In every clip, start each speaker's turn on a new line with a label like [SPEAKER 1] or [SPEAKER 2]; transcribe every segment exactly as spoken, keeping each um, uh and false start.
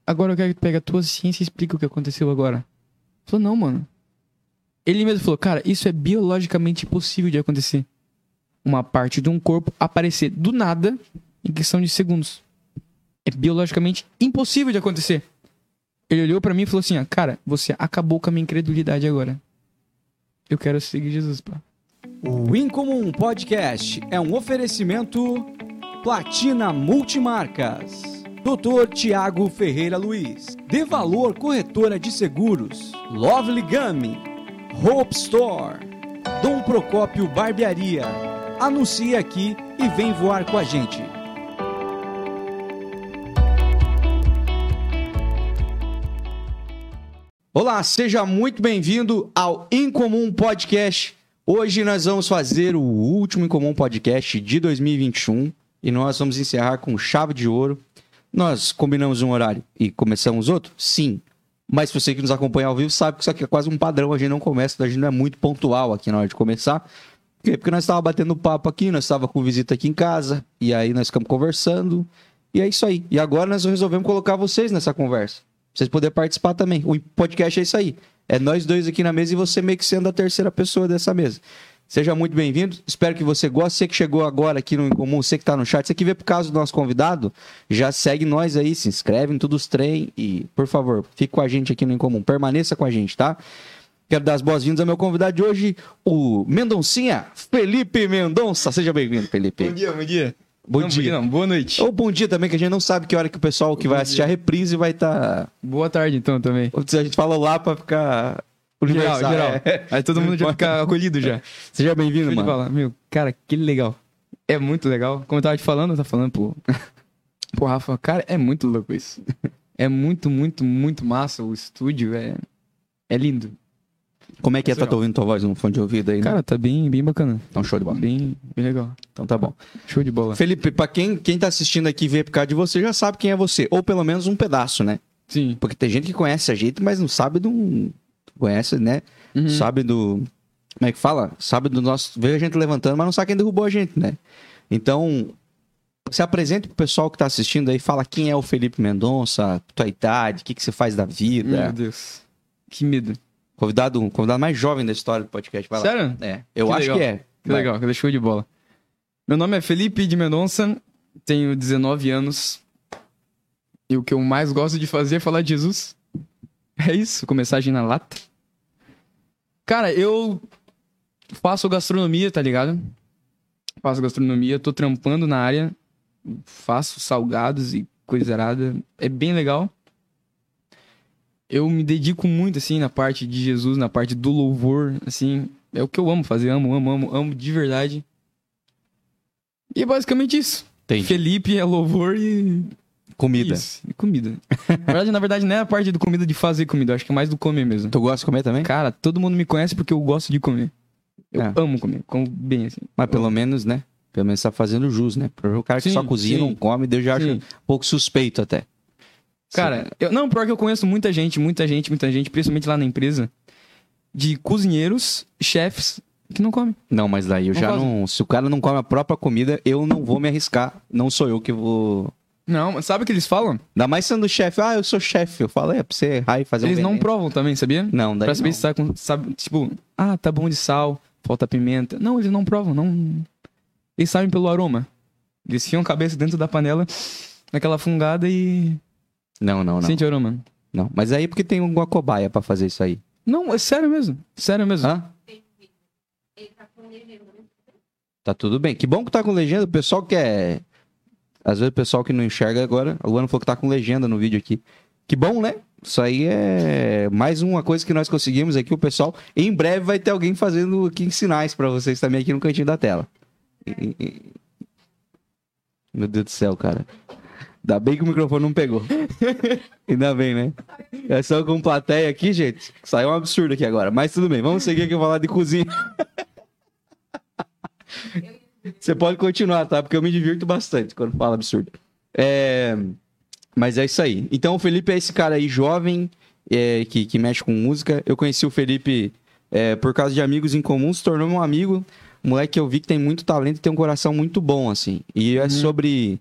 [SPEAKER 1] agora eu quero que tu pegue a tua ciência e explique o que aconteceu agora. Ele falou, não, mano. Ele mesmo falou, cara, isso é biologicamente impossível de acontecer. Uma parte de um corpo aparecer do nada em questão de segundos. É biologicamente impossível de acontecer. Ele olhou pra mim e falou assim, ah, cara, você acabou com a minha incredulidade agora. Eu quero seguir Jesus, pá.
[SPEAKER 2] O Incomum Podcast é um oferecimento Platina Multimarcas. doutor Tiago Ferreira Luiz. De Valor Corretora de Seguros. Lovely Gummy. Hope Store. Dom Procópio Barbearia. Anuncie aqui e vem voar com a gente. Olá, seja muito bem-vindo ao Incomum Podcast. Hoje nós vamos fazer o último Incomum Podcast de dois mil e vinte e um e nós vamos encerrar com chave de ouro. Nós combinamos um horário e começamos outro? Sim. Mas se você que nos acompanha ao vivo sabe que isso aqui é quase um padrão, a gente não começa, a gente não é muito pontual aqui na hora de começar. Por quê? Porque nós estávamos batendo papo aqui, nós estávamos com visita aqui em casa, e aí nós ficamos conversando, e é isso aí. E agora nós resolvemos colocar vocês nessa conversa, pra vocês poderem participar também. O podcast é isso aí, é nós dois aqui na mesa e você meio que sendo a terceira pessoa dessa mesa. Seja muito bem-vindo, espero que você goste. Você que chegou agora aqui no Incomum, você que está no chat, você que veio por causa do nosso convidado, já segue nós aí, se inscreve em todos os trem e, por favor, fique com a gente aqui no Incomum, permaneça com a gente, tá? Quero dar as boas-vindas ao meu convidado de hoje, o Mendoncinha, Felipe Mendonça. Seja bem-vindo, Felipe.
[SPEAKER 1] Bom dia, bom dia.
[SPEAKER 2] Bom
[SPEAKER 1] não,
[SPEAKER 2] dia.
[SPEAKER 1] Bom dia não, boa noite.
[SPEAKER 2] Ou bom dia também, que a gente não sabe que hora que o pessoal que
[SPEAKER 1] bom
[SPEAKER 2] vai assistir dia. a reprise vai estar... Tá...
[SPEAKER 1] Boa tarde, então, também.
[SPEAKER 2] A gente fala lá pra ficar...
[SPEAKER 1] Geral, geral.
[SPEAKER 2] É.
[SPEAKER 1] Aí todo mundo já fica acolhido já.
[SPEAKER 2] Seja bem-vindo, mano.
[SPEAKER 1] Falar. Meu, cara, que legal. É muito legal. Como eu tava te falando, eu tava falando, pô... Pô, Rafa, cara, é muito louco isso. É muito, muito, muito massa. O estúdio é... É lindo.
[SPEAKER 2] Como é que é estar tá ouvindo tua voz no fone de ouvido aí, né?
[SPEAKER 1] Cara, tá bem, bem bacana.
[SPEAKER 2] Então, show de bola.
[SPEAKER 1] Bem, bem legal.
[SPEAKER 2] Então tá bom.
[SPEAKER 1] Show de bola.
[SPEAKER 2] Felipe, pra quem, quem tá assistindo aqui e vê por causa de você, já sabe quem é você. Ou pelo menos um pedaço, né?
[SPEAKER 1] Sim.
[SPEAKER 2] Porque tem gente que conhece a gente, mas não sabe do... Conhece, né? Uhum. Sabe do... Como é que fala? Sabe do nosso... Veio a gente levantando, mas não sabe quem derrubou a gente, né? Então, se apresente pro pessoal que tá assistindo aí, fala quem é o Felipe Mendonça, tua idade, o que, que você faz da vida.
[SPEAKER 1] Meu Deus. Que medo.
[SPEAKER 2] Convidado, convidado mais jovem da história do podcast. Vai lá.
[SPEAKER 1] Sério?
[SPEAKER 2] É, eu
[SPEAKER 1] que
[SPEAKER 2] acho
[SPEAKER 1] legal.
[SPEAKER 2] que é.
[SPEAKER 1] Que Vai. legal, que show de bola. Meu nome é Felipe de Mendonça, tenho dezenove anos. E o que eu mais gosto de fazer é falar de Jesus. É isso, começar a agir na lata. Cara, eu faço gastronomia, tá ligado? Faço gastronomia, tô trampando na área. Faço salgados e coisa errada. É bem legal. Eu me dedico muito, assim, na parte de Jesus, na parte do louvor, assim. É o que eu amo fazer, amo, amo, amo, amo de verdade. E é basicamente isso.
[SPEAKER 2] Entendi.
[SPEAKER 1] Felipe é louvor e...
[SPEAKER 2] Comida.
[SPEAKER 1] Isso, e comida. Na verdade, na verdade, não é a parte do comida de fazer comida, eu acho que é mais do comer mesmo.
[SPEAKER 2] Tu gosta de comer também?
[SPEAKER 1] Cara, todo mundo me conhece porque eu gosto de comer. Eu
[SPEAKER 2] é.
[SPEAKER 1] amo comer, como bem assim.
[SPEAKER 2] Mas pelo menos, né? Pelo menos tá fazendo jus, né? O cara que
[SPEAKER 1] sim,
[SPEAKER 2] só cozinha e não come, eu já acho um pouco suspeito até.
[SPEAKER 1] Cara, eu, não, pior que eu conheço muita gente, muita gente, muita gente, principalmente lá na empresa, de cozinheiros, chefes, que não comem.
[SPEAKER 2] Não, mas daí eu
[SPEAKER 1] não
[SPEAKER 2] já
[SPEAKER 1] fazem.
[SPEAKER 2] não... Se o cara não come a própria comida, eu não vou me arriscar. Não sou eu que vou...
[SPEAKER 1] Não, mas sabe o que eles falam?
[SPEAKER 2] Ainda mais sendo chefe. Ah, eu sou chefe. Eu falo, é pra você errar e fazer
[SPEAKER 1] Eles
[SPEAKER 2] um
[SPEAKER 1] não
[SPEAKER 2] veneno.
[SPEAKER 1] provam também, sabia?
[SPEAKER 2] Não, daí
[SPEAKER 1] Pra saber
[SPEAKER 2] não.
[SPEAKER 1] se tá com... Sabe, tipo, ah, tá bom de sal, falta pimenta. Não, eles não provam, não... Eles sabem pelo aroma. Eles fiam a cabeça dentro da panela, naquela fungada e...
[SPEAKER 2] Não, não, não.
[SPEAKER 1] Sente o aroma.
[SPEAKER 2] Não, mas aí porque tem uma cobaia pra fazer isso aí.
[SPEAKER 1] Não, é sério mesmo. Sério mesmo.
[SPEAKER 2] Hã? Tá tudo bem. Que bom que tá com legenda. O pessoal que é... Às vezes o pessoal que não enxerga agora... A Luana falou que tá com legenda no vídeo aqui. Que bom, né? Isso aí é mais uma coisa que nós conseguimos aqui. O pessoal... Em breve vai ter alguém fazendo aqui sinais pra vocês também aqui no cantinho da tela. E... E... Meu Deus do céu, cara. Ainda bem que o microfone não pegou. Ainda bem, né? É só com plateia aqui, gente. Saiu um absurdo aqui agora. Mas tudo bem, vamos seguir aqui e falar de cozinha. Você pode continuar, tá? Porque eu me divirto bastante quando falo absurdo. É... Mas é isso aí. Então o Felipe é esse cara aí jovem, é, que, que mexe com música. Eu conheci o Felipe é, por causa de amigos em comum, se tornou meu amigo. Moleque que eu vi que tem muito talento e tem um coração muito bom, assim. E é
[SPEAKER 1] Uhum.
[SPEAKER 2] sobre...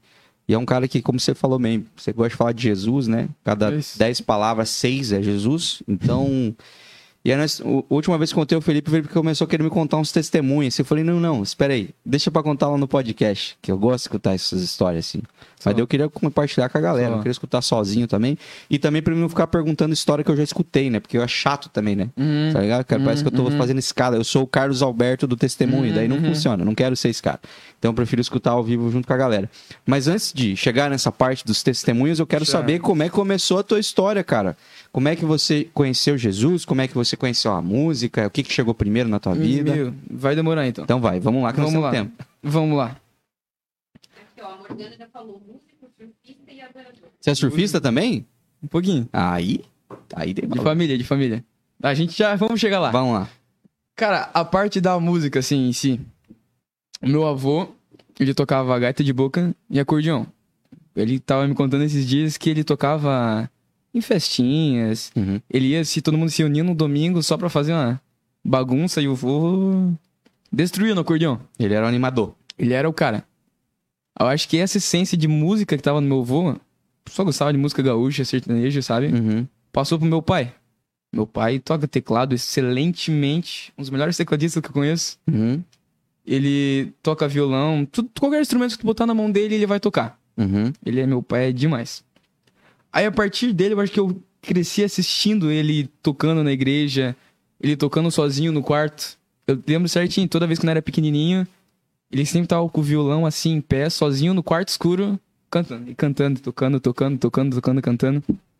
[SPEAKER 2] E é um cara que, como você falou mesmo, você gosta de falar de Jesus, né? Cada
[SPEAKER 1] Isso.
[SPEAKER 2] dez palavras, seis é Jesus. Então... E aí, nós, a última vez que contei o Felipe, o Felipe começou a querer me contar uns testemunhos. Eu falei, não, não, espera aí. Deixa pra contar lá no podcast, que eu gosto de escutar essas histórias, assim.
[SPEAKER 1] Só.
[SPEAKER 2] Mas daí eu queria compartilhar com a galera.
[SPEAKER 1] Só.
[SPEAKER 2] Eu queria escutar sozinho também. E também pra mim não ficar perguntando história que eu já escutei, né? Porque eu é chato também, né?
[SPEAKER 1] Uhum.
[SPEAKER 2] Tá ligado? Cara, parece que eu tô
[SPEAKER 1] Uhum.
[SPEAKER 2] fazendo escada. Eu sou o Carlos Alberto do testemunho.
[SPEAKER 1] Uhum,
[SPEAKER 2] Daí não
[SPEAKER 1] uhum.
[SPEAKER 2] funciona. Eu não quero ser esse cara. Então eu prefiro escutar ao vivo junto com a galera. Mas antes de chegar nessa parte dos testemunhos, eu quero
[SPEAKER 1] Certo.
[SPEAKER 2] saber como é que começou a tua história, cara. Como é que você conheceu Jesus? Como é que você conheceu a música? O que, que chegou primeiro na tua vida?
[SPEAKER 1] Meu, vai demorar então.
[SPEAKER 2] Então vai, vamos lá que nós
[SPEAKER 1] Vamos
[SPEAKER 2] temos
[SPEAKER 1] lá.
[SPEAKER 2] tempo.
[SPEAKER 1] Vamos lá.
[SPEAKER 3] Aqui, ó, a Morgana já falou músico, surfista e adorador.
[SPEAKER 2] Você é surfista também?
[SPEAKER 1] Um pouquinho.
[SPEAKER 2] Aí, aí tem
[SPEAKER 1] De família, de família. A gente já... Vamos chegar lá.
[SPEAKER 2] Vamos lá.
[SPEAKER 1] Cara, a parte da música, assim, em si. O meu avô, ele tocava gaita de boca e acordeão. Ele tava me contando esses dias que ele tocava em festinhas.
[SPEAKER 2] Uhum.
[SPEAKER 1] Ele ia, se todo mundo se unir no domingo só pra fazer uma bagunça e o vô destruía no acordeão.
[SPEAKER 2] Ele era um animador.
[SPEAKER 1] Ele era o cara. Eu acho que essa essência de música que tava no meu avô, só gostava de música gaúcha, sertaneja, sabe?
[SPEAKER 2] Uhum.
[SPEAKER 1] Passou pro meu pai. Meu pai toca teclado excelentemente, um dos melhores tecladistas que eu conheço.
[SPEAKER 2] Uhum.
[SPEAKER 1] Ele toca violão, tudo, qualquer instrumento que tu botar na mão dele, ele vai tocar.
[SPEAKER 2] Uhum.
[SPEAKER 1] Ele é meu pai, é demais. Aí a partir dele, eu acho que eu cresci assistindo ele tocando na igreja, ele tocando sozinho no quarto. Eu lembro certinho, toda vez que eu era pequenininho, ele sempre tava com o violão assim, em pé, sozinho no quarto escuro, cantando, e cantando, tocando, tocando, tocando, tocando, cantando.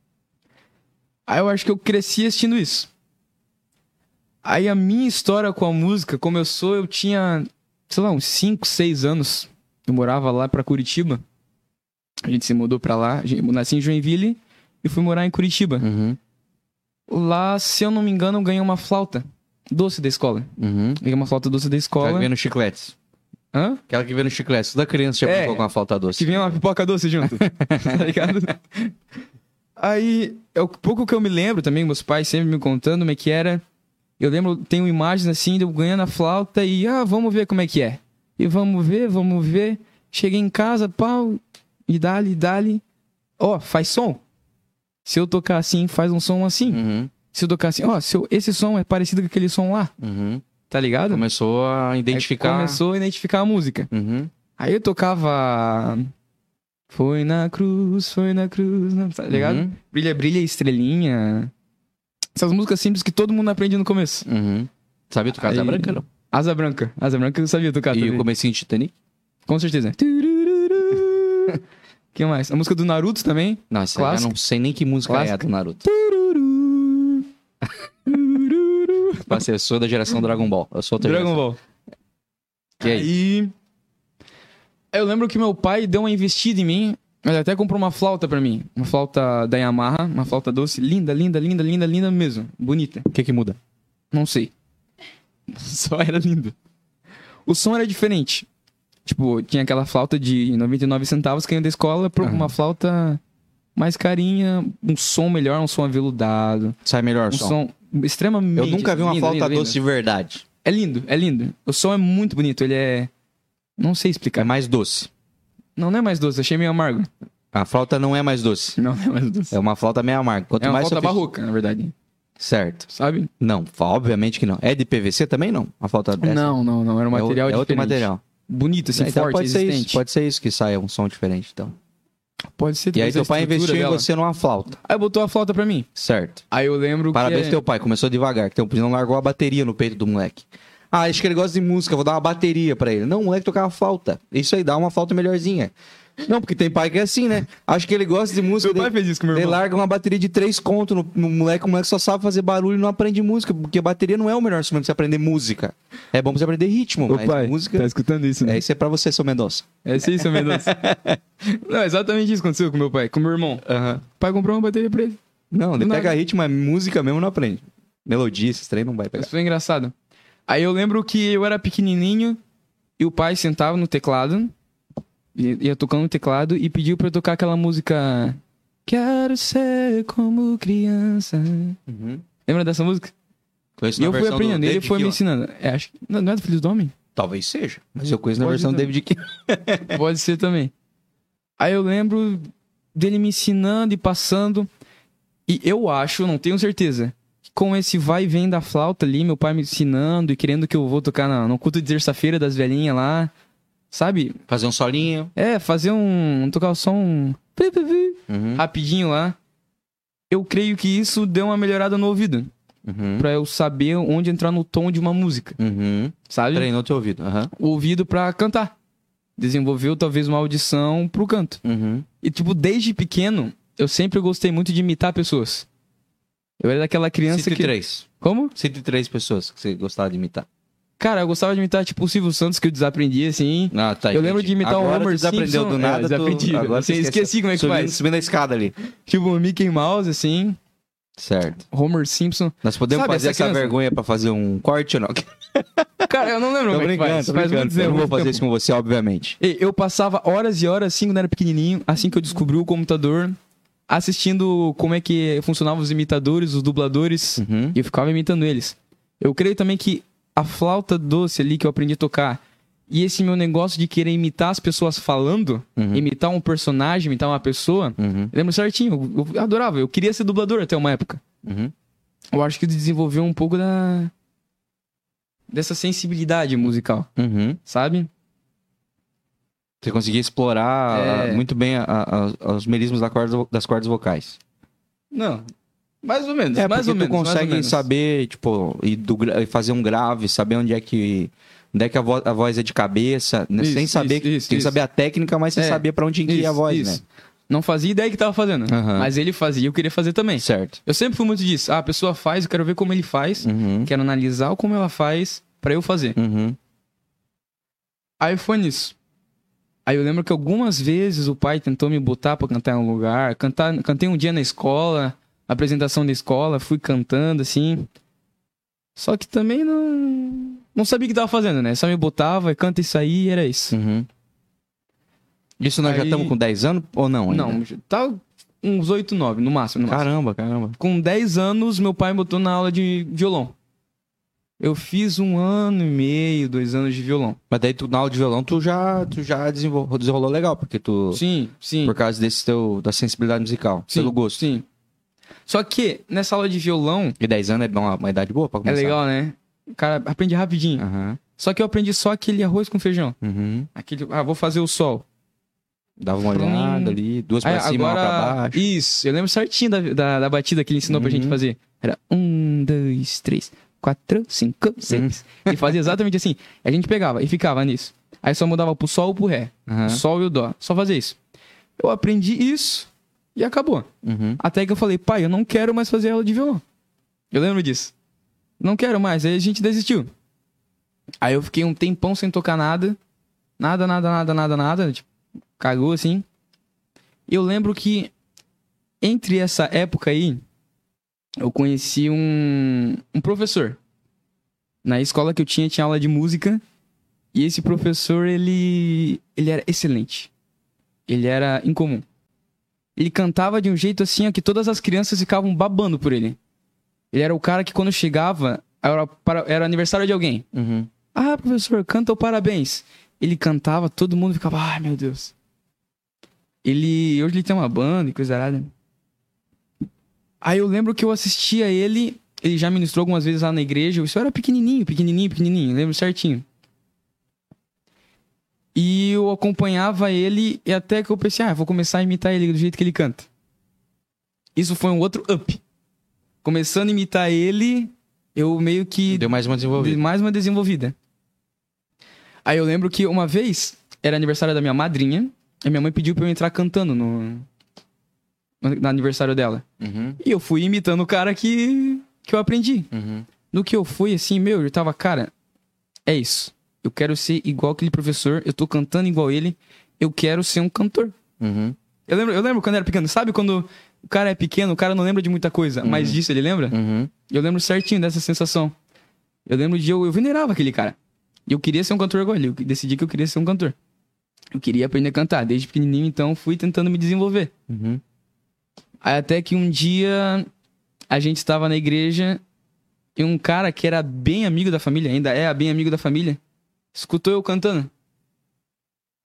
[SPEAKER 1] Aí eu acho que eu cresci assistindo isso. Aí a minha história com a música começou, eu tinha, sei lá, uns cinco, seis anos. Eu morava lá pra Curitiba. A gente se mudou pra lá, a gente- eu nasci em Joinville e fui morar em Curitiba.
[SPEAKER 2] Uhum.
[SPEAKER 1] Lá, se eu não me engano, eu ganhei uma flauta doce da escola.
[SPEAKER 2] Uhum.
[SPEAKER 1] Ganhei uma flauta doce da
[SPEAKER 2] Aquela
[SPEAKER 1] escola.
[SPEAKER 2] que vem no chicletes.
[SPEAKER 1] Hã?
[SPEAKER 2] Aquela que vem no chicletes. Toda criança já
[SPEAKER 1] É.
[SPEAKER 2] brincou com uma flauta
[SPEAKER 1] Que
[SPEAKER 2] doce.
[SPEAKER 1] vinha uma pipoca doce junto. Tá ligado? Aí, é o pouco que eu me lembro também, meus pais sempre me contando como é que era. Eu lembro, tenho imagens assim, de eu ganhando a flauta e, ah, vamos ver como é que é. E vamos ver, vamos ver. Cheguei em casa, pau, e dali, dali. Ó, faz som. Se eu tocar assim, faz um som assim.
[SPEAKER 2] Uhum.
[SPEAKER 1] Se eu tocar assim, ó, se eu- esse som é parecido com aquele som lá,
[SPEAKER 2] Uhum.
[SPEAKER 1] tá ligado?
[SPEAKER 2] Começou a
[SPEAKER 1] Aí
[SPEAKER 2] identificar.
[SPEAKER 1] começou a identificar a música.
[SPEAKER 2] Uhum.
[SPEAKER 1] Aí eu tocava. Foi na cruz, foi na cruz, não, tá ligado?
[SPEAKER 2] Uhum.
[SPEAKER 1] Brilha, brilha, estrelinha. Essas músicas simples que todo mundo aprende no começo.
[SPEAKER 2] Uhum. Sabia tocar Asa
[SPEAKER 1] Aí-
[SPEAKER 2] Branca, não?
[SPEAKER 1] Asa Branca. Asa Branca eu sabia tocar
[SPEAKER 2] E
[SPEAKER 1] também.
[SPEAKER 2] o comecinho de Titanic?
[SPEAKER 1] Com certeza. Turururu. Que mais? A música do Naruto também.
[SPEAKER 2] Não, essa aí eu
[SPEAKER 1] Clássico.
[SPEAKER 2] não sei nem que música é
[SPEAKER 1] Clássico.
[SPEAKER 2] a do Naruto.
[SPEAKER 1] Tururu. Tururu.
[SPEAKER 2] Mas eu sou da geração Dragon Ball. Eu sou outra
[SPEAKER 1] Dragon
[SPEAKER 2] geração.
[SPEAKER 1] Ball.
[SPEAKER 2] E aí?
[SPEAKER 1] Aí... Eu lembro que meu pai deu uma investida em mim. Ele até comprou uma flauta pra mim. Uma flauta da Yamaha. Uma flauta doce. Linda, linda, linda, linda, linda mesmo. Bonita.
[SPEAKER 2] O que que muda?
[SPEAKER 1] Não sei. Só era lindo. O som era diferente. Tipo, tinha aquela flauta de noventa e nove centavos que ia da escola pra
[SPEAKER 2] Aham.
[SPEAKER 1] uma flauta mais carinha, um som melhor, um som aveludado.
[SPEAKER 2] Sai melhor
[SPEAKER 1] Um
[SPEAKER 2] som.
[SPEAKER 1] som extremamente...
[SPEAKER 2] Eu nunca vi uma
[SPEAKER 1] lindo,
[SPEAKER 2] flauta
[SPEAKER 1] lindo, lindo.
[SPEAKER 2] doce de verdade.
[SPEAKER 1] É lindo, é lindo. O som é muito bonito, ele é... Não sei
[SPEAKER 2] É
[SPEAKER 1] explicar.
[SPEAKER 2] mais doce.
[SPEAKER 1] Não, não é mais doce, achei meio amargo.
[SPEAKER 2] A flauta não é mais doce.
[SPEAKER 1] Não, não é mais doce.
[SPEAKER 2] É uma flauta meio amarga. Quanto
[SPEAKER 1] É uma
[SPEAKER 2] mais
[SPEAKER 1] flauta
[SPEAKER 2] sofistic-
[SPEAKER 1] barroca, na verdade.
[SPEAKER 2] Certo.
[SPEAKER 1] Sabe?
[SPEAKER 2] Não, fa- obviamente que não. É de P V C também não? A flauta dessa?
[SPEAKER 1] Não, não, não. Era um
[SPEAKER 2] É o-
[SPEAKER 1] material
[SPEAKER 2] é outro
[SPEAKER 1] diferente.
[SPEAKER 2] material.
[SPEAKER 1] Bonito, assim,
[SPEAKER 2] Então
[SPEAKER 1] forte,
[SPEAKER 2] pode ser
[SPEAKER 1] resistente.
[SPEAKER 2] isso. Pode ser isso que saia um som diferente, então.
[SPEAKER 1] Pode ser
[SPEAKER 2] E aí
[SPEAKER 1] talvez a
[SPEAKER 2] teu pai
[SPEAKER 1] estrutura
[SPEAKER 2] investiu em
[SPEAKER 1] dela.
[SPEAKER 2] você numa flauta.
[SPEAKER 1] Aí botou a flauta pra mim.
[SPEAKER 2] Certo.
[SPEAKER 1] Aí eu lembro
[SPEAKER 2] Parabéns
[SPEAKER 1] que...
[SPEAKER 2] teu pai, começou devagar, que teu não largou a bateria no peito do moleque. Ah, acho que ele gosta de música, vou dar uma bateria pra ele. Não, o moleque tocava flauta. Isso aí, dá uma flauta melhorzinha. Não, porque tem pai que é assim, né? Acho que ele gosta de música.
[SPEAKER 1] Meu pai
[SPEAKER 2] daí-
[SPEAKER 1] fez isso com meu
[SPEAKER 2] Ele
[SPEAKER 1] irmão.
[SPEAKER 2] larga uma bateria de três contos no, no moleque, o moleque só sabe fazer barulho e não aprende música, porque bateria não é o melhor instrumento pra você aprender música. É bom pra você aprender ritmo,
[SPEAKER 1] Ô
[SPEAKER 2] mas
[SPEAKER 1] pai,
[SPEAKER 2] música...
[SPEAKER 1] tá escutando isso, né?
[SPEAKER 2] É, isso é pra você, seu Mendonça.
[SPEAKER 1] É isso aí, seu Mendonça. Não, exatamente isso que aconteceu com meu pai, com meu irmão.
[SPEAKER 2] Aham.
[SPEAKER 1] O pai comprou uma bateria pra ele.
[SPEAKER 2] Não, ele
[SPEAKER 1] Do
[SPEAKER 2] pega
[SPEAKER 1] nada.
[SPEAKER 2] ritmo, mas música mesmo não aprende. Melodia, esses trem não vai pegar.
[SPEAKER 1] Isso foi engraçado. Aí eu lembro que eu era pequenininho e o pai sentava no teclado, ia ia tocando no teclado e pediu pra eu tocar aquela música... Quero ser como criança.
[SPEAKER 2] Uhum.
[SPEAKER 1] Lembra dessa música?
[SPEAKER 2] Conheço
[SPEAKER 1] E
[SPEAKER 2] na
[SPEAKER 1] eu fui
[SPEAKER 2] versão do
[SPEAKER 1] aprendendo, ele
[SPEAKER 2] David
[SPEAKER 1] foi me
[SPEAKER 2] Gilmour.
[SPEAKER 1] ensinando. É, acho que... Não não é do Filhos do Homem?
[SPEAKER 2] Talvez seja, mas eu conheço na
[SPEAKER 1] Pode
[SPEAKER 2] versão do
[SPEAKER 1] ser.
[SPEAKER 2] David Gilmour.
[SPEAKER 1] Pode ser também. Aí eu lembro dele me ensinando e passando. E eu acho, não tenho certeza, que com esse vai e vem da flauta ali, meu pai me ensinando e querendo que eu vou tocar na, no culto de terça-feira das velhinhas lá, sabe?
[SPEAKER 2] Fazer um solinho.
[SPEAKER 1] É, fazer um... tocar o som
[SPEAKER 2] Uhum.
[SPEAKER 1] rapidinho lá. Eu creio que isso deu uma melhorada no ouvido.
[SPEAKER 2] Uhum.
[SPEAKER 1] Pra eu saber onde entrar no tom de uma música,
[SPEAKER 2] Uhum.
[SPEAKER 1] sabe?
[SPEAKER 2] Treinou teu ouvido. Aham.
[SPEAKER 1] O ouvido pra cantar. Desenvolveu talvez uma audição pro canto.
[SPEAKER 2] Uhum.
[SPEAKER 1] E tipo, desde pequeno, eu sempre gostei muito de imitar pessoas. Eu era daquela criança
[SPEAKER 2] Cite
[SPEAKER 1] que...
[SPEAKER 2] três.
[SPEAKER 1] Como?
[SPEAKER 2] Cite três pessoas que você gostava de imitar.
[SPEAKER 1] Cara, eu gostava de imitar tipo o Silvio Santos, que eu desaprendi, assim.
[SPEAKER 2] Ah, tá.
[SPEAKER 1] Eu lembro
[SPEAKER 2] entendi.
[SPEAKER 1] de imitar o
[SPEAKER 2] Agora
[SPEAKER 1] Homer
[SPEAKER 2] tu desaprendeu
[SPEAKER 1] Simpson.
[SPEAKER 2] do nada.
[SPEAKER 1] É,
[SPEAKER 2] tu...
[SPEAKER 1] desaprendi.
[SPEAKER 2] Agora
[SPEAKER 1] Assim,
[SPEAKER 2] você
[SPEAKER 1] esqueci como é que
[SPEAKER 2] subindo,
[SPEAKER 1] faz.
[SPEAKER 2] Subindo a escada ali.
[SPEAKER 1] Tipo o Mickey Mouse, assim.
[SPEAKER 2] Certo.
[SPEAKER 1] Homer Simpson.
[SPEAKER 2] Nós podemos
[SPEAKER 1] Sabe
[SPEAKER 2] fazer
[SPEAKER 1] essa
[SPEAKER 2] essa
[SPEAKER 1] criança?
[SPEAKER 2] vergonha pra fazer um corte ou não?
[SPEAKER 1] Cara, eu não lembro
[SPEAKER 2] Tô
[SPEAKER 1] como é que
[SPEAKER 2] brincando,
[SPEAKER 1] faz.
[SPEAKER 2] tô
[SPEAKER 1] Faz
[SPEAKER 2] brincando.
[SPEAKER 1] muito
[SPEAKER 2] Eu não vou
[SPEAKER 1] muito
[SPEAKER 2] fazer
[SPEAKER 1] tempo.
[SPEAKER 2] isso com você, obviamente.
[SPEAKER 1] E eu passava horas e horas, assim, quando era pequenininho, assim que eu descobri o computador, assistindo como é que funcionavam os imitadores, os dubladores,
[SPEAKER 2] Uhum.
[SPEAKER 1] e eu ficava imitando eles. Eu creio também que a flauta doce ali que eu aprendi a tocar, e esse meu negócio de querer imitar as pessoas falando,
[SPEAKER 2] Uhum.
[SPEAKER 1] imitar um personagem, imitar uma pessoa,
[SPEAKER 2] Uhum.
[SPEAKER 1] eu lembro certinho, eu, eu adorava, eu queria ser dublador até uma época.
[SPEAKER 2] Uhum.
[SPEAKER 1] Eu acho que desenvolveu um pouco da... dessa sensibilidade musical,
[SPEAKER 2] Uhum.
[SPEAKER 1] sabe?
[SPEAKER 2] Você conseguia explorar
[SPEAKER 1] É.
[SPEAKER 2] ah, muito bem a- a- os melismos da corda- das cordas vocais.
[SPEAKER 1] Não, mais ou menos,
[SPEAKER 2] É,
[SPEAKER 1] mais
[SPEAKER 2] porque
[SPEAKER 1] ou
[SPEAKER 2] tu
[SPEAKER 1] menos. mais ou
[SPEAKER 2] consegue
[SPEAKER 1] menos.
[SPEAKER 2] saber, tipo, e do gra- e fazer um grave, saber onde é que... Onde é que a, vo- a voz é de cabeça, né?
[SPEAKER 1] Isso,
[SPEAKER 2] sem saber...
[SPEAKER 1] isso, isso,
[SPEAKER 2] tem que
[SPEAKER 1] isso.
[SPEAKER 2] saber a técnica, mas sem
[SPEAKER 1] É,
[SPEAKER 2] saber pra onde tem que ir a
[SPEAKER 1] Isso,
[SPEAKER 2] voz,
[SPEAKER 1] isso.
[SPEAKER 2] né?
[SPEAKER 1] Não fazia ideia que tava fazendo.
[SPEAKER 2] Aham.
[SPEAKER 1] Mas ele fazia, eu queria fazer também.
[SPEAKER 2] Certo.
[SPEAKER 1] Eu sempre fui muito disso. Ah, a pessoa faz, eu quero ver como ele faz.
[SPEAKER 2] Uhum.
[SPEAKER 1] Quero analisar o como ela faz pra eu fazer.
[SPEAKER 2] Uhum.
[SPEAKER 1] Aí foi nisso. Aí eu lembro que algumas vezes o pai tentou me botar pra cantar em um lugar. Cantar, cantei um dia na escola, apresentação da escola, fui cantando assim. Só que também não... Não sabia o que tava fazendo, né? Só me botava, canta isso aí e era isso.
[SPEAKER 2] Uhum. Isso nós já
[SPEAKER 1] Aí-
[SPEAKER 2] estamos com dez anos ou não ainda?
[SPEAKER 1] Não, tá uns oito, nove no máximo. No máximo.
[SPEAKER 2] Caramba, caramba.
[SPEAKER 1] Com dez anos, meu pai me botou na aula de violão. Eu fiz um ano e meio, dois anos de violão.
[SPEAKER 2] Mas daí tu, na aula de violão tu já, tu já desenvolveu, desenrolou legal, porque tu...
[SPEAKER 1] Sim, sim.
[SPEAKER 2] Por causa desse teu, da sensibilidade musical,
[SPEAKER 1] sim,
[SPEAKER 2] pelo gosto.
[SPEAKER 1] Sim. Só que, nessa aula de violão,
[SPEAKER 2] E dez anos é uma, uma idade boa pra
[SPEAKER 1] é
[SPEAKER 2] começar.
[SPEAKER 1] legal, né? O cara aprende rapidinho.
[SPEAKER 2] Aham.
[SPEAKER 1] Só que eu aprendi só aquele arroz com feijão.
[SPEAKER 2] Uhum.
[SPEAKER 1] Aquele, ah, vou fazer o sol.
[SPEAKER 2] Dava uma
[SPEAKER 1] Prum.
[SPEAKER 2] olhada ali, duas pra
[SPEAKER 1] Aí,
[SPEAKER 2] cima, uma pra
[SPEAKER 1] agora,
[SPEAKER 2] baixo.
[SPEAKER 1] isso, eu lembro certinho da, da, da batida que ele ensinou pra
[SPEAKER 2] Uhum.
[SPEAKER 1] gente fazer. Era um, dois, três, quatro, cinco, seis.
[SPEAKER 2] Uhum.
[SPEAKER 1] E fazia exatamente assim. A gente pegava e ficava nisso. Aí só mudava pro sol ou pro ré.
[SPEAKER 2] Aham.
[SPEAKER 1] O sol e o dó. Só fazia isso. Eu aprendi isso e acabou.
[SPEAKER 2] Uhum.
[SPEAKER 1] Até que eu falei, pai, eu não quero mais fazer aula de violão. Eu lembro disso. Não quero mais. Aí a gente desistiu. Aí eu fiquei um tempão sem tocar nada. Nada, nada, nada, nada, nada. Tipo, cagou assim. E eu lembro que entre essa época aí, eu conheci um, um professor. Na escola que eu tinha, tinha aula de música. E esse professor, ele, ele era excelente. Ele era incomum. Ele cantava de um jeito assim, ó, que todas as crianças ficavam babando por ele. Ele era o cara que quando chegava, era, para, era aniversário de alguém.
[SPEAKER 2] Uhum.
[SPEAKER 1] Ah, professor, canta o parabéns. Ele cantava, todo mundo ficava, ai meu Deus. Ele, hoje ele tem uma banda e coisa arada. Aí eu lembro que eu assistia ele, ele já ministrou algumas vezes lá na igreja, isso era pequenininho, pequenininho, pequenininho, eu lembro certinho. E eu acompanhava ele e até que eu pensei, ah, vou começar a imitar ele do jeito que ele canta. Isso foi um outro up. Começando a imitar ele, eu meio que
[SPEAKER 2] Deu mais uma desenvolvida.
[SPEAKER 1] mais uma desenvolvida. Aí eu lembro que uma vez, era aniversário da minha madrinha, e minha mãe pediu pra eu entrar cantando no, no, no aniversário dela.
[SPEAKER 2] Uhum.
[SPEAKER 1] E eu fui imitando o cara que, que eu aprendi.
[SPEAKER 2] Uhum.
[SPEAKER 1] No que eu fui, assim, meu, eu tava, cara, é isso. Eu quero ser igual aquele professor, eu tô cantando igual ele, eu quero ser um cantor.
[SPEAKER 2] Uhum.
[SPEAKER 1] Eu lembro, eu lembro quando eu era pequeno, sabe quando o cara é pequeno, o cara não lembra de muita coisa, mas disso ele lembra?
[SPEAKER 2] Uhum.
[SPEAKER 1] Eu lembro certinho dessa sensação. Eu lembro de eu, eu venerava aquele cara. E eu queria ser um cantor igual ele. Eu decidi que eu queria ser um cantor. Eu queria aprender a cantar. Desde pequenininho, então, fui tentando me desenvolver.
[SPEAKER 2] Uhum.
[SPEAKER 1] Aí até que um dia a gente estava na igreja e um cara que era bem amigo da família, ainda é bem amigo da família, escutou eu cantando.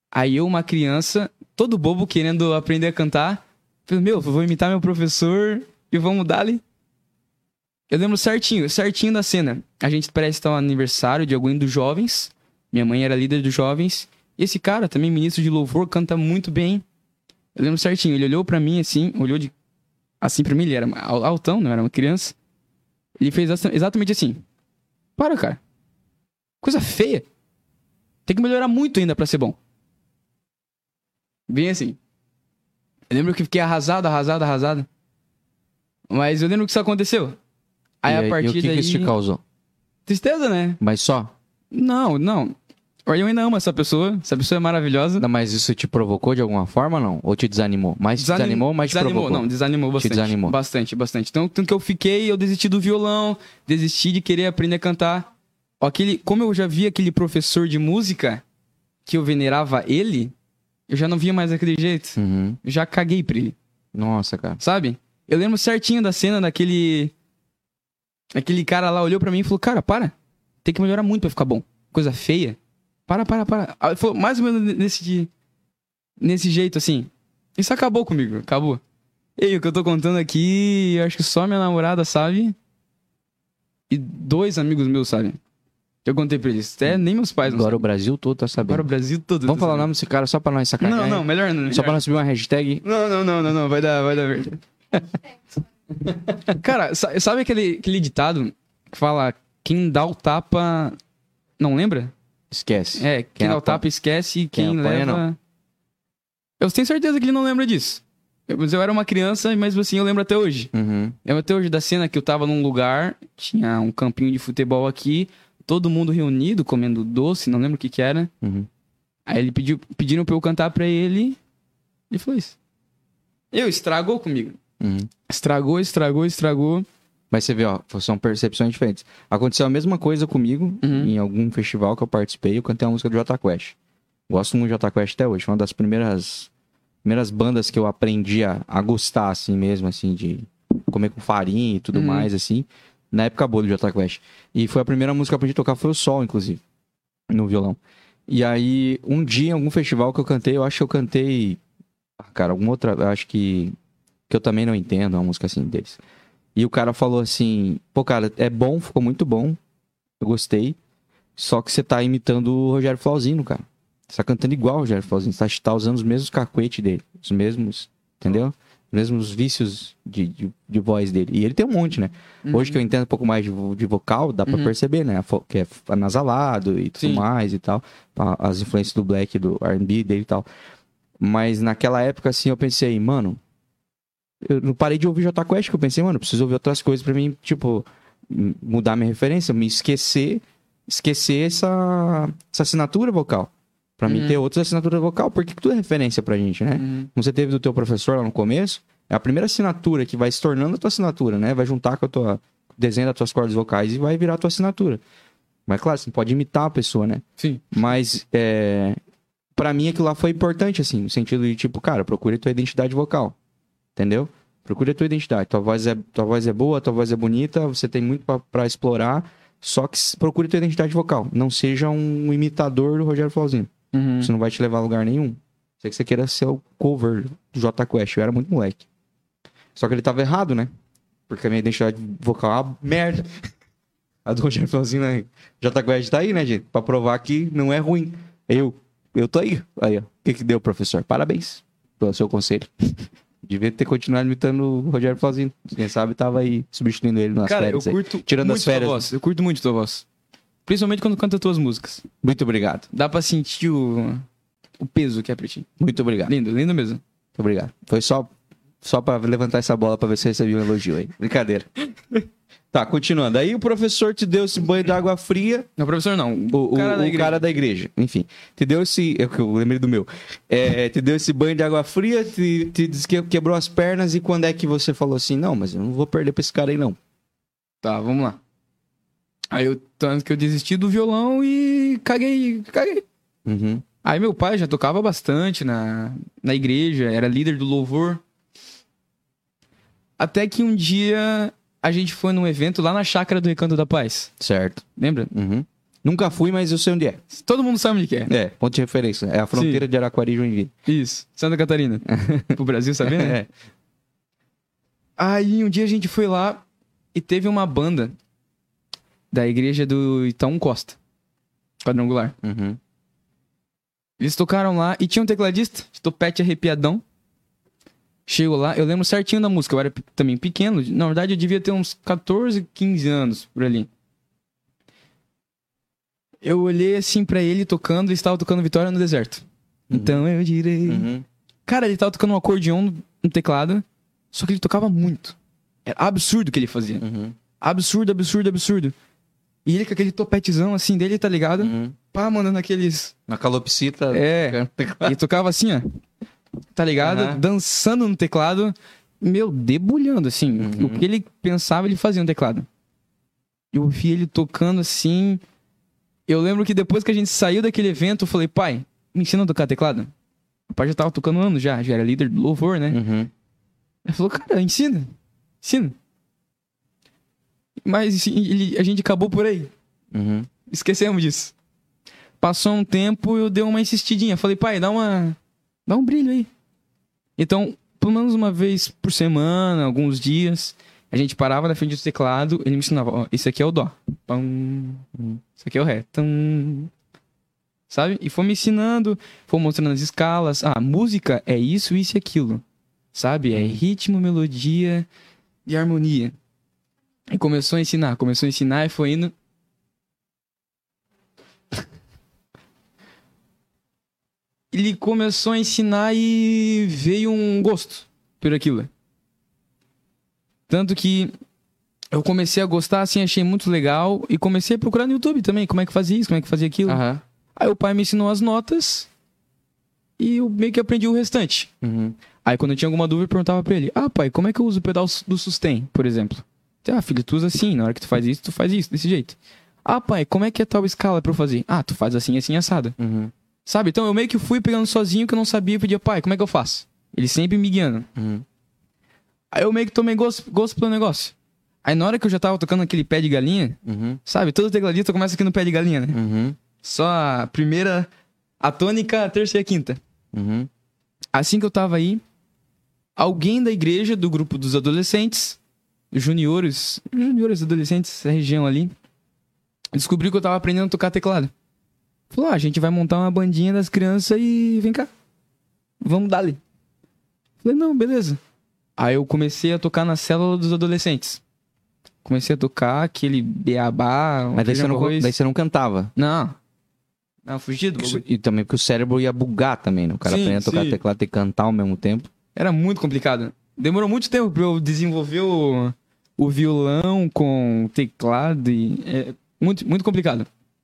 [SPEAKER 1] Aí eu, uma criança, todo bobo, querendo aprender a cantar. Falei, meu, vou imitar meu professor e vamos dar ali. Eu lembro certinho, certinho da cena. A gente parece estar no aniversário de alguém dos jovens. Minha mãe era líder dos jovens. E esse cara, também ministro de louvor, canta muito bem. Eu lembro certinho, ele olhou pra mim assim, olhou de... Assim pra mim, ele era altão, não era uma criança. Ele fez exatamente assim. Para, cara. Coisa feia. Tem que melhorar muito ainda pra ser bom. Bem assim. Eu lembro que fiquei arrasado, arrasado, arrasado. Mas eu lembro que isso aconteceu. Aí,
[SPEAKER 2] e,
[SPEAKER 1] a partir
[SPEAKER 2] e o que,
[SPEAKER 1] daí...
[SPEAKER 2] que isso te causou?
[SPEAKER 1] Tristeza, né?
[SPEAKER 2] Mas só?
[SPEAKER 1] Não, não. Eu ainda amo essa pessoa. Essa pessoa é maravilhosa.
[SPEAKER 2] Não, mas isso te provocou de alguma forma ou não? Ou te desanimou? Mais te
[SPEAKER 1] Desanim...
[SPEAKER 2] desanimou, mais te
[SPEAKER 1] desanimou,
[SPEAKER 2] provocou?
[SPEAKER 1] Não, desanimou bastante.
[SPEAKER 2] Te desanimou.
[SPEAKER 1] Bastante, bastante. Então, tanto que eu fiquei, eu desisti do violão, desisti de querer aprender a cantar. Aquele, como eu já vi aquele professor de música, que eu venerava ele, eu já não via mais daquele jeito.
[SPEAKER 2] Uhum.
[SPEAKER 1] Eu já caguei pra ele.
[SPEAKER 2] Nossa, cara.
[SPEAKER 1] Sabe? Eu lembro certinho da cena daquele... Aquele cara lá olhou pra mim e falou, cara, para. Tem que melhorar muito pra ficar bom. Coisa feia. Para, para, para. Aí foi mais ou menos nesse, nesse jeito, assim. Isso acabou comigo, acabou. E o que eu tô contando aqui, eu acho que só minha namorada sabe. E dois amigos meus sabem. Eu contei pra eles. Até nem meus pais não
[SPEAKER 2] Agora
[SPEAKER 1] sabem.
[SPEAKER 2] o Brasil todo tá sabendo.
[SPEAKER 1] Agora o Brasil todo.
[SPEAKER 2] Vamos
[SPEAKER 1] tá
[SPEAKER 2] falar o
[SPEAKER 1] sabendo.
[SPEAKER 2] nome desse cara só pra nós sacanear?
[SPEAKER 1] Não, não, melhor não.
[SPEAKER 2] Só
[SPEAKER 1] melhor.
[SPEAKER 2] pra nós subir uma hashtag.
[SPEAKER 1] Não, não, não, não, não. Vai dar, vai dar verde. Cara, sa- sabe aquele, aquele ditado que fala quem dá o tapa não lembra?
[SPEAKER 2] Esquece.
[SPEAKER 1] É, quem,
[SPEAKER 2] Quem
[SPEAKER 1] dá o
[SPEAKER 2] apanha-
[SPEAKER 1] tapa esquece e
[SPEAKER 2] quem
[SPEAKER 1] quem,
[SPEAKER 2] apanha,
[SPEAKER 1] leva...
[SPEAKER 2] não.
[SPEAKER 1] Eu tenho certeza que ele não lembra disso. Eu- Mas eu era uma criança, mas assim, eu lembro até hoje.
[SPEAKER 2] Uhum.
[SPEAKER 1] Lembro até hoje da cena que eu tava num lugar, tinha um campinho de futebol aqui, todo mundo reunido, comendo doce, não lembro o que que era.
[SPEAKER 2] Uhum.
[SPEAKER 1] Aí ele pediu, pediram pra eu cantar pra ele, e foi isso. Eu, estragou comigo.
[SPEAKER 2] Uhum.
[SPEAKER 1] Estragou, estragou, estragou.
[SPEAKER 2] Mas você vê, ó, são percepções diferentes. Aconteceu a mesma coisa comigo
[SPEAKER 1] Uhum.
[SPEAKER 2] em algum festival que eu participei. Eu cantei a música do Jota Quest. Gosto muito do Jota Quest até hoje. Foi uma das primeiras, primeiras bandas que eu aprendi a, a gostar, assim mesmo, assim, de comer com farinha e tudo
[SPEAKER 1] Uhum.
[SPEAKER 2] mais, assim. Na época boa do Jota Quest. E foi a primeira música que eu aprendi a tocar, foi o Sol, inclusive, no violão. E aí, um dia, em algum festival que eu cantei, eu acho que eu cantei... ah, Cara, alguma outra... Eu acho que... Que eu também não entendo, uma música assim deles. E o cara falou assim, pô, cara, é bom, ficou muito bom. Eu gostei. Só que você tá imitando o Rogério Flauzino, cara. Você tá cantando igual o Rogério Flauzino. Você tá, tá usando os mesmos cacuetes dele. Os mesmos, entendeu? Os mesmos vícios de, de, de voz dele. E ele tem um monte, né?
[SPEAKER 1] Uhum.
[SPEAKER 2] Hoje que eu entendo um pouco mais de, vo- de vocal, dá pra
[SPEAKER 1] Uhum.
[SPEAKER 2] perceber, né? A fo- Que é anasalado e tudo
[SPEAKER 1] Sim.
[SPEAKER 2] mais e tal. A- As influências do black, do R and B dele e tal. Mas naquela época, assim, eu pensei, mano... Eu não parei de ouvir Jota Quest, que eu pensei, mano, eu preciso ouvir outras coisas pra mim, tipo, m- mudar minha referência, me esquecer, esquecer essa, essa assinatura vocal. Pra mim
[SPEAKER 1] Uhum.
[SPEAKER 2] ter outras assinaturas vocal, porque tudo é referência pra gente, né?
[SPEAKER 1] Uhum.
[SPEAKER 2] Como você teve do teu professor lá no começo, é a primeira assinatura que vai se tornando a tua assinatura, né? Vai juntar com a tua desenho das tuas cordas vocais e vai virar a tua assinatura. Mas claro, você não pode imitar a pessoa, né?
[SPEAKER 1] Sim.
[SPEAKER 2] Mas, é... pra mim aquilo lá foi importante, assim, no sentido de, tipo, cara, procure tua identidade vocal. Entendeu? Procure a tua identidade. Tua voz é, tua voz é boa, tua voz é bonita, você tem muito pra, pra explorar, só que s- procure tua identidade vocal. Não seja um imitador do Rogério Flauzino.
[SPEAKER 1] Uhum.
[SPEAKER 2] Isso não vai te levar a lugar nenhum. Sei que você queira ser o cover do Jota Quest. Eu era muito moleque. Só que ele tava errado, né? Porque a minha identidade vocal é uma merda. A do Rogério Flauzino aí. Jota Quest tá aí, né, gente? Pra provar que não é ruim. Eu, eu tô aí. Aí, ó. O que que deu, professor? Parabéns pelo seu conselho. Devia ter continuado imitando o Rogério Flauzino. Quem sabe tava aí substituindo ele nas
[SPEAKER 1] Cara, eu
[SPEAKER 2] férias. aí.
[SPEAKER 1] curto
[SPEAKER 2] Tirando
[SPEAKER 1] muito
[SPEAKER 2] as férias.
[SPEAKER 1] tua voz. Eu curto muito tua voz. Principalmente quando canta tuas músicas.
[SPEAKER 2] Muito obrigado.
[SPEAKER 1] Dá pra sentir o, o peso que é pra ti.
[SPEAKER 2] Muito obrigado.
[SPEAKER 1] Lindo, lindo mesmo.
[SPEAKER 2] Muito obrigado. Foi só, só pra levantar essa bola pra ver se você recebia um elogio aí. Brincadeira. Tá, continuando. Aí o professor te deu esse banho de água fria.
[SPEAKER 1] Não, professor, não.
[SPEAKER 2] O, o,
[SPEAKER 1] cara
[SPEAKER 2] o
[SPEAKER 1] da igreja.
[SPEAKER 2] cara da igreja. Enfim. Te deu esse. Eu, eu lembrei do meu. É, te deu esse banho de água fria, te, te disse que quebrou as pernas. E quando é que você falou assim: não, mas eu não vou perder pra esse cara aí, não?
[SPEAKER 1] Tá, vamos lá. Aí eu, tanto que eu desisti do violão e caguei, caguei.
[SPEAKER 2] Uhum.
[SPEAKER 1] Aí meu pai já tocava bastante na, na igreja, era líder do louvor. Até que um dia a gente foi num evento lá na Chácara do Recanto da Paz.
[SPEAKER 2] Certo.
[SPEAKER 1] Lembra?
[SPEAKER 2] Uhum. Nunca fui, mas eu sei onde é.
[SPEAKER 1] Todo mundo sabe onde que é.
[SPEAKER 2] É, ponto de referência. É a fronteira
[SPEAKER 1] Sim.
[SPEAKER 2] de Araquari e Joinville.
[SPEAKER 1] Isso, Santa Catarina. Pro Brasil saber, né?
[SPEAKER 2] É.
[SPEAKER 1] Aí um dia a gente foi lá e teve uma banda da igreja do Itaú Costa, quadrangular.
[SPEAKER 2] Uhum.
[SPEAKER 1] Eles tocaram lá e tinha um tecladista, de topete arrepiadão. Chegou lá, eu lembro certinho da música, eu era pe- também pequeno. Na verdade eu devia ter uns catorze, quinze anos por ali. Eu olhei assim pra ele tocando, ele estava tocando Vitória no Deserto.
[SPEAKER 2] Uhum.
[SPEAKER 1] Então eu direi...
[SPEAKER 2] Uhum.
[SPEAKER 1] Cara, ele tava tocando um acordeon no- no teclado, só que ele tocava muito. Era absurdo o que ele fazia.
[SPEAKER 2] Uhum.
[SPEAKER 1] Absurdo, absurdo, absurdo. E ele com aquele topetezão assim dele, tá ligado?
[SPEAKER 2] Uhum.
[SPEAKER 1] Pá, mandando aqueles...
[SPEAKER 2] Na calopsita.
[SPEAKER 1] É, ele tocava assim, ó. Tá ligado?
[SPEAKER 2] Aham.
[SPEAKER 1] Dançando no teclado. Meu, debulhando, assim.
[SPEAKER 2] Uhum.
[SPEAKER 1] O que ele pensava, ele fazia no teclado. Eu vi ele tocando assim. Eu lembro que depois que a gente saiu daquele evento, eu falei, pai, me ensina a tocar teclado. O pai já tava tocando anos já, já era líder do louvor, né?
[SPEAKER 2] Uhum.
[SPEAKER 1] Ele falou, cara, ensina. Ensina. Mas assim, ele- a gente acabou por aí.
[SPEAKER 2] Uhum.
[SPEAKER 1] Esquecemos disso. Passou um tempo, eu dei uma insistidinha. Falei, pai, dá uma... Dá um brilho aí. Então, pelo menos uma vez por semana, alguns dias, a gente parava na frente do teclado, ele me ensinava, ó, esse aqui é o dó. Pam. Esse aqui é o ré. Tam. Sabe? E foi me ensinando, foi mostrando as escalas. Ah, música é isso, isso e aquilo. Sabe? É ritmo, melodia e harmonia. E começou a ensinar, começou a ensinar e foi indo... Ele começou a ensinar e veio um gosto por aquilo. Tanto que eu comecei a gostar, assim, achei muito legal. E comecei a procurar no YouTube também, como é que fazia isso, como é que fazia aquilo.
[SPEAKER 2] Aham.
[SPEAKER 1] Aí o pai me ensinou as notas e eu meio que aprendi o restante.
[SPEAKER 2] Uhum.
[SPEAKER 1] Aí quando eu tinha alguma dúvida, eu perguntava pra ele. Ah, pai, como é que eu uso o pedal do sustain, por exemplo? Ah, filho, tu usa assim, na hora que tu faz isso, tu faz isso, desse jeito. Ah, pai, como é que é tal escala pra eu fazer? Ah, tu faz assim, assim, assado.
[SPEAKER 2] Uhum.
[SPEAKER 1] Sabe? Então eu meio que fui pegando sozinho que eu não sabia e pedia, pai, como é que eu faço? Ele sempre me guiando.
[SPEAKER 2] Uhum.
[SPEAKER 1] Aí eu meio que tomei gosto, gosto pelo negócio. Aí na hora que eu já tava tocando aquele pé de galinha,
[SPEAKER 2] Uhum.
[SPEAKER 1] sabe? Todo tecladista começa aqui no pé de galinha, né?
[SPEAKER 2] Uhum.
[SPEAKER 1] Só a primeira, a tônica, a terça e a quinta.
[SPEAKER 2] Uhum.
[SPEAKER 1] Assim que eu tava aí, alguém da igreja, do grupo dos adolescentes, juniores, juniores adolescentes, essa região ali, descobriu que eu tava aprendendo a tocar teclado. Falou, ah, a gente vai montar uma bandinha das crianças e vem cá. Vamos dar ali. Falei, não, beleza. Aí eu comecei a tocar na célula dos adolescentes. Comecei a tocar aquele beabá, um
[SPEAKER 2] Mas daí você,
[SPEAKER 1] feijão
[SPEAKER 2] não,
[SPEAKER 1] com arroz.
[SPEAKER 2] daí você não cantava.
[SPEAKER 1] Não. Não, fugido.
[SPEAKER 2] Isso- E também porque o cérebro ia bugar também, né? O cara
[SPEAKER 1] Sim,
[SPEAKER 2] aprende a tocar
[SPEAKER 1] sim.
[SPEAKER 2] teclado e cantar ao mesmo tempo.
[SPEAKER 1] Era muito complicado. Demorou muito tempo pra eu desenvolver o, o violão com o teclado e... É muito, muito complicado.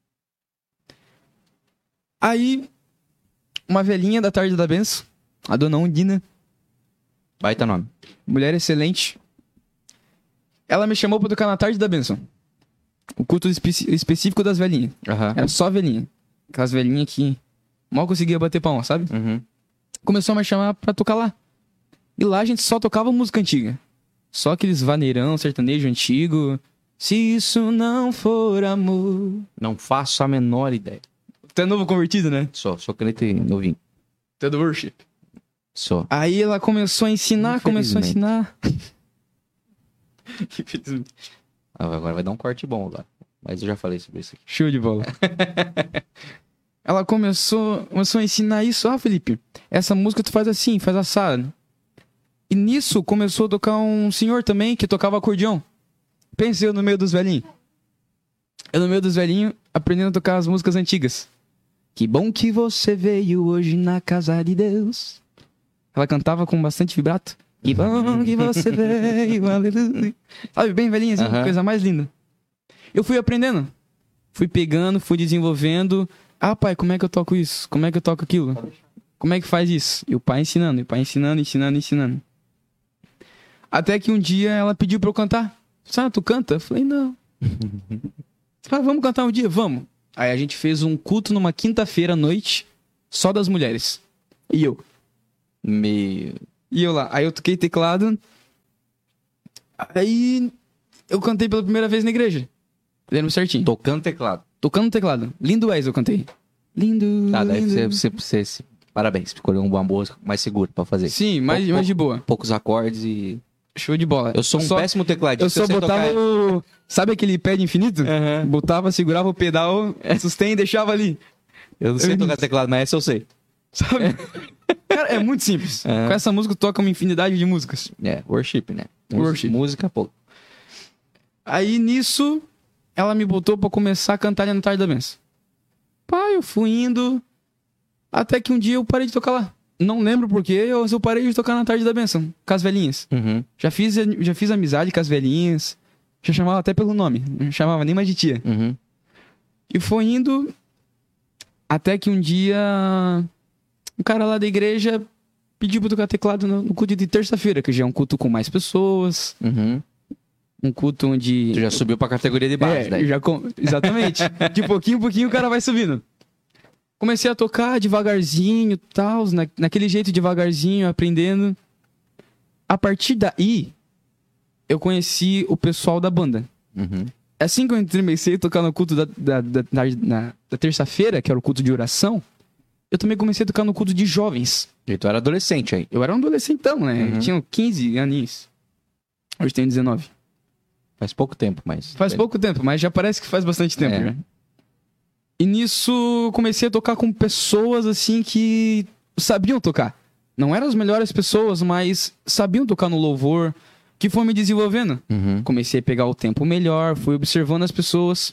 [SPEAKER 1] Aí, uma velhinha da tarde da benção, a dona Undina,
[SPEAKER 2] Baita nome.
[SPEAKER 1] mulher excelente, ela me chamou pra tocar na tarde da benção. O culto espe- específico das velhinhas.
[SPEAKER 2] Aham.
[SPEAKER 1] Era só velhinha. Aquelas velhinhas que mal conseguia bater palma, sabe?
[SPEAKER 2] Uhum.
[SPEAKER 1] Começou a me chamar pra tocar lá. E lá a gente só tocava música antiga. Só aqueles vaneirão, sertanejo antigo. Se isso não for amor.
[SPEAKER 2] Não faço a menor ideia.
[SPEAKER 1] Tu é novo convertido, né?
[SPEAKER 2] Só, sou crente novinho.
[SPEAKER 1] Tu é do worship.
[SPEAKER 2] Só.
[SPEAKER 1] Aí ela começou a ensinar, começou a
[SPEAKER 2] Infelizmente.
[SPEAKER 1] ensinar. Infelizmente.
[SPEAKER 2] Ah, agora vai dar um corte bom lá. Mas eu já falei sobre isso aqui.
[SPEAKER 1] Show de bola. Ela começou, começou a ensinar isso. Ah, Felipe, essa música tu faz assim, faz assado. E nisso começou a tocar um senhor também que tocava acordeão. Pensei eu no meio dos velhinhos. Eu no meio dos velhinhos aprendendo a tocar as músicas antigas. Que bom que você veio hoje na casa de Deus. Ela cantava com bastante vibrato. Que bom que você veio, aleluia. Sabe, bem velhinha assim,
[SPEAKER 2] Aham.
[SPEAKER 1] coisa mais linda. Eu fui aprendendo. Fui pegando, fui desenvolvendo. Ah, pai, como é que eu toco isso? Como é que eu toco aquilo? Como é que faz isso? E o pai ensinando, e o pai ensinando, ensinando, ensinando. Até que um dia ela pediu pra eu cantar. Sabe, tu canta? Eu falei, não. Ah, vamos cantar um dia? Vamos. Aí a gente fez um culto numa quinta-feira à noite, só das mulheres. E eu.
[SPEAKER 2] Meio.
[SPEAKER 1] E eu lá. Aí eu toquei teclado. Aí eu cantei pela primeira vez na igreja. Lembro certinho.
[SPEAKER 2] Tocando teclado.
[SPEAKER 1] Tocando teclado. Lindo és, eu cantei. Lindo,
[SPEAKER 2] Tá, daí
[SPEAKER 1] lindo.
[SPEAKER 2] você, você, você, você- Parabéns, escolheu uma boa mais segura pra fazer.
[SPEAKER 1] Sim, mais,
[SPEAKER 2] Pou-
[SPEAKER 1] mais de
[SPEAKER 2] pou-
[SPEAKER 1] boa.
[SPEAKER 2] Poucos acordes e...
[SPEAKER 1] Show de bola.
[SPEAKER 2] Eu sou um
[SPEAKER 1] só,
[SPEAKER 2] péssimo tecladista.
[SPEAKER 1] Eu só
[SPEAKER 2] sei
[SPEAKER 1] botava
[SPEAKER 2] tocar-
[SPEAKER 1] o... Sabe aquele pad infinito?
[SPEAKER 2] Aham.
[SPEAKER 1] Botava, segurava o pedal, sustém e deixava ali.
[SPEAKER 2] Eu não sei
[SPEAKER 1] Eu-
[SPEAKER 2] tocar teclado, mas essa eu sei.
[SPEAKER 1] Sabe? Cara, é muito simples.
[SPEAKER 2] É.
[SPEAKER 1] Com essa música, tu toca uma infinidade de músicas.
[SPEAKER 2] É, worship, né? Música-
[SPEAKER 1] Worship.
[SPEAKER 2] Música, pô.
[SPEAKER 1] Aí, nisso, ela me botou pra começar a cantar ali na Tarde da Benção. Pá, eu fui indo... Até que um dia eu parei de tocar lá. Não lembro porquê, eu, eu parei de tocar na Tarde da Benção, com as velhinhas.
[SPEAKER 2] Uhum.
[SPEAKER 1] Já fiz, já fiz amizade com as velhinhas. Já chamava até pelo nome. Não chamava nem mais de tia.
[SPEAKER 2] Uhum.
[SPEAKER 1] E foi indo... Até que um dia... Um cara lá da igreja pediu pra eu tocar teclado no, no culto de terça-feira, que já é um culto com mais pessoas.
[SPEAKER 2] Uhum.
[SPEAKER 1] Um culto onde...
[SPEAKER 2] Tu já subiu pra categoria de baixo,
[SPEAKER 1] É,
[SPEAKER 2] daí.
[SPEAKER 1] já com... Exatamente. De pouquinho em pouquinho o cara vai subindo. Comecei a tocar devagarzinho, tal, na... naquele jeito devagarzinho, aprendendo. A partir daí, eu conheci o pessoal da banda.
[SPEAKER 2] Uhum.
[SPEAKER 1] Assim que eu comecei a tocar no culto da, da, da, da, na- da terça-feira, que era o culto de oração, eu também comecei a tocar no culto de jovens.
[SPEAKER 2] E tu era adolescente aí.
[SPEAKER 1] Eu era um adolescentão, né?
[SPEAKER 2] Uhum.
[SPEAKER 1] Eu tinha quinze aninhos. Hoje tenho dezenove.
[SPEAKER 2] Faz pouco tempo, mas...
[SPEAKER 1] Faz pouco tempo, mas já parece que faz bastante tempo,
[SPEAKER 2] É.
[SPEAKER 1] né? E nisso eu comecei a tocar com pessoas assim que sabiam tocar. Não eram as melhores pessoas, mas sabiam tocar no louvor, que foi me desenvolvendo.
[SPEAKER 2] Uhum.
[SPEAKER 1] Comecei a pegar o tempo melhor, fui observando as pessoas.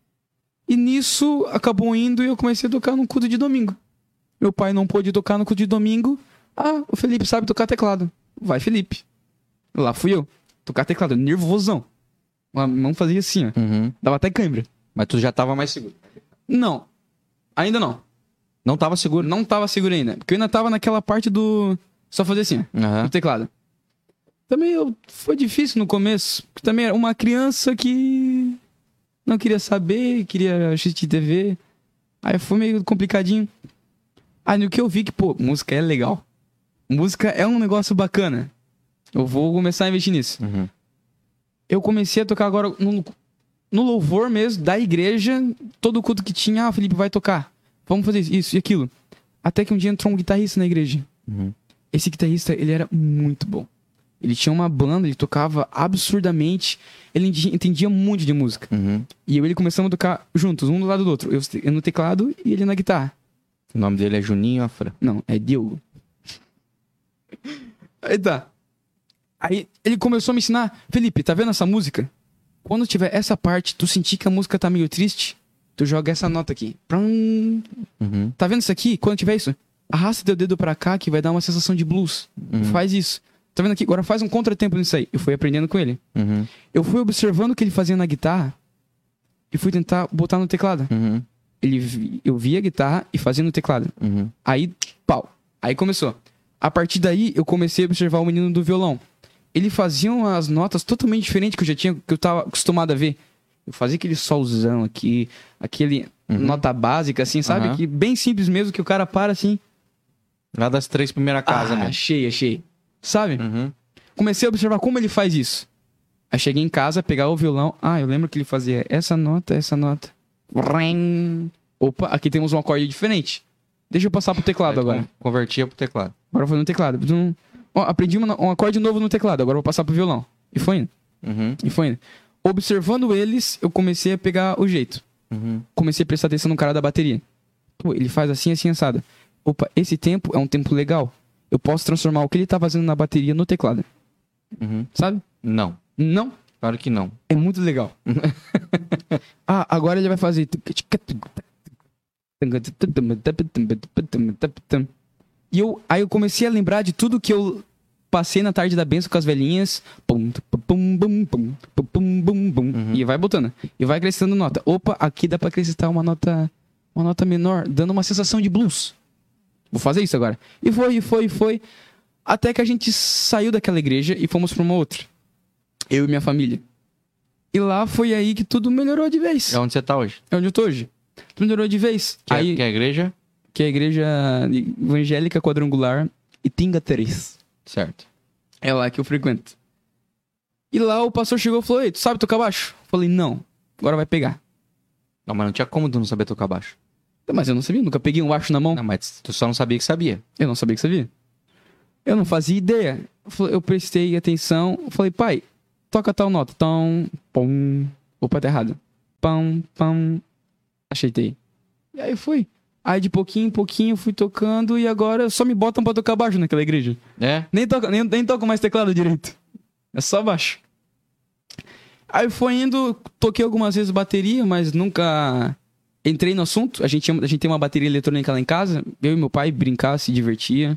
[SPEAKER 1] E nisso acabou indo e eu comecei a tocar no culto de domingo. Meu pai não pôde tocar no culto de domingo. Ah, o Felipe sabe tocar teclado. Vai, Felipe. Lá fui eu. Tocar teclado, nervosão. A mão fazia assim, ó.
[SPEAKER 2] Uhum.
[SPEAKER 1] Dava até câimbra.
[SPEAKER 2] Mas tu já tava mais seguro.
[SPEAKER 1] Não. Ainda não.
[SPEAKER 2] Não tava seguro?
[SPEAKER 1] Não tava seguro ainda. Porque eu ainda tava naquela parte do... Só fazer assim, ó.
[SPEAKER 2] Aham.
[SPEAKER 1] No teclado. Também eu... foi difícil no começo. Porque também era uma criança que... não queria saber, queria assistir T V. Aí foi meio complicadinho. Aí no que eu vi que, pô, música é legal. Música é um negócio bacana. Eu vou começar a investir nisso.
[SPEAKER 2] Uhum.
[SPEAKER 1] Eu comecei a tocar agora no, no louvor mesmo, da igreja. Todo culto que tinha, ah, o Felipe vai tocar. Vamos fazer isso e aquilo. Até que um dia entrou um guitarrista na igreja.
[SPEAKER 2] Uhum.
[SPEAKER 1] Esse guitarrista, ele era muito bom. Ele tinha uma banda, ele tocava absurdamente. Ele entendi- entendia muito de música.
[SPEAKER 2] Uhum.
[SPEAKER 1] E eu e ele começamos a tocar juntos, um do lado do outro. Eu, eu no teclado e ele na guitarra.
[SPEAKER 2] O nome dele é Juninho Afra.
[SPEAKER 1] Não, é Diogo. Aí tá. Aí ele começou a me ensinar. Felipe, tá vendo essa música? Quando tiver essa parte, tu sentir que a música tá meio triste, tu joga essa nota aqui. Prum.
[SPEAKER 2] Uhum.
[SPEAKER 1] Tá vendo isso aqui? Quando tiver isso, arrasta teu dedo pra cá que vai dar uma sensação de blues.
[SPEAKER 2] Uhum.
[SPEAKER 1] Faz isso. Tá vendo aqui? Agora faz um contratempo nisso aí. Eu fui aprendendo com ele.
[SPEAKER 2] Uhum.
[SPEAKER 1] Eu fui observando o que ele fazia na guitarra e fui tentar botar no teclado.
[SPEAKER 2] Uhum.
[SPEAKER 1] Ele, vi- eu via a guitarra e fazia no teclado.
[SPEAKER 2] Uhum.
[SPEAKER 1] Aí, pau. Aí começou. A partir daí, eu comecei a observar o menino do violão. Ele fazia as notas totalmente diferentes que eu já tinha, que eu tava acostumado a ver. Eu fazia aquele solzão aqui, aquele
[SPEAKER 2] Uhum.
[SPEAKER 1] nota básica, assim, sabe?
[SPEAKER 2] Aham.
[SPEAKER 1] Que bem simples mesmo, que o cara para assim.
[SPEAKER 2] Lá das três primeiras casas
[SPEAKER 1] ah,
[SPEAKER 2] mesmo.
[SPEAKER 1] achei, achei. Sabe?
[SPEAKER 2] Uhum.
[SPEAKER 1] Comecei a observar como ele faz isso. Aí cheguei em casa, pegar o violão. Ah, eu lembro que ele fazia essa nota, essa nota. Vrém. Opa, aqui temos um acorde diferente. Deixa eu passar pro teclado
[SPEAKER 2] Aí tu
[SPEAKER 1] agora.
[SPEAKER 2] con- Convertia pro teclado.
[SPEAKER 1] Agora eu vou no teclado. Tum. Ó, aprendi um, um acorde novo no teclado, agora eu vou passar pro violão. E foi indo,
[SPEAKER 2] Uhum.
[SPEAKER 1] e foi indo. Observando eles, eu comecei a pegar o jeito.
[SPEAKER 2] Uhum.
[SPEAKER 1] Comecei a prestar atenção no cara da bateria. Pô, ele faz assim, assim, assado. Opa, esse tempo é um tempo legal. Eu posso transformar o que ele tá fazendo na bateria no teclado.
[SPEAKER 2] Uhum.
[SPEAKER 1] Sabe?
[SPEAKER 2] Não.
[SPEAKER 1] Não,
[SPEAKER 2] Claro que não.
[SPEAKER 1] é muito legal. Ah, agora ele vai fazer. E eu, aí eu comecei a lembrar de tudo que eu passei na tarde da benção com as velhinhas. Pum, pum, pum, pum, pum, pum, pum, pum.
[SPEAKER 2] Uhum.
[SPEAKER 1] E vai botando. E vai acrescentando nota. Opa, aqui dá pra acrescentar uma nota, uma nota menor, dando uma sensação de blues. Vou fazer isso agora. E foi, e foi, e foi. Até que a gente saiu daquela igreja e fomos pra uma outra. Eu e minha família. E lá foi aí que tudo melhorou de vez.
[SPEAKER 2] É onde você tá hoje.
[SPEAKER 1] É onde eu tô hoje. Tudo melhorou de vez.
[SPEAKER 2] Que,
[SPEAKER 1] aí,
[SPEAKER 2] é, que é a igreja?
[SPEAKER 1] que é a igreja evangélica quadrangular Itinga três.
[SPEAKER 2] Certo.
[SPEAKER 1] É lá que eu frequento. E lá o pastor chegou e falou: Ei, tu sabe tocar baixo? Eu falei, não. Agora vai pegar.
[SPEAKER 2] Não, mas não tinha como tu não saber tocar baixo.
[SPEAKER 1] Mas eu não sabia, nunca peguei um baixo na mão.
[SPEAKER 2] Não, mas tu só não sabia que sabia.
[SPEAKER 1] Eu não sabia que sabia. Eu não fazia ideia. Eu falei- Eu prestei atenção. Eu falei, pai, toca tal nota. Tom, pom. Opa, tá errado. Pam, pam. Acheitei. E aí foi. Aí de pouquinho em pouquinho eu fui tocando e agora só me botam pra tocar baixo naquela igreja.
[SPEAKER 2] É?
[SPEAKER 1] Nem toco, nem, nem toco mais teclado direito. É só baixo. Aí foi indo, toquei algumas vezes bateria, mas nunca entrei no assunto. A gente, tinha- a gente tem uma bateria eletrônica lá em casa. Eu e meu pai brincar, se divertia.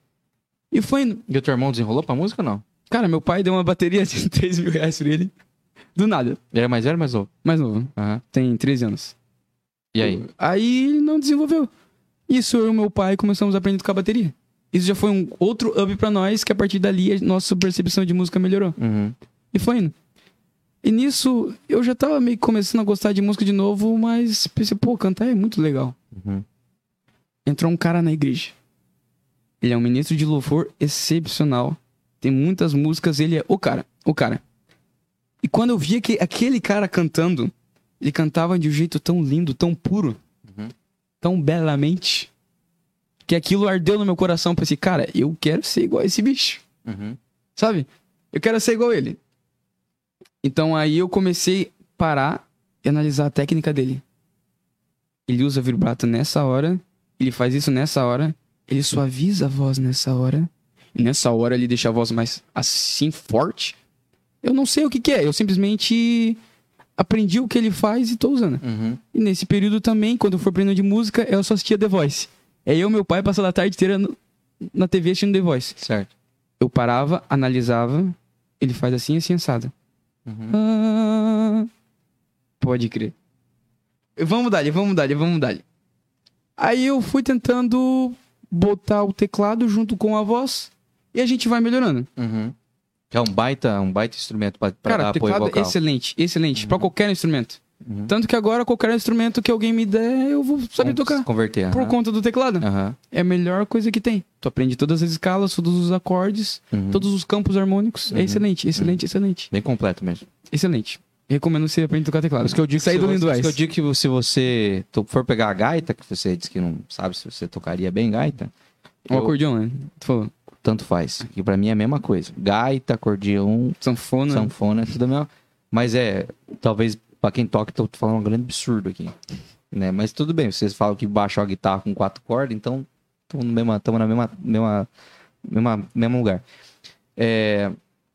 [SPEAKER 1] E foi indo.
[SPEAKER 2] E o teu irmão desenrolou pra música ou não?
[SPEAKER 1] Cara, meu pai deu uma bateria de três mil reais pra ele. Do nada.
[SPEAKER 2] Ele é mais velho ou mais novo?
[SPEAKER 1] Mais novo.
[SPEAKER 2] Aham.
[SPEAKER 1] Tem treze anos.
[SPEAKER 2] E aí?
[SPEAKER 1] Aí ele não desenvolveu. Isso eu e meu pai começamos a aprender a tocar bateria. Isso já foi um outro up pra nós, que a partir dali a nossa percepção de música melhorou.
[SPEAKER 2] Uhum.
[SPEAKER 1] E foi indo. E nisso, eu já tava meio que começando a gostar de música de novo, mas pensei, pô, cantar é muito legal.
[SPEAKER 2] Uhum.
[SPEAKER 1] Entrou um cara na igreja. Ele é um ministro de louvor excepcional. Tem muitas músicas, ele é o cara, o cara. E quando eu via que aquele cara cantando, ele cantava de um jeito tão lindo, tão puro,
[SPEAKER 2] Uhum.
[SPEAKER 1] tão belamente, que aquilo ardeu no meu coração. Pensei, cara, eu quero ser igual a esse bicho.
[SPEAKER 2] Uhum.
[SPEAKER 1] Sabe? Eu quero ser igual a ele. Então aí eu comecei a parar e analisar a técnica dele. Ele usa vibrato nessa hora, ele faz isso nessa hora, ele suaviza a voz nessa hora, e nessa hora ele deixa a voz mais assim forte. Eu não sei o que que é, eu simplesmente aprendi o que ele faz e tô usando.
[SPEAKER 2] Uhum.
[SPEAKER 1] E nesse período também, quando eu for aprendendo de música, eu só assistia The Voice. É eu e meu pai passando a tarde inteira no- na T V assistindo The Voice.
[SPEAKER 2] Certo.
[SPEAKER 1] Eu parava, analisava, ele faz assim, assim, assado.
[SPEAKER 2] Uhum.
[SPEAKER 1] Ah, pode crer. Vamos dar, vamos dar, vamos dar. Aí eu fui tentando botar o teclado junto com a voz e a gente vai melhorando.
[SPEAKER 2] Uhum. Que é um baita, um baita instrumento pra, pra
[SPEAKER 1] Cara,
[SPEAKER 2] dar
[SPEAKER 1] o
[SPEAKER 2] apoio
[SPEAKER 1] teclado é
[SPEAKER 2] vocal.
[SPEAKER 1] excelente, excelente, pra qualquer instrumento.
[SPEAKER 2] Uhum.
[SPEAKER 1] Tanto que agora qualquer instrumento que alguém me der, eu vou saber
[SPEAKER 2] Con-
[SPEAKER 1] tocar.
[SPEAKER 2] Converter.
[SPEAKER 1] Por
[SPEAKER 2] aham.
[SPEAKER 1] conta do teclado.
[SPEAKER 2] Aham.
[SPEAKER 1] É a melhor coisa que tem. Tu aprende todas as escalas, todos os acordes,
[SPEAKER 2] Uhum.
[SPEAKER 1] todos os campos harmônicos.
[SPEAKER 2] Uhum.
[SPEAKER 1] É excelente, excelente, excelente.
[SPEAKER 2] Bem completo mesmo.
[SPEAKER 1] Excelente. Recomendo você aprender a tocar teclado.
[SPEAKER 2] Por isso que eu digo que
[SPEAKER 1] Sair
[SPEAKER 2] se
[SPEAKER 1] do
[SPEAKER 2] você-
[SPEAKER 1] Lindo
[SPEAKER 2] por isso que eu
[SPEAKER 1] Ice.
[SPEAKER 2] digo que se você tu for pegar a gaita, que você disse que não sabe se você tocaria bem gaita,
[SPEAKER 1] O
[SPEAKER 2] eu-
[SPEAKER 1] acordeão, né? Tu falou.
[SPEAKER 2] tanto faz. E pra mim é a mesma coisa. Gaita, acordeão,
[SPEAKER 1] Sanfona.
[SPEAKER 2] sanfona, é tudo a mesma. Mas é, talvez pra quem toca, tô falando um grande absurdo aqui. Né? Mas tudo bem, vocês falam que baixou a guitarra com quatro cordas, então estamos no mesma, tamo na mesma, mesma, mesma, mesmo lugar. É,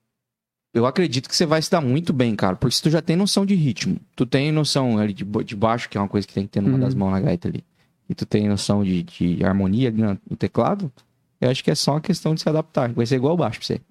[SPEAKER 2] eu acredito que você vai se dar muito bem, cara, porque se tu já tem noção de ritmo, tu tem noção ali de, bo- de baixo, que é uma coisa que tem que ter numa
[SPEAKER 1] Uhum.
[SPEAKER 2] das mãos na gaita ali, e tu tem noção de, de harmonia ali no, no teclado, eu acho que é só uma questão de se adaptar. Vai ser igual o baixo pra você.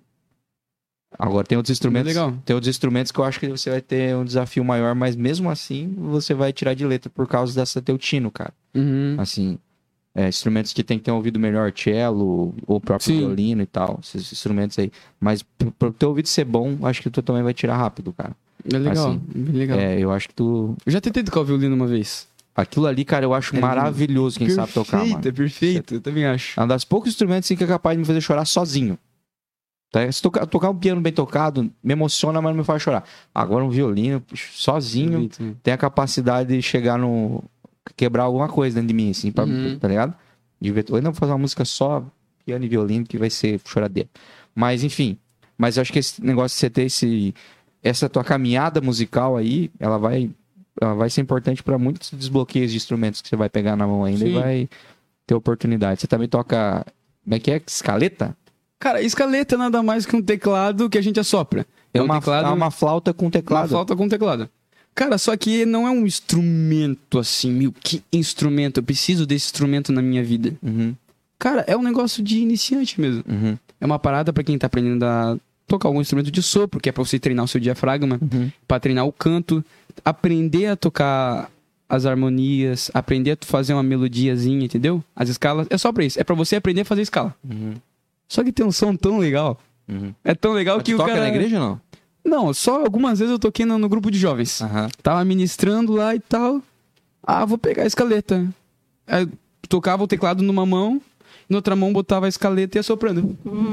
[SPEAKER 2] Agora tem outros instrumentos.
[SPEAKER 1] Legal.
[SPEAKER 2] Tem outros instrumentos que eu acho que você vai ter um desafio maior, mas mesmo assim você vai tirar de letra por causa dessa teu tino, cara.
[SPEAKER 1] Uhum.
[SPEAKER 2] Assim, é, instrumentos que tem que ter um ouvido melhor, cello, ou próprio
[SPEAKER 1] Sim.
[SPEAKER 2] violino e tal, esses instrumentos aí. Mas pro, pro teu ouvido ser bom, acho que tu também vai tirar rápido, cara.
[SPEAKER 1] É legal.
[SPEAKER 2] Assim,
[SPEAKER 1] bem legal.
[SPEAKER 2] É, eu acho que tu.
[SPEAKER 1] Eu já tentei tocar o violino uma vez.
[SPEAKER 2] Aquilo ali, cara, eu acho
[SPEAKER 1] É
[SPEAKER 2] maravilhoso quem sabe tocar, mano.
[SPEAKER 1] Perfeito, é perfeito. Eu também acho.
[SPEAKER 2] É um dos poucos instrumentos assim, que é capaz de me fazer chorar sozinho. Tá? Se tocar, tocar um piano bem tocado, me emociona, mas não me faz chorar. Agora um violino, sozinho,
[SPEAKER 1] Perfeito.
[SPEAKER 2] tem a capacidade de chegar no... quebrar alguma coisa dentro de mim, assim, pra,
[SPEAKER 1] Uhum.
[SPEAKER 2] tá ligado? De ver, eu não vou fazer uma música só piano e violino, que vai ser choradeira. Mas, enfim. Mas eu acho que esse negócio de você ter esse... essa tua caminhada musical aí, ela vai... ela vai ser importante pra muitos desbloqueios de instrumentos que você vai pegar na mão ainda
[SPEAKER 1] Sim.
[SPEAKER 2] e vai ter oportunidade. Você também toca... como é que é? Escaleta?
[SPEAKER 1] Cara, escaleta é nada mais que um teclado que a gente assopra.
[SPEAKER 2] É
[SPEAKER 1] um
[SPEAKER 2] uma,
[SPEAKER 1] teclado,
[SPEAKER 2] é uma flauta com
[SPEAKER 1] uma
[SPEAKER 2] teclado.
[SPEAKER 1] flauta com teclado. Cara, só que não é um instrumento assim, meu, que instrumento? Eu preciso desse instrumento na minha vida.
[SPEAKER 2] Uhum,
[SPEAKER 1] Cara, é um negócio de iniciante mesmo.
[SPEAKER 2] uhum,
[SPEAKER 1] É uma parada pra quem tá aprendendo a tocar algum instrumento de sopro, que é pra você treinar o seu diafragma,
[SPEAKER 2] uhum.
[SPEAKER 1] pra treinar o canto, aprender a tocar as harmonias, aprender a fazer uma melodiazinha, entendeu? As escalas, é só pra isso. É pra você aprender a fazer escala.
[SPEAKER 2] Uhum,
[SPEAKER 1] Só que tem um som tão legal.
[SPEAKER 2] uhum.
[SPEAKER 1] É tão legal
[SPEAKER 2] Mas
[SPEAKER 1] que
[SPEAKER 2] tu
[SPEAKER 1] o
[SPEAKER 2] toca
[SPEAKER 1] cara...
[SPEAKER 2] na igreja ou não?
[SPEAKER 1] Não, só algumas vezes eu toquei no, no grupo de jovens.
[SPEAKER 2] Aham.
[SPEAKER 1] Tava ministrando lá e tal. Ah, vou pegar a escaleta. Aí eu tocava o teclado numa mão, na outra mão botava a escaleta e ia soprando.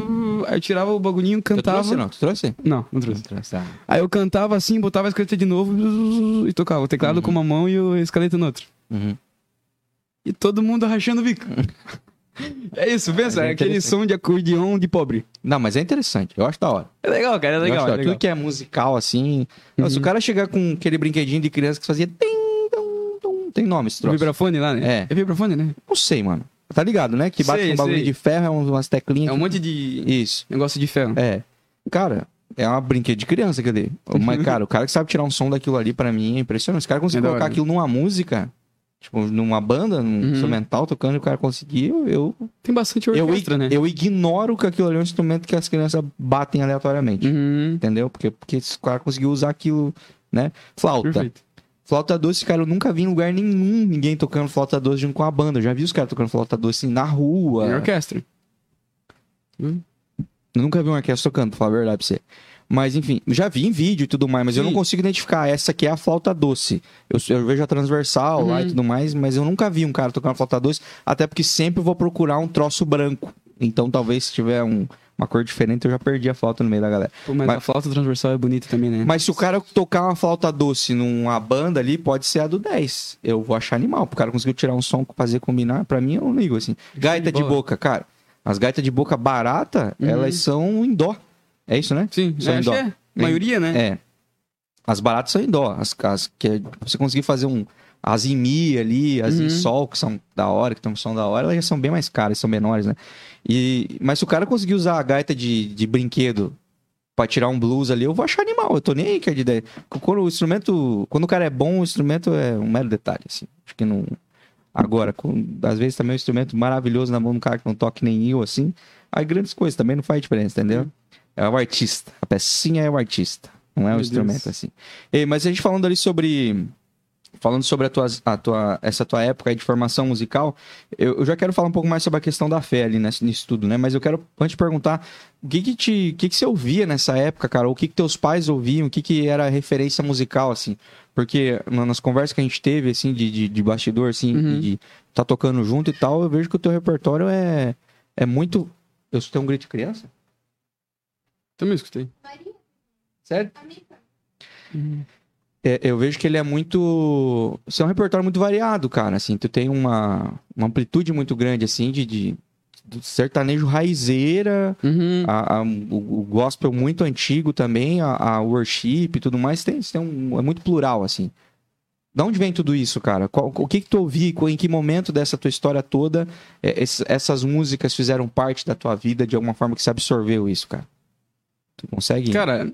[SPEAKER 1] tirava, eu tirava o bagulhinho,
[SPEAKER 2] Tu
[SPEAKER 1] cantava.
[SPEAKER 2] trouxe não? Tu trouxe?
[SPEAKER 1] Não, não trouxe.
[SPEAKER 2] Tá.
[SPEAKER 1] Aí eu cantava assim, botava a escaleta de novo e tocava o teclado
[SPEAKER 2] Uhum.
[SPEAKER 1] com uma mão e a escaleta no outro.
[SPEAKER 2] Uhum.
[SPEAKER 1] E todo mundo rachando o bico. É isso, pensa,
[SPEAKER 2] Mas é
[SPEAKER 1] é aquele
[SPEAKER 2] interessante.
[SPEAKER 1] som de acordeão de pobre.
[SPEAKER 2] Não, mas é interessante. Eu acho da hora.
[SPEAKER 1] É legal, cara, é
[SPEAKER 2] Eu
[SPEAKER 1] legal.
[SPEAKER 2] acho da
[SPEAKER 1] É
[SPEAKER 2] hora.
[SPEAKER 1] legal.
[SPEAKER 2] Tudo que é musical, assim...
[SPEAKER 1] Uhum.
[SPEAKER 2] Se o cara chegar com aquele brinquedinho de criança que fazia... Tim, tum, tum, tem nome esse
[SPEAKER 1] O
[SPEAKER 2] troço.
[SPEAKER 1] vibrafone lá, né?
[SPEAKER 2] É.
[SPEAKER 1] É vibrafone, né?
[SPEAKER 2] Não sei, mano. Tá ligado, né? Que bate
[SPEAKER 1] Sei,
[SPEAKER 2] com um bagulho
[SPEAKER 1] sei.
[SPEAKER 2] de ferro, é uns- umas teclinhas.
[SPEAKER 1] É um
[SPEAKER 2] que-
[SPEAKER 1] monte de
[SPEAKER 2] Isso.
[SPEAKER 1] negócio de ferro.
[SPEAKER 2] É. Cara, é uma brinquedo de criança, cadê? Mas, cara, o cara que sabe tirar um som daquilo ali, pra mim, é impressionante. Esse cara conseguiu
[SPEAKER 1] É da
[SPEAKER 2] colocar
[SPEAKER 1] hora.
[SPEAKER 2] aquilo numa música, tipo, numa banda, num
[SPEAKER 1] Uhum.
[SPEAKER 2] instrumental, tocando, e o cara conseguiu, eu...
[SPEAKER 1] Tem bastante
[SPEAKER 2] Eu,
[SPEAKER 1] orquestra, né?
[SPEAKER 2] eu ignoro que aquilo ali é um instrumento que as crianças batem aleatoriamente.
[SPEAKER 1] Uhum.
[SPEAKER 2] Entendeu? Porque, porque esse cara conseguiu usar aquilo, né? Flauta.
[SPEAKER 1] Perfeito.
[SPEAKER 2] Flauta doce, cara, eu nunca vi em lugar nenhum ninguém tocando flauta doce junto com a banda. Eu já vi os caras tocando flauta doce na rua.
[SPEAKER 1] Tem orquestra.
[SPEAKER 2] Eu nunca vi uma orquestra tocando, pra falar a verdade pra você. Mas, enfim, já vi em vídeo e tudo mais, mas eu
[SPEAKER 1] Sim.
[SPEAKER 2] não consigo identificar. Essa aqui é a flauta doce. Eu, eu vejo a transversal lá e
[SPEAKER 1] Uhum.
[SPEAKER 2] tudo mais, mas eu nunca vi um cara tocando flauta doce, até porque sempre eu vou procurar um troço branco. Então, talvez, se tiver um- uma cor diferente, eu já perdi a flauta no meio da galera.
[SPEAKER 1] Pô, mas,
[SPEAKER 2] Mas-
[SPEAKER 1] a flauta transversal é bonita também, né?
[SPEAKER 2] Mas se o cara tocar uma flauta doce numa banda ali, pode ser a do dez. Eu vou achar animal. O cara conseguiu tirar um som, fazer combinar, pra mim eu não ligo, assim. Gaita de
[SPEAKER 1] bola.
[SPEAKER 2] boca, cara. As gaitas de boca barata,
[SPEAKER 1] Uhum.
[SPEAKER 2] elas são em dó. É isso, né?
[SPEAKER 1] Sim,
[SPEAKER 2] Só em
[SPEAKER 1] acho
[SPEAKER 2] dó.
[SPEAKER 1] que é. A maioria, né?
[SPEAKER 2] É. As baratas são em dó. As, as que é- você conseguir fazer um... As em mi ali, as em
[SPEAKER 1] Uhum.
[SPEAKER 2] sol, que são da hora, que tem um som da hora, elas já são bem mais caras, são menores, né? E, mas se o cara conseguir usar a gaita de, de brinquedo pra tirar um blues ali, eu vou achar animal. Eu tô nem aí que é de ideia. Quando o instrumento... Quando o cara é bom, o instrumento é um mero detalhe, assim. Acho que não... Agora, com- às vezes também é um instrumento maravilhoso na mão de um cara que não toca nem eu, assim. Aí grandes coisas também não faz diferença, entendeu? É o artista. A pecinha é o artista. Não é o
[SPEAKER 1] Meu
[SPEAKER 2] instrumento,
[SPEAKER 1] Deus.
[SPEAKER 2] assim. Ei, mas a gente falando ali sobre... Falando sobre a tua, a tua, essa tua época aí de formação musical, eu, eu já quero falar um pouco mais sobre a questão da fé ali nesse, nisso tudo, né? Mas eu quero antes te perguntar, o que que, te, o que que você ouvia nessa época, cara? O que que teus pais ouviam? O que que era a referência musical, assim? Porque na- nas conversas que a gente teve, assim, de, de, de bastidor, assim,
[SPEAKER 1] Uhum.
[SPEAKER 2] de tá tocando junto e tal, eu vejo que o teu repertório é, é muito... Eu tenho um grito de criança?
[SPEAKER 1] Também escutei.
[SPEAKER 3] Maria,
[SPEAKER 2] Sério?
[SPEAKER 3] amiga.
[SPEAKER 2] É, eu vejo que ele é muito... Você é um repertório muito variado, cara, assim. Tu tem uma, uma amplitude muito grande, assim, de, de, do sertanejo raizeira,
[SPEAKER 1] Uhum.
[SPEAKER 2] a, a- o, o gospel muito antigo também, a, a worship e tudo mais. Tem, tem um, é muito plural, assim. De onde vem tudo isso, cara? Qual- o que que tu ouviu? Em que momento dessa tua história toda é, ess- essas músicas fizeram parte da tua vida de alguma forma que você absorveu isso, cara? Tu consegue?
[SPEAKER 1] Cara,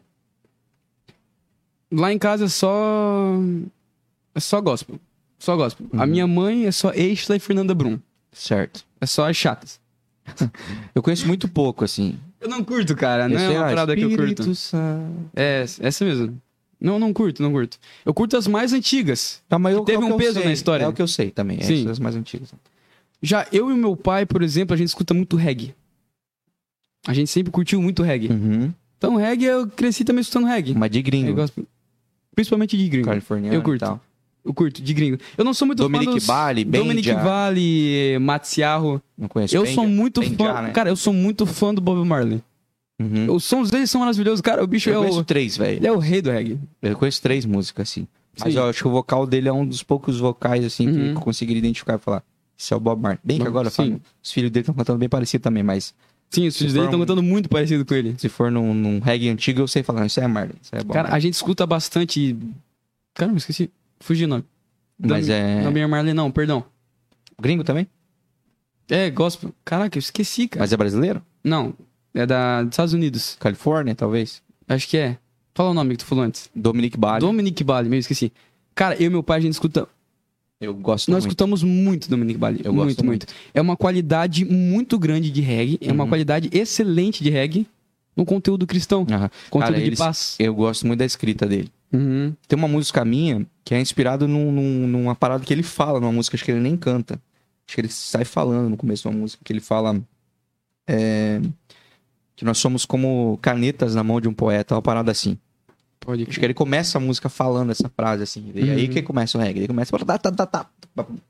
[SPEAKER 1] lá em casa é só. É só gospel. Só gospel. A
[SPEAKER 2] Uhum.
[SPEAKER 1] minha mãe é só Exla e Fernanda Brum.
[SPEAKER 2] Certo.
[SPEAKER 1] É só as chatas.
[SPEAKER 2] Eu conheço muito pouco, assim.
[SPEAKER 1] Eu não curto, cara. Não
[SPEAKER 2] Eu
[SPEAKER 1] é
[SPEAKER 2] sei
[SPEAKER 1] uma
[SPEAKER 2] lá,
[SPEAKER 1] parada que eu curto.
[SPEAKER 2] Espírito Santo.
[SPEAKER 1] É, essa mesmo. Não, não curto, não curto. Eu curto as mais antigas.
[SPEAKER 2] Tá, mas eu,
[SPEAKER 1] teve
[SPEAKER 2] é o que
[SPEAKER 1] um
[SPEAKER 2] eu
[SPEAKER 1] peso
[SPEAKER 2] sei,
[SPEAKER 1] na história.
[SPEAKER 2] É o que eu sei também.
[SPEAKER 1] Sim.
[SPEAKER 2] Essas mais antigas.
[SPEAKER 1] Já eu e meu pai, por exemplo, a gente escuta muito reggae. A gente sempre curtiu muito reggae.
[SPEAKER 2] Uhum.
[SPEAKER 1] Então, reggae, eu cresci também escutando reggae.
[SPEAKER 2] Mas de
[SPEAKER 1] Eu
[SPEAKER 2] gringo.
[SPEAKER 1] gosto- Principalmente de gringo.
[SPEAKER 2] Californiano
[SPEAKER 1] Eu curto.
[SPEAKER 2] e tal.
[SPEAKER 1] Eu curto, de gringo. Eu não sou muito
[SPEAKER 2] Dominic
[SPEAKER 1] fã dos...
[SPEAKER 2] Bali,
[SPEAKER 1] Dominic
[SPEAKER 2] Benja.
[SPEAKER 1] Vale, Matsiarro.
[SPEAKER 2] Não conheço.
[SPEAKER 1] Eu
[SPEAKER 2] Benja.
[SPEAKER 1] sou muito
[SPEAKER 2] Benja,
[SPEAKER 1] fã...
[SPEAKER 2] né?
[SPEAKER 1] Cara, eu sou muito fã do Bob Marley.
[SPEAKER 2] Uhum.
[SPEAKER 1] Os sons deles são maravilhosos. Cara, o bicho
[SPEAKER 2] Eu
[SPEAKER 1] é
[SPEAKER 2] conheço
[SPEAKER 1] o...
[SPEAKER 2] três, velho.
[SPEAKER 1] Ele é o rei do reggae.
[SPEAKER 2] Eu conheço três músicas, assim. Mas
[SPEAKER 1] Sim.
[SPEAKER 2] eu acho que o vocal dele é um dos poucos vocais, assim, que
[SPEAKER 1] Uhum.
[SPEAKER 2] eu conseguiria identificar e falar. Isso é o Bob Marley. Bem que
[SPEAKER 1] Bom,
[SPEAKER 2] agora
[SPEAKER 1] sim.
[SPEAKER 2] fala, os filhos dele estão cantando bem parecido também, mas
[SPEAKER 1] Sim, os filhos
[SPEAKER 2] Se
[SPEAKER 1] dele
[SPEAKER 2] for
[SPEAKER 1] estão
[SPEAKER 2] um-
[SPEAKER 1] cantando muito parecido com ele.
[SPEAKER 2] se for num, num reggae antigo, eu sei falar, isso é Marley, isso é Bob
[SPEAKER 1] Cara,
[SPEAKER 2] Marley.
[SPEAKER 1] a gente escuta bastante... Caramba, esqueci. Fugi o nome.
[SPEAKER 2] Mas
[SPEAKER 1] Dom-
[SPEAKER 2] é...
[SPEAKER 1] Não, Marley não, perdão.
[SPEAKER 2] Gringo também?
[SPEAKER 1] É, gospel. Caraca, eu esqueci, cara.
[SPEAKER 2] Mas é brasileiro?
[SPEAKER 1] Não, é da, dos Estados Unidos.
[SPEAKER 2] Califórnia, talvez?
[SPEAKER 1] Acho que é. Fala o nome que tu falou antes.
[SPEAKER 2] Dominic Bali.
[SPEAKER 1] Dominic Bali, meio esqueci. Cara, eu e meu pai, a gente escuta...
[SPEAKER 2] Eu gosto
[SPEAKER 1] Nós
[SPEAKER 2] muito.
[SPEAKER 1] escutamos muito Dominic Bali.
[SPEAKER 2] Eu
[SPEAKER 1] muito,
[SPEAKER 2] gosto
[SPEAKER 1] muito. É uma qualidade muito grande de reggae. É uma
[SPEAKER 2] Uhum.
[SPEAKER 1] qualidade excelente de reggae no conteúdo cristão.
[SPEAKER 2] Aham.
[SPEAKER 1] Conteúdo
[SPEAKER 2] Cara,
[SPEAKER 1] de
[SPEAKER 2] eles-
[SPEAKER 1] paz.
[SPEAKER 2] Eu gosto muito da escrita dele.
[SPEAKER 1] Uhum.
[SPEAKER 2] Tem uma música minha que é inspirada num, num- numa parada que ele fala, numa música, acho que ele nem canta. Acho que ele sai falando no começo de uma música, que ele fala é, que nós somos como canetas na mão de um poeta, uma parada assim.
[SPEAKER 1] Pode
[SPEAKER 2] Acho que ele começa a música falando essa frase assim. E aí
[SPEAKER 1] Uhum.
[SPEAKER 2] que começa o reggae. Ele começa. Tá, tá, tá, tá.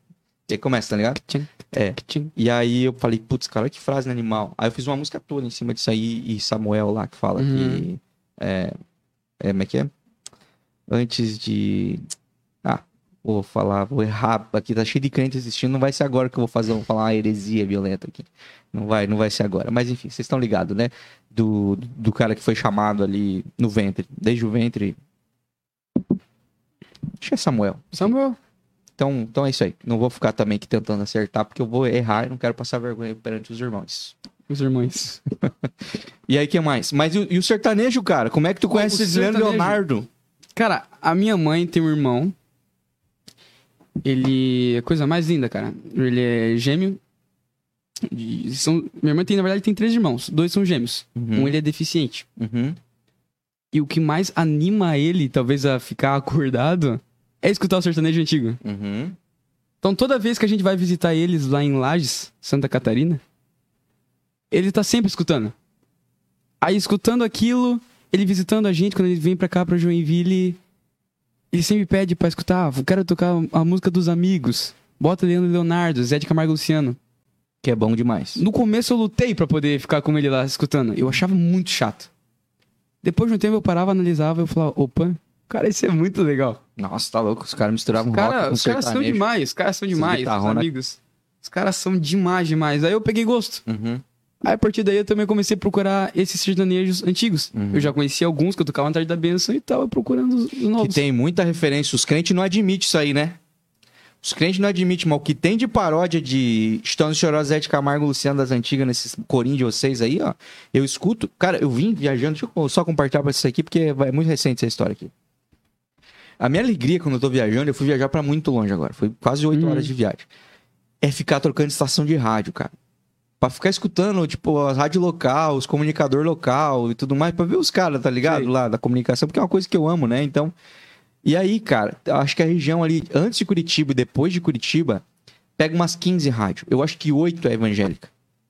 [SPEAKER 2] E aí começa, tá ligado?
[SPEAKER 1] Tchim,
[SPEAKER 2] É.
[SPEAKER 1] tchim.
[SPEAKER 2] E aí eu falei, putz, cara, olha que frase animal. Aí eu fiz uma música toda em cima disso aí, e Samuel lá que fala
[SPEAKER 1] Uhum.
[SPEAKER 2] que... É, é, como é que é? Antes de... Ah, vou falar, vou errar. Aqui tá cheio de crente assistindo, não vai ser agora que eu vou fazer, vou falar uma heresia violenta aqui. Não vai, não vai ser agora. Mas enfim, vocês estão ligados, né? Do, do cara que foi chamado ali no ventre, desde o ventre. Acho que é Samuel.
[SPEAKER 1] Samuel.
[SPEAKER 2] Então, então é isso aí. Não vou ficar também aqui tentando acertar, porque eu vou errar e não quero passar vergonha perante os irmãos.
[SPEAKER 1] Os irmãos.
[SPEAKER 2] E aí, o que mais? Mas e, o- e o sertanejo, cara? Como é que tu conhece
[SPEAKER 1] O
[SPEAKER 2] esse Leandro
[SPEAKER 1] sertanejo?
[SPEAKER 2] Leonardo?
[SPEAKER 1] Cara, a minha mãe tem um irmão. Ele é a coisa mais linda, cara. Ele é gêmeo. E são... Minha mãe tem, na verdade, tem três irmãos. Dois são gêmeos.
[SPEAKER 2] Uhum.
[SPEAKER 1] Um ele é deficiente.
[SPEAKER 2] Uhum.
[SPEAKER 1] E o que mais anima ele, talvez, a ficar acordado, é escutar o sertanejo antigo.
[SPEAKER 2] Uhum.
[SPEAKER 1] Então, toda vez que a gente vai visitar eles lá em Lages, Santa Catarina, ele tá sempre escutando. Aí, escutando aquilo, ele visitando a gente, quando ele vem pra cá, pra Joinville, ele sempre pede pra escutar, ah, eu quero tocar a música dos amigos. Bota Leandro Leonardo, Zé de Camargo e Luciano.
[SPEAKER 2] Que é bom demais.
[SPEAKER 1] No começo eu lutei pra poder ficar com ele lá escutando. Eu achava muito chato. Depois de um tempo eu parava, analisava e eu falava, opa, cara, isso é muito legal.
[SPEAKER 2] Nossa, tá louco. Os caras misturavam rock
[SPEAKER 1] Cara,
[SPEAKER 2] com
[SPEAKER 1] os caras são
[SPEAKER 2] sertanejo.
[SPEAKER 1] demais, os caras são
[SPEAKER 2] Essas
[SPEAKER 1] demais, os
[SPEAKER 2] guitarrona.
[SPEAKER 1] amigos. Os caras são demais, demais. Aí eu peguei gosto.
[SPEAKER 2] Uhum.
[SPEAKER 1] Aí a partir daí eu também comecei a procurar esses sertanejos antigos.
[SPEAKER 2] Uhum.
[SPEAKER 1] Eu já conhecia alguns que eu tocava na tarde da bênção e tava procurando os, os
[SPEAKER 2] Que
[SPEAKER 1] novos.
[SPEAKER 2] tem muita referência. Os crentes não admitem isso aí, né? Os crentes não admitem, mas o que tem de paródia de Estão Chorosa, Zé de Camargo, Luciano das Antigas, nesses corinhos de vocês aí, ó. Eu escuto. Cara, eu vim viajando. Deixa eu só compartilhar pra vocês aqui, porque é muito recente essa história aqui. A minha alegria quando eu tô viajando, eu fui viajar pra muito longe agora. Foi quase oito
[SPEAKER 1] Hum.
[SPEAKER 2] horas de viagem. É ficar trocando estação de rádio, cara. Pra ficar escutando, tipo, a rádio local, os comunicador local e tudo mais, pra ver os caras, tá ligado?
[SPEAKER 1] Sei.
[SPEAKER 2] Lá da comunicação, porque é uma coisa que eu amo, né? Então. E aí, cara, eu acho que a região ali, antes de Curitiba e depois de Curitiba, pega umas quinze rádios. Eu acho que oito é evangélica.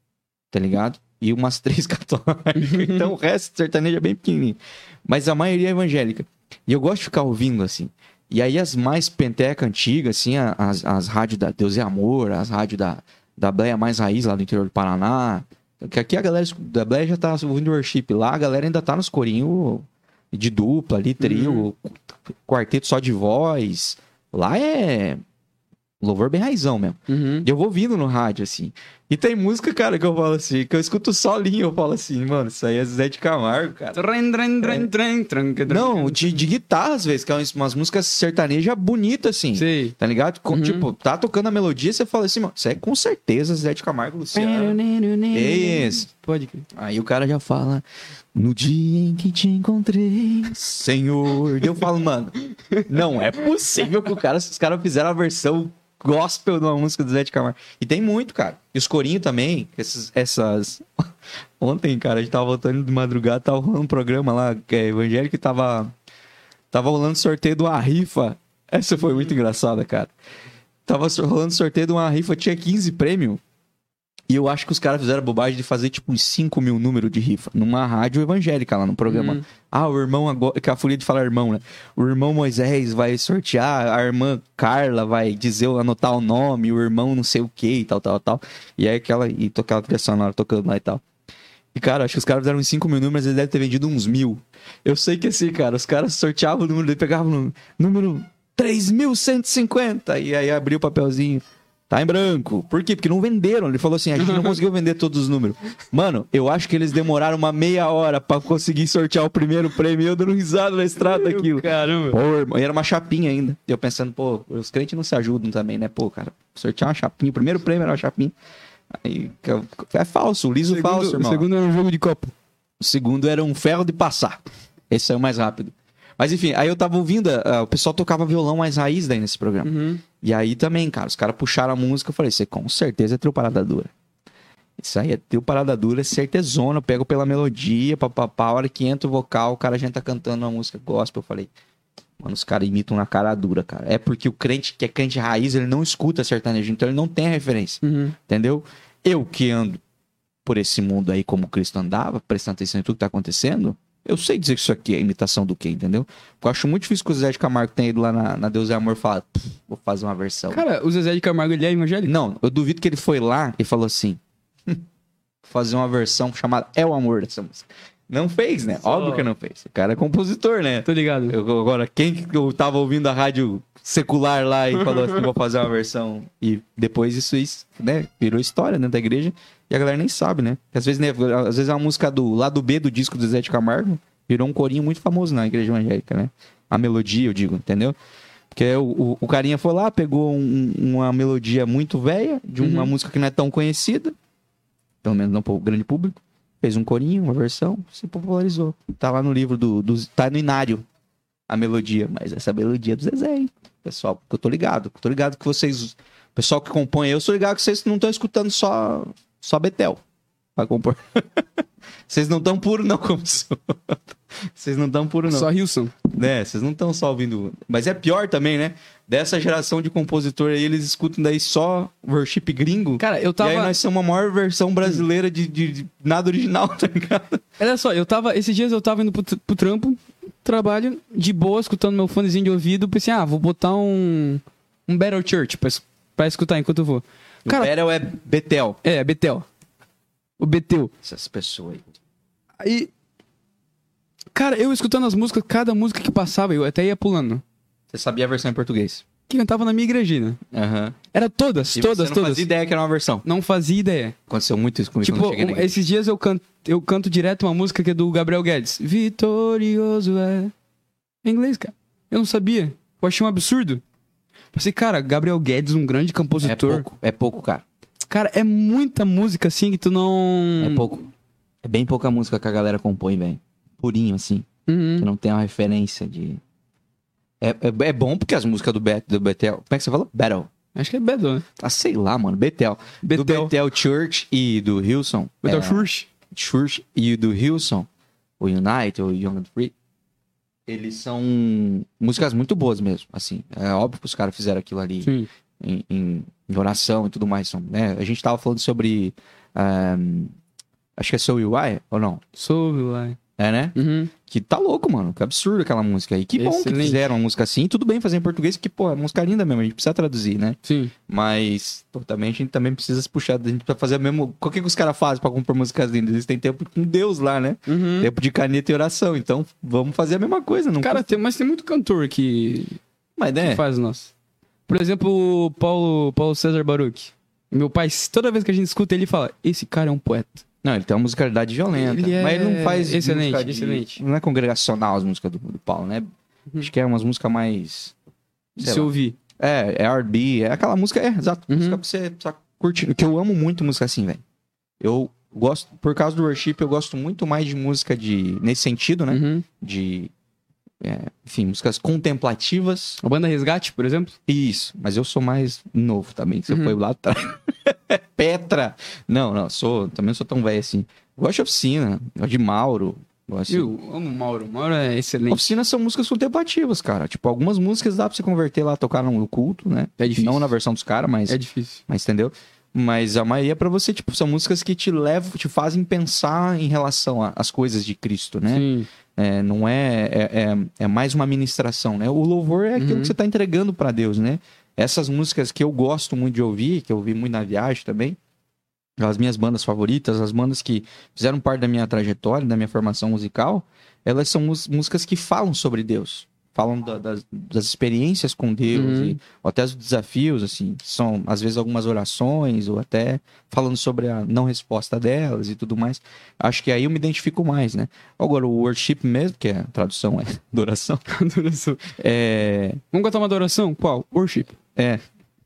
[SPEAKER 2] Tá ligado? E umas três católicas. Então o resto sertanejo é bem pequenininho. Mas a maioria é evangélica. E eu gosto de ficar ouvindo, assim. E aí as mais penteca antigas, assim, a- as, as rádios da Deus e Amor, as rádios da, da Bleia mais raiz lá do interior do Paraná. Que aqui a galera escu- da Bleia já tá ouvindo worship. Lá a galera ainda tá nos corinhos de dupla ali, trio, quarteto só de voz. Lá é louvor bem raizão mesmo.
[SPEAKER 1] Uhum.
[SPEAKER 2] E eu vou ouvindo no rádio, assim. E tem música, cara, que eu falo assim, que eu escuto solinho, eu falo assim, mano, isso aí é Zé de Camargo, cara.
[SPEAKER 1] Tran, tran, tran, tran, tran, tran.
[SPEAKER 2] Não, de, de guitarra, às vezes, que é umas, umas músicas sertanejas bonitas, assim.
[SPEAKER 1] Sei.
[SPEAKER 2] Tá ligado? Com-
[SPEAKER 1] Uhum.
[SPEAKER 2] Tipo, tá tocando a melodia, você fala assim, mano, isso é com certeza Zé de Camargo, Luciano. Isso.
[SPEAKER 1] Pode crer.
[SPEAKER 2] Aí o cara já fala, no dia em que te encontrei, Senhor. E eu falo, mano, não é possível que o cara, os caras fizeram a versão gospel de uma música do Zé de Camargo. E tem muito, cara. E os corinhos também, esses, essas... Ontem, cara, a gente tava voltando de madrugada, tava rolando um programa lá, que é evangélico, e tava... Tava rolando sorteio de uma rifa. Essa foi muito engraçada, cara. Tava so- rolando sorteio de uma rifa, tinha quinze prêmios. E eu acho que os caras fizeram a bobagem de fazer, tipo, uns cinco mil números de rifa. Numa rádio evangélica lá no programa.
[SPEAKER 1] Uhum.
[SPEAKER 2] Ah, o irmão agora... Que é a folia de falar irmão, né? O irmão Moisés vai sortear, a irmã Carla vai dizer, anotar o nome, o irmão não sei o que e tal, tal, tal. E aí aquela... E tocava a trilha sonora tocando lá e tal. E, cara, acho que os caras fizeram uns cinco mil números, eles devem ter vendido uns mil. Eu sei que assim, cara, os caras sorteavam o número, daí pegavam no número três mil cento e cinquenta. E aí abriu o papelzinho. Tá em branco. Por quê? Porque não venderam. Ele falou assim, a gente não conseguiu vender todos os números. Mano, eu acho que eles demoraram uma meia hora pra conseguir sortear o primeiro prêmio. Eu dando risada na estrada daquilo.
[SPEAKER 1] Caramba.
[SPEAKER 2] Pô, irmão, e era uma chapinha ainda. E eu pensando, pô, os crentes não se ajudam também, né? Pô, cara, sortear uma chapinha. O primeiro prêmio era uma chapinha. Aí, é falso, liso
[SPEAKER 1] Segundo-
[SPEAKER 2] falso, irmão.
[SPEAKER 1] O segundo era um jogo de copo.
[SPEAKER 2] O segundo era um ferro de passar. Esse saiu mais rápido. Mas enfim, aí eu tava ouvindo, ah, o pessoal tocava violão mais raiz daí nesse programa.
[SPEAKER 1] Uhum.
[SPEAKER 2] E aí também, cara, os caras puxaram a música, eu falei, isso aí com certeza é trio parada dura. Isso aí é trio parada dura, é certezona, eu pego pela melodia, papapá, a hora que entra o vocal, o cara já tá cantando uma música gospel, eu falei, mano, os caras imitam na cara dura, cara. É porque o crente que é crente raiz, ele não escuta sertanejo, então ele não tem a referência,
[SPEAKER 1] Uhum.
[SPEAKER 2] entendeu? Eu que ando por esse mundo aí como Cristo andava, prestando atenção em tudo que tá acontecendo, Eu sei dizer que isso aqui é imitação do quê, entendeu? Porque eu acho muito difícil que o Zé de Camargo tenha ido lá na, na Deus é Amor e fala, vou fazer uma versão.
[SPEAKER 1] Cara, o Zezé de Camargo, ele é evangélico?
[SPEAKER 2] Não, eu duvido que ele foi lá e falou assim, vou fazer uma versão chamada É o Amor dessa música. Não fez, né?
[SPEAKER 1] Só-
[SPEAKER 2] Óbvio que não fez. O cara é compositor, né?
[SPEAKER 1] Tô ligado.
[SPEAKER 2] Eu- agora, quem que eu tava ouvindo a rádio secular lá e falou assim, vou fazer uma versão. E depois isso, isso né, virou história dentro da igreja e a galera nem sabe, né? Porque às vezes, né, às vezes é uma música do lado B do disco do Zé de Camargo, virou um corinho muito famoso na igreja evangélica, né? A melodia, eu digo, entendeu? Porque o, o, o carinha foi lá, pegou um- uma melodia muito velha, de uma
[SPEAKER 1] Uhum.
[SPEAKER 2] música que não é tão conhecida, pelo menos não para o grande público, fez um corinho, uma versão, se popularizou. Tá lá no livro do, do tá no Inário a melodia, mas essa melodia é do Zezé, hein? Pessoal, porque eu tô ligado, eu tô ligado que vocês, o pessoal que compõe, eu sou ligado que vocês não estão escutando só só Betel pra compor. Vocês não tão puro não, como sou. Vocês não tão puro não.
[SPEAKER 1] Só Hilson.
[SPEAKER 2] Né, vocês não estão só ouvindo. Mas é pior também, né? Dessa geração de compositor aí, eles escutam daí só worship gringo.
[SPEAKER 1] Cara, eu tava...
[SPEAKER 2] E aí nós somos a maior versão brasileira de, de- de nada original, tá ligado?
[SPEAKER 1] Olha só, eu tava... Esses dias eu tava indo pro, pro trampo, trabalho, de boa, escutando meu fonezinho de ouvido. Pensei, ah, vou botar um... Um Battle Church pra, es- pra escutar enquanto eu vou.
[SPEAKER 2] O
[SPEAKER 1] Cara,
[SPEAKER 2] Betel é Betel.
[SPEAKER 1] é, Betel. O Betel.
[SPEAKER 2] Essas pessoas aí.
[SPEAKER 1] Aí... Cara, eu escutando as músicas, cada música que passava, eu até ia pulando.
[SPEAKER 2] Você sabia a versão em português?
[SPEAKER 1] Que cantava na minha igrejinha.
[SPEAKER 2] Aham.
[SPEAKER 1] Era todas,
[SPEAKER 2] E
[SPEAKER 1] todas,
[SPEAKER 2] você não
[SPEAKER 1] todas.
[SPEAKER 2] fazia ideia que era uma versão.
[SPEAKER 1] Não fazia ideia.
[SPEAKER 2] Aconteceu muito isso comigo
[SPEAKER 1] Tipo,
[SPEAKER 2] quando eu cheguei na
[SPEAKER 1] um-
[SPEAKER 2] igreja.
[SPEAKER 1] esses dias eu canto, eu canto direto uma música que é do Gabriel Guedes. Vitorioso é... Em inglês, cara. Eu não sabia. Eu achei um absurdo. Pensei, cara, Gabriel Guedes, um grande
[SPEAKER 2] É
[SPEAKER 1] compositor.
[SPEAKER 2] pouco, é pouco, cara.
[SPEAKER 1] Cara, é muita música assim que tu não...
[SPEAKER 2] É pouco. É bem pouca música que a galera compõe, velho. Purinho, assim.
[SPEAKER 1] Uhum.
[SPEAKER 2] Que não tem uma referência de... É, é, é bom porque as músicas do, Bet, do Betel... Como é que você falou? Battle.
[SPEAKER 1] Acho que é Betel, né?
[SPEAKER 2] Ah, sei lá, mano. Betel. Do
[SPEAKER 1] Betel.
[SPEAKER 2] Betel Church e do Hillsong.
[SPEAKER 1] Betel
[SPEAKER 2] é,
[SPEAKER 1] Church.
[SPEAKER 2] Church e do Hillsong. O Unite, o Young and Free. Eles são músicas muito boas mesmo, assim. É óbvio que os caras fizeram aquilo ali
[SPEAKER 1] Sim.
[SPEAKER 2] em, em, em oração e tudo mais. São, né? A gente tava falando sobre... ahm, acho que é So You I, ou não?
[SPEAKER 1] Soube lá.
[SPEAKER 2] É, né?
[SPEAKER 1] Uhum.
[SPEAKER 2] Que tá louco, mano. Que absurdo aquela música aí. Que bom que
[SPEAKER 1] Excelente.
[SPEAKER 2] fizeram uma música assim. Tudo bem fazer em português, que, pô, é música linda mesmo. A gente precisa traduzir, né?
[SPEAKER 1] Sim.
[SPEAKER 2] Mas, pô, também a gente também precisa se puxar. A gente precisa fazer o mesmo... O que, que os caras fazem pra compor músicas lindas? Eles têm tempo com Deus lá, né?
[SPEAKER 1] Uhum.
[SPEAKER 2] Tempo de caneta e oração. Então, vamos fazer a mesma coisa. Não
[SPEAKER 1] Cara, tem, mas tem muito cantor que,
[SPEAKER 2] Mas,
[SPEAKER 1] que
[SPEAKER 2] né?
[SPEAKER 1] faz o nosso. Por exemplo, o Paulo, Paulo César Baruch. Meu pai, toda vez que a gente escuta ele fala, esse cara é um poeta.
[SPEAKER 2] Não, ele tem uma musicalidade violenta.
[SPEAKER 1] Ele é
[SPEAKER 2] Mas ele não faz...
[SPEAKER 1] excelente,
[SPEAKER 2] música de-
[SPEAKER 1] excelente.
[SPEAKER 2] Não é congregacional as músicas do, do Paulo, né?
[SPEAKER 1] Uhum.
[SPEAKER 2] Acho que é umas músicas mais... sei
[SPEAKER 1] Se
[SPEAKER 2] lá.
[SPEAKER 1] ouvir.
[SPEAKER 2] É, é R and B, é aquela música, é, exato.
[SPEAKER 1] Uhum.
[SPEAKER 2] Música pra você só curtir. Que eu amo muito música assim, velho. Eu gosto, por causa do worship, eu gosto muito mais de música de. Nesse sentido, né?
[SPEAKER 1] Uhum.
[SPEAKER 2] De. é, enfim, músicas contemplativas.
[SPEAKER 1] A banda Resgate, por exemplo.
[SPEAKER 2] Isso, mas eu sou mais novo também. Você
[SPEAKER 1] Uhum.
[SPEAKER 2] foi lá atrás. Petra! Não, não, sou, também não sou tão velho assim. Gosto de Oficina, gosto de Mauro. Gosto de...
[SPEAKER 1] Eu amo o Mauro. O Mauro é excelente.
[SPEAKER 2] Oficina são músicas contemplativas, cara. Tipo, algumas músicas dá pra você converter lá, tocar no culto, né?
[SPEAKER 1] É difícil.
[SPEAKER 2] Não na versão dos caras, mas,
[SPEAKER 1] É difícil.
[SPEAKER 2] mas entendeu? Mas a maioria é pra você, tipo, são músicas que te levam, te fazem pensar em relação a- às coisas de Cristo, né?
[SPEAKER 1] Sim.
[SPEAKER 2] É, não é, é, é, é mais uma ministração, né? O louvor é aquilo
[SPEAKER 1] Uhum.
[SPEAKER 2] que você tá entregando pra Deus, né? Essas músicas que eu gosto muito de ouvir, que eu ouvi muito na viagem também, as minhas bandas favoritas, as bandas que fizeram parte da minha trajetória, da minha formação musical, elas são mus- músicas que falam sobre Deus. Falam da- das, das experiências com Deus,
[SPEAKER 1] Uhum.
[SPEAKER 2] e, ou até os desafios, assim. São, às vezes, algumas orações, ou até falando sobre a não resposta delas e tudo mais. Acho que aí eu me identifico mais, né? Agora, o worship mesmo, que é a tradução, é adoração,
[SPEAKER 1] Adoração.
[SPEAKER 2] é...
[SPEAKER 1] Vamos cantar uma adoração? Qual? Worship.
[SPEAKER 2] É.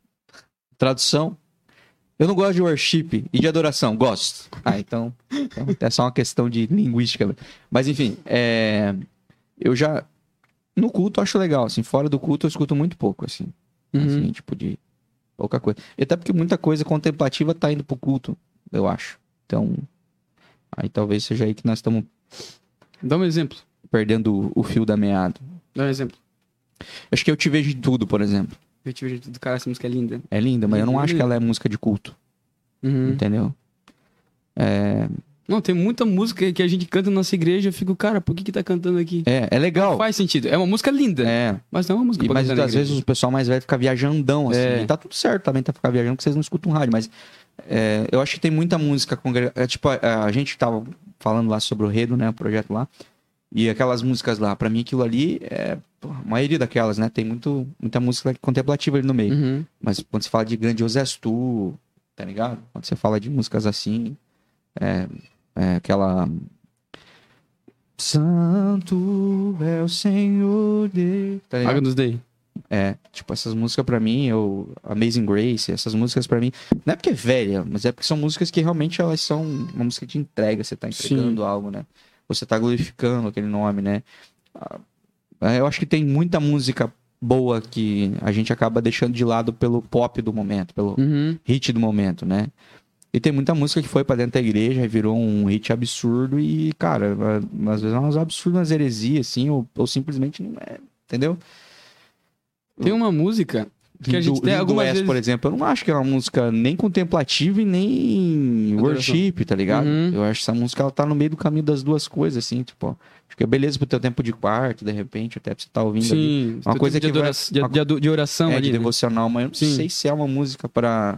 [SPEAKER 2] Tradução. Eu não gosto de worship e de adoração. Gosto. Ah, então, então é só uma questão de linguística. Mas, enfim, é... eu já... No culto eu acho legal, assim. Fora do culto eu escuto muito pouco, assim.
[SPEAKER 1] Uhum.
[SPEAKER 2] Assim, tipo de... Pouca coisa. E até porque muita coisa contemplativa tá indo pro culto, eu acho. Então, aí talvez seja aí que nós estamos
[SPEAKER 1] Dá um exemplo.
[SPEAKER 2] perdendo o, o fio da meada.
[SPEAKER 1] Dá um exemplo.
[SPEAKER 2] Acho que Eu Te Vejo de Tudo, por exemplo.
[SPEAKER 1] Eu tive o jeito do cara, essa música é linda.
[SPEAKER 2] É linda, mas eu não acho que ela é música de culto.
[SPEAKER 1] Uhum.
[SPEAKER 2] Entendeu? É,
[SPEAKER 1] Não, tem muita música que a gente canta na nossa igreja. Eu fico, cara, por que que tá cantando aqui?
[SPEAKER 2] É, é legal.
[SPEAKER 1] Não faz sentido. É uma música linda,
[SPEAKER 2] É.
[SPEAKER 1] mas não é uma música
[SPEAKER 2] E,
[SPEAKER 1] pra
[SPEAKER 2] mas
[SPEAKER 1] cantar na
[SPEAKER 2] às vezes
[SPEAKER 1] igreja.
[SPEAKER 2] o pessoal mais velho fica viajandão, assim.
[SPEAKER 1] É.
[SPEAKER 2] E tá tudo certo também, tá ficar viajando, porque vocês não escutam rádio. Mas é, eu acho que tem muita música. Congrega... É, tipo, a, a gente tava falando lá sobre o Redo, né? O projeto lá. E aquelas músicas lá, pra mim aquilo ali é... pô, a maioria daquelas, né? Tem muito, muita música contemplativa ali no meio.
[SPEAKER 1] Uhum.
[SPEAKER 2] Mas quando você fala de Grandioso És Tu, tá ligado? Quando você fala de músicas assim, é, é aquela... Santo é o Senhor Deus. Tá ligado?
[SPEAKER 1] Agnus Dei.
[SPEAKER 2] É, tipo, essas músicas pra mim, eu, Amazing Grace, essas músicas pra mim, não é porque é velha, mas é porque são músicas que realmente elas são uma música de entrega, você tá entregando
[SPEAKER 1] Sim.
[SPEAKER 2] algo, né? Você tá glorificando aquele nome, né? Ah, eu acho que tem muita música boa que a gente acaba deixando de lado pelo pop do momento, pelo
[SPEAKER 1] Uhum.
[SPEAKER 2] hit do momento, né? E tem muita música que foi pra dentro da igreja e virou um hit absurdo e, cara, às vezes é umas absurdas, umas heresias, assim, ou, ou simplesmente não é, entendeu?
[SPEAKER 1] Tem uma música que a gente
[SPEAKER 2] do,
[SPEAKER 1] tem
[SPEAKER 2] do
[SPEAKER 1] algumas
[SPEAKER 2] West,
[SPEAKER 1] vezes...
[SPEAKER 2] por exemplo, eu não acho que é uma música nem contemplativa e nem
[SPEAKER 1] Adoração.
[SPEAKER 2] worship, tá ligado?
[SPEAKER 1] Uhum.
[SPEAKER 2] Eu acho que essa música ela tá no meio do caminho das duas coisas, assim, tipo, ó, acho que é beleza pro teu tempo de quarto, de repente, até pra você tá ouvindo ali.
[SPEAKER 1] Sim,
[SPEAKER 2] Uma
[SPEAKER 1] tem
[SPEAKER 2] coisa
[SPEAKER 1] tempo de,
[SPEAKER 2] que vai-
[SPEAKER 1] adora- de-
[SPEAKER 2] uma-
[SPEAKER 1] de ado- de oração
[SPEAKER 2] É,
[SPEAKER 1] ali,
[SPEAKER 2] de
[SPEAKER 1] né?
[SPEAKER 2] devocional, mas eu não
[SPEAKER 1] Sim.
[SPEAKER 2] sei se é uma música pra...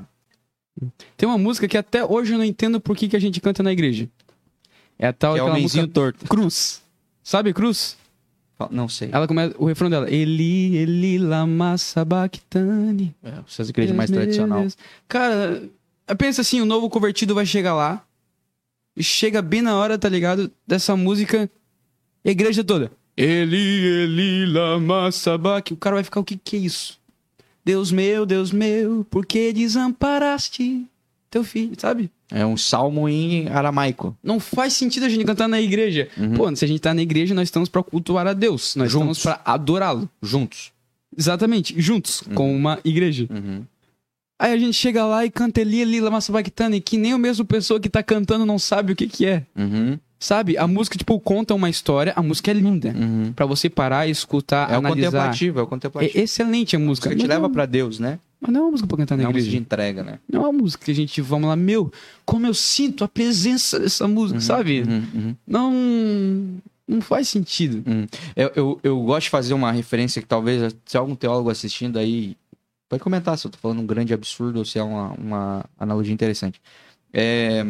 [SPEAKER 1] Tem uma música que até hoje eu não entendo por que, que a gente canta na igreja. É a tal
[SPEAKER 2] Que é o
[SPEAKER 1] daquela
[SPEAKER 2] homenzinho
[SPEAKER 1] música
[SPEAKER 2] torto.
[SPEAKER 1] Cruz. Sabe Cruz?
[SPEAKER 2] Não sei.
[SPEAKER 1] Ela começa, o refrão dela, Eli, Eli, lama sabachthani.
[SPEAKER 2] É, essas igrejas mais
[SPEAKER 1] Deus, meu
[SPEAKER 2] tradicional.
[SPEAKER 1] Deus. Cara, pensa assim, o novo convertido vai chegar lá e chega bem na hora, tá ligado? Dessa música, a igreja toda. Eli, Eli, lama sabachthani. O cara vai ficar, o que que é isso? Deus meu, Deus meu, por que desamparaste teu filho, sabe?
[SPEAKER 2] É um salmo em aramaico.
[SPEAKER 1] Não faz sentido a gente cantar na igreja.
[SPEAKER 2] Uhum.
[SPEAKER 1] Pô, se a gente tá na igreja, nós estamos pra cultuar a Deus. Nós
[SPEAKER 2] Juntos.
[SPEAKER 1] estamos pra adorá-lo.
[SPEAKER 2] Juntos.
[SPEAKER 1] Exatamente, juntos, com uma igreja.
[SPEAKER 2] Uhum.
[SPEAKER 1] Aí a gente chega lá e canta Eli, Eli, lama sabachthani, que nem a mesma pessoa que tá cantando não sabe o que que é.
[SPEAKER 2] Uhum.
[SPEAKER 1] Sabe? A música, tipo, conta uma história, a música é linda.
[SPEAKER 2] Uhum.
[SPEAKER 1] Pra você parar, escutar,
[SPEAKER 2] É o
[SPEAKER 1] analisar.
[SPEAKER 2] contemplativo, é o contemplativo.
[SPEAKER 1] É excelente a música.
[SPEAKER 2] música que te
[SPEAKER 1] Mas
[SPEAKER 2] leva
[SPEAKER 1] não-
[SPEAKER 2] pra Deus, né?
[SPEAKER 1] Mas não é uma música pra cantar na
[SPEAKER 2] Não é uma música
[SPEAKER 1] igreja.
[SPEAKER 2] de entrega, né?
[SPEAKER 1] Não é uma música que a gente, vamos lá, meu, como eu sinto a presença dessa música, sabe?
[SPEAKER 2] Uhum, uhum.
[SPEAKER 1] Não, não faz sentido.
[SPEAKER 2] Eu, eu, eu gosto de fazer uma referência que talvez, se algum teólogo assistindo aí, pode comentar se eu tô falando um grande absurdo ou se é uma, uma analogia interessante. É...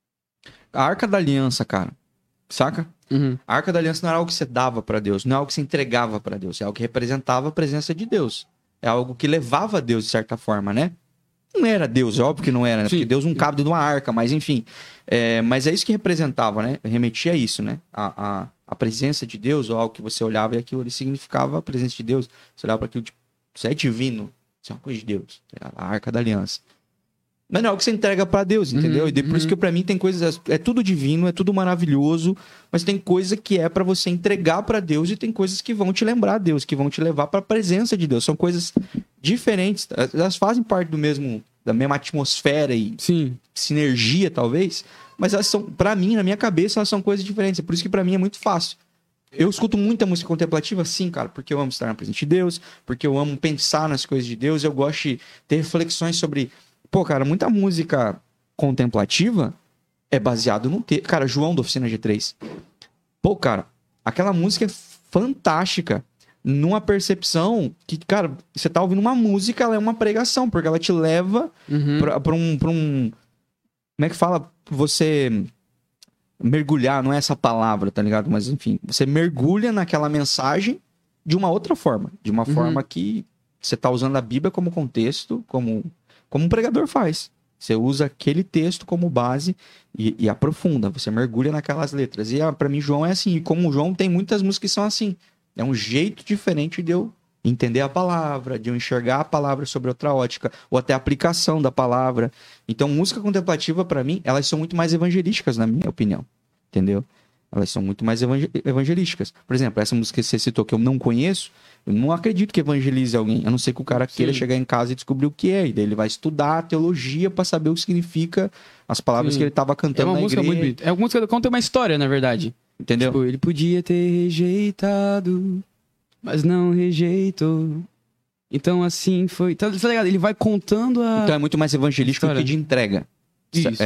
[SPEAKER 2] A Arca da Aliança, cara, saca?
[SPEAKER 1] Uhum.
[SPEAKER 2] A Arca da Aliança não era algo que você dava pra Deus, não é algo que você entregava pra Deus, é algo que representava a presença de Deus. É algo que levava a Deus de certa forma, né? Não era Deus, é óbvio que não era, né?
[SPEAKER 1] Sim.
[SPEAKER 2] Porque Deus não cabe dentro de uma arca, mas enfim. É, mas é isso que representava, né? Remetia a isso, né? A, a, a presença de Deus, ou algo que você olhava e aquilo ali significava a presença de Deus. Você olhava para aquilo, tipo, isso é divino, isso é uma coisa de Deus. A Arca da Aliança. Mas não é algo que você entrega pra Deus, entendeu?
[SPEAKER 1] Uhum,
[SPEAKER 2] E por isso
[SPEAKER 1] uhum.
[SPEAKER 2] que pra mim tem coisas... É tudo divino, é tudo maravilhoso, mas tem coisa que é pra você entregar pra Deus e tem coisas que vão te lembrar a Deus, que vão te levar pra presença de Deus. São coisas diferentes. Elas fazem parte do mesmo... Da mesma atmosfera e
[SPEAKER 1] Sim.
[SPEAKER 2] sinergia, talvez. Mas elas são... Pra mim, na minha cabeça, elas são coisas diferentes. É por isso que pra mim é muito fácil. Eu escuto muita música contemplativa, sim, cara, porque eu amo estar na presença de Deus, porque eu amo pensar nas coisas de Deus, eu gosto de ter reflexões sobre... Pô, cara, muita música contemplativa é baseado no texto. Cara, João da Oficina G três. Pô, cara, aquela música é fantástica. Numa percepção que, cara, você tá ouvindo uma música, ela é uma pregação, porque ela te leva
[SPEAKER 1] Uhum.
[SPEAKER 2] pra, pra um, pra um... Como é que fala? Você mergulhar, não é essa palavra, tá ligado? Mas, enfim, você mergulha naquela mensagem de uma outra forma. De uma
[SPEAKER 1] Uhum.
[SPEAKER 2] forma que você tá usando a Bíblia como contexto, como... Como um pregador faz. Você usa aquele texto como base e, e aprofunda. Você mergulha naquelas letras. E ah, pra mim, João é assim. E como o João tem muitas músicas que são assim. É um jeito diferente de eu entender a palavra, de eu enxergar a palavra sobre outra ótica, ou até a aplicação da palavra. Então, música contemplativa, pra mim, elas são muito mais evangelísticas, na minha opinião. Entendeu? Elas são muito mais evangel- evangelísticas. Por exemplo, essa música que você citou que eu não conheço, eu não acredito que evangelize alguém. A não ser que o cara queira
[SPEAKER 1] Sim.
[SPEAKER 2] chegar em casa e descobrir o que é. E daí ele vai estudar a teologia pra saber o que significa as palavras
[SPEAKER 1] Sim.
[SPEAKER 2] que ele tava
[SPEAKER 1] É
[SPEAKER 2] cantando
[SPEAKER 1] uma
[SPEAKER 2] na
[SPEAKER 1] música
[SPEAKER 2] igreja.
[SPEAKER 1] muito bonita. É uma música que conta uma história, na verdade.
[SPEAKER 2] Entendeu?
[SPEAKER 1] Tipo, ele podia ter rejeitado, mas não rejeitou. Então, assim, foi... Tá, tá ligado? Ele vai contando a...
[SPEAKER 2] Então é muito mais evangelístico
[SPEAKER 1] História.
[SPEAKER 2] que de entrega.
[SPEAKER 1] Isso.
[SPEAKER 2] É isso?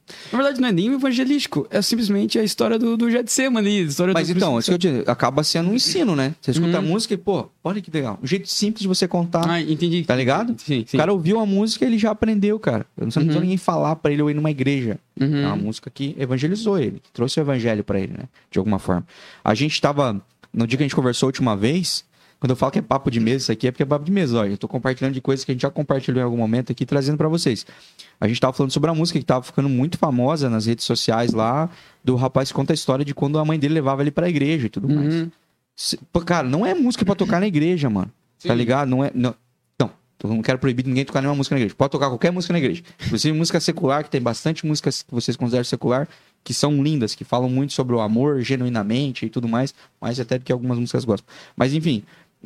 [SPEAKER 1] Na verdade, não é nem evangelístico. É simplesmente a história do, do Getsemane ali. A história
[SPEAKER 2] Mas
[SPEAKER 1] do
[SPEAKER 2] então, isso que eu digo, acaba sendo um ensino, né? Você escuta
[SPEAKER 1] Uhum.
[SPEAKER 2] a música e, pô, olha que legal. Um jeito simples de você contar.
[SPEAKER 1] Ah, entendi.
[SPEAKER 2] Tá ligado?
[SPEAKER 1] Sim, sim.
[SPEAKER 2] O cara ouviu a música e ele já aprendeu, cara. Eu não sei
[SPEAKER 1] Uhum.
[SPEAKER 2] ninguém falar pra ele ou ir numa igreja.
[SPEAKER 1] Uhum.
[SPEAKER 2] É uma música que evangelizou ele, que trouxe o evangelho pra ele, né? De alguma forma. A gente tava, no dia que a gente conversou a última vez, quando eu falo que é papo de mesa, isso aqui é porque é papo de mesa, olha. Eu tô compartilhando de coisas que a gente já compartilhou em algum momento aqui, trazendo pra vocês. A gente tava falando sobre a música que tava ficando muito famosa nas redes sociais lá, do rapaz que conta a história de quando a mãe dele levava ele pra igreja e tudo mais.
[SPEAKER 1] Uhum.
[SPEAKER 2] Se- pô, Cara, não é música pra tocar na igreja, mano. Tá
[SPEAKER 1] Sim.
[SPEAKER 2] ligado? Não é. Não, não, eu não quero proibir ninguém tocar nenhuma música na igreja. Pode tocar qualquer música na igreja. Inclusive música secular, que tem bastante músicas que vocês consideram secular, que são lindas, que falam muito sobre o amor genuinamente e tudo mais, mais até do que algumas músicas gospel. Mas enfim,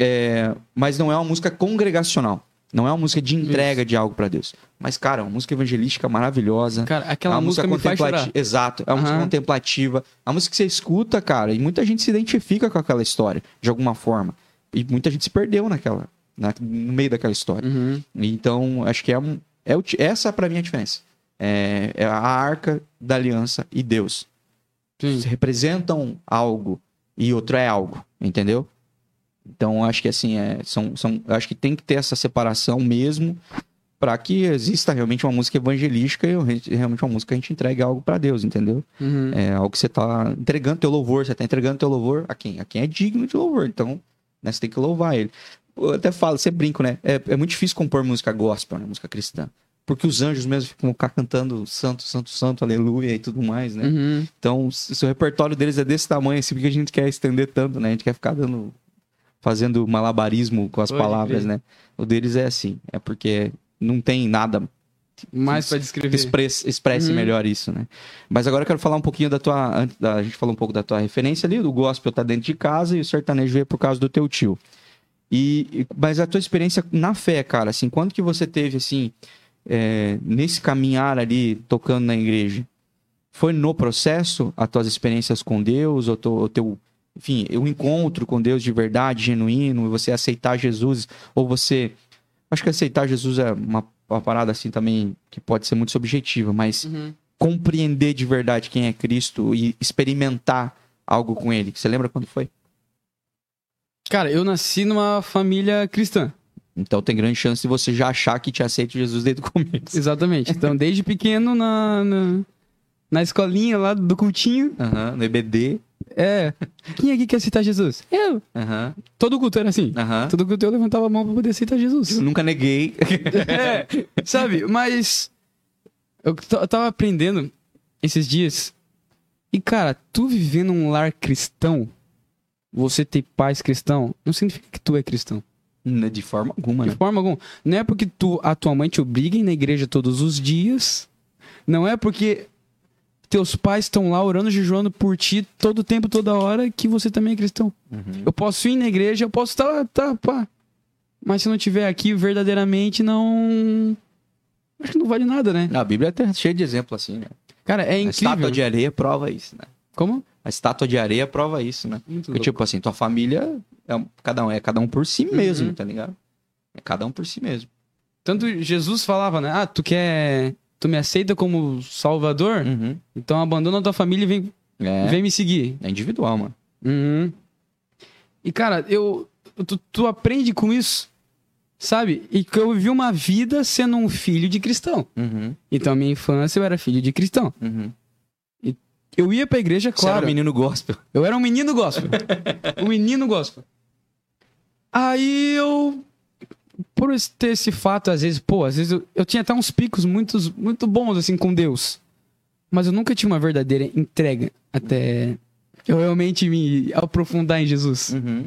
[SPEAKER 2] é, mas não é uma música congregacional. Não é uma música de entrega de algo pra Deus. Mas, cara, é uma música evangelística maravilhosa.
[SPEAKER 1] Cara,
[SPEAKER 2] É
[SPEAKER 1] aquela
[SPEAKER 2] uma
[SPEAKER 1] música me faz
[SPEAKER 2] contemplati-
[SPEAKER 1] chorar.
[SPEAKER 2] Exato. É uma música
[SPEAKER 1] Aham.
[SPEAKER 2] contemplativa. É uma música que você escuta, cara, e muita gente se identifica com aquela história, de alguma forma. E muita gente se perdeu naquela, na- no meio daquela história.
[SPEAKER 1] Uhum.
[SPEAKER 2] Então, acho que é, um, é o ti- essa pra mim é a diferença. É, é a arca da aliança e Deus.
[SPEAKER 1] Sim.
[SPEAKER 2] Representam algo e outro é algo, entendeu? Então, acho que assim, é, são, são, eu acho que tem que ter essa separação mesmo para que exista realmente uma música evangelística e realmente uma música que a gente entregue algo para Deus, entendeu?
[SPEAKER 1] Uhum.
[SPEAKER 2] É algo que você tá entregando teu louvor, você tá entregando teu louvor a quem? A quem é digno de louvor. Então, né, você tem que louvar ele. Eu até falo, sempre brinco, né? É, é muito difícil compor música gospel, né? Música cristã. Porque os anjos mesmo ficam cá cantando santo, santo, santo, aleluia e tudo mais, né?
[SPEAKER 1] Uhum.
[SPEAKER 2] Então, se se o repertório deles é desse tamanho, assim, porque a gente quer estender tanto, né? A gente quer ficar dando, fazendo malabarismo com as
[SPEAKER 1] Pode
[SPEAKER 2] palavras,
[SPEAKER 1] crer.
[SPEAKER 2] né? O deles é assim, é porque não tem nada
[SPEAKER 1] Mais pra
[SPEAKER 2] que
[SPEAKER 1] descrever.
[SPEAKER 2] expresse, expresse
[SPEAKER 1] Uhum.
[SPEAKER 2] melhor isso, né? Mas agora eu quero falar um pouquinho da tua, antes da, a gente falou um pouco da tua referência ali, do gospel tá dentro de casa e o sertanejo veio por causa do teu tio. E, e- mas a tua experiência na fé, cara, assim, quando que você teve, assim, é, nesse caminhar ali, tocando na igreja, foi no processo, as tuas experiências com Deus, ou teu, o teu, enfim, o encontro com Deus de verdade, genuíno, você aceitar Jesus, ou você, acho que aceitar Jesus é uma, uma parada assim também, que pode ser muito subjetiva, mas
[SPEAKER 1] Uhum.
[SPEAKER 2] compreender de verdade quem é Cristo e experimentar algo com Ele, você lembra quando foi?
[SPEAKER 1] Cara, eu nasci numa família cristã.
[SPEAKER 2] Então tem grande chance de você já achar que te aceita Jesus desde o começo.
[SPEAKER 1] Exatamente. Então, desde pequeno, na, na, na escolinha lá do cultinho,
[SPEAKER 2] Aham, no E B D.
[SPEAKER 1] é... Quem aqui quer aceitar Jesus? Eu.
[SPEAKER 2] Aham,
[SPEAKER 1] Todo culto era assim.
[SPEAKER 2] aham.
[SPEAKER 1] Todo culto eu levantava a mão pra poder aceitar Jesus.
[SPEAKER 2] Eu nunca neguei.
[SPEAKER 1] É, sabe? Mas eu t- eu tava aprendendo esses dias. E, cara, tu viver num lar cristão, você ter pais cristão, não significa que tu é cristão.
[SPEAKER 2] De forma alguma,
[SPEAKER 1] De
[SPEAKER 2] né?
[SPEAKER 1] forma alguma. Não é porque tu, a tua mãe te obriga a ir na igreja todos os dias. Não é porque teus pais estão lá orando, jejuando por ti todo tempo, toda hora, que você também é cristão.
[SPEAKER 2] Uhum.
[SPEAKER 1] Eu posso ir na igreja, eu posso estar, tá, pá. Mas se não tiver aqui verdadeiramente, não... Acho que não vale nada, né?
[SPEAKER 2] A Bíblia é até cheia de exemplos assim, né?
[SPEAKER 1] Cara, é
[SPEAKER 2] A estátua
[SPEAKER 1] incrível.
[SPEAKER 2] de areia prova isso, né?
[SPEAKER 1] Como?
[SPEAKER 2] A estátua de areia prova isso, né?
[SPEAKER 1] Muito
[SPEAKER 2] Porque,
[SPEAKER 1] louco.
[SPEAKER 2] tipo assim, tua família é um- cada um é cada um por si mesmo,
[SPEAKER 1] Uhum.
[SPEAKER 2] tá ligado? É cada um por si mesmo.
[SPEAKER 1] Tanto Jesus falava, né? Ah, tu quer... Tu me aceita como salvador?
[SPEAKER 2] Uhum.
[SPEAKER 1] Então abandona a tua família e vem,
[SPEAKER 2] É,
[SPEAKER 1] vem me seguir.
[SPEAKER 2] é individual, mano.
[SPEAKER 1] Uhum. E, cara, eu... Tu, tu aprende com isso, sabe? E que eu vivi uma vida sendo um filho de cristão.
[SPEAKER 2] Uhum.
[SPEAKER 1] Então, a minha infância, eu era filho de cristão.
[SPEAKER 2] Uhum.
[SPEAKER 1] Eu ia pra igreja,
[SPEAKER 2] Você era
[SPEAKER 1] claro.
[SPEAKER 2] menino gospel.
[SPEAKER 1] Eu era um menino gospel. um menino gospel. Aí eu... Por esse- ter esse fato, às vezes, pô, às vezes eu, eu tinha até uns picos muito, muito bons, assim, com Deus. Mas eu nunca tinha uma verdadeira entrega até eu realmente me aprofundar em Jesus.
[SPEAKER 2] Uhum.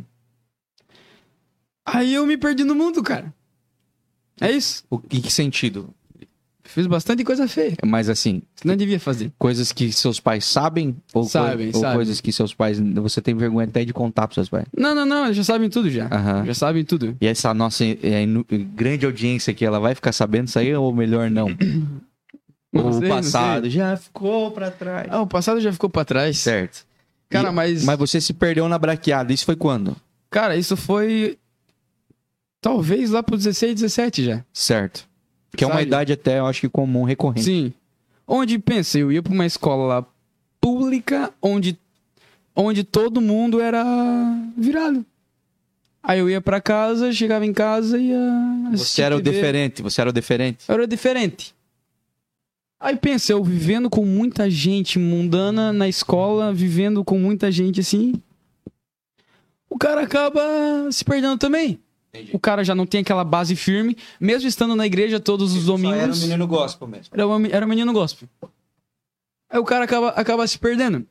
[SPEAKER 1] Aí eu me perdi no mundo, cara. É isso.
[SPEAKER 2] O, em que sentido?
[SPEAKER 1] Fiz bastante coisa feia.
[SPEAKER 2] Mas assim,
[SPEAKER 1] Não devia fazer.
[SPEAKER 2] coisas que seus pais sabem? Ou,
[SPEAKER 1] Sabem,
[SPEAKER 2] coi- ou
[SPEAKER 1] sabem.
[SPEAKER 2] coisas que seus pais. Você tem vergonha até de contar pros seus pais?
[SPEAKER 1] Não, não, não. Já sabem tudo já.
[SPEAKER 2] Aham.
[SPEAKER 1] Já sabem tudo.
[SPEAKER 2] E essa nossa é, inu- grande audiência aqui, ela vai ficar sabendo isso aí ou melhor não?
[SPEAKER 1] Não
[SPEAKER 2] Ou
[SPEAKER 1] sei,
[SPEAKER 2] o
[SPEAKER 1] não
[SPEAKER 2] passado
[SPEAKER 1] sei.
[SPEAKER 2] já ficou pra trás.
[SPEAKER 1] Ah, o passado já ficou pra trás.
[SPEAKER 2] Certo.
[SPEAKER 1] Cara,
[SPEAKER 2] E-
[SPEAKER 1] mas...
[SPEAKER 2] Mas você se perdeu na braqueada. Isso foi quando?
[SPEAKER 1] Cara, isso foi... Talvez lá pro dezesseis, dezessete já.
[SPEAKER 2] Certo. Que é uma
[SPEAKER 1] Sabe?
[SPEAKER 2] idade até, eu acho que comum, recorrente.
[SPEAKER 1] Sim. Onde, pensa, eu ia pra uma escola pública onde, onde todo mundo era virado. Aí eu ia pra casa, chegava em casa e ia
[SPEAKER 2] Você
[SPEAKER 1] assistir
[SPEAKER 2] era o
[SPEAKER 1] T V.
[SPEAKER 2] diferente, você era o diferente.
[SPEAKER 1] Eu era diferente. Aí pensa, eu vivendo com muita gente mundana na escola, vivendo com muita gente assim, o cara acaba se perdendo também.
[SPEAKER 2] Entendi.
[SPEAKER 1] O cara já não tem aquela base firme, mesmo estando na igreja todos os domingos.
[SPEAKER 2] Só era um menino gospel mesmo.
[SPEAKER 1] Era um, era um menino gospel. Aí o cara acaba, acaba se perdendo.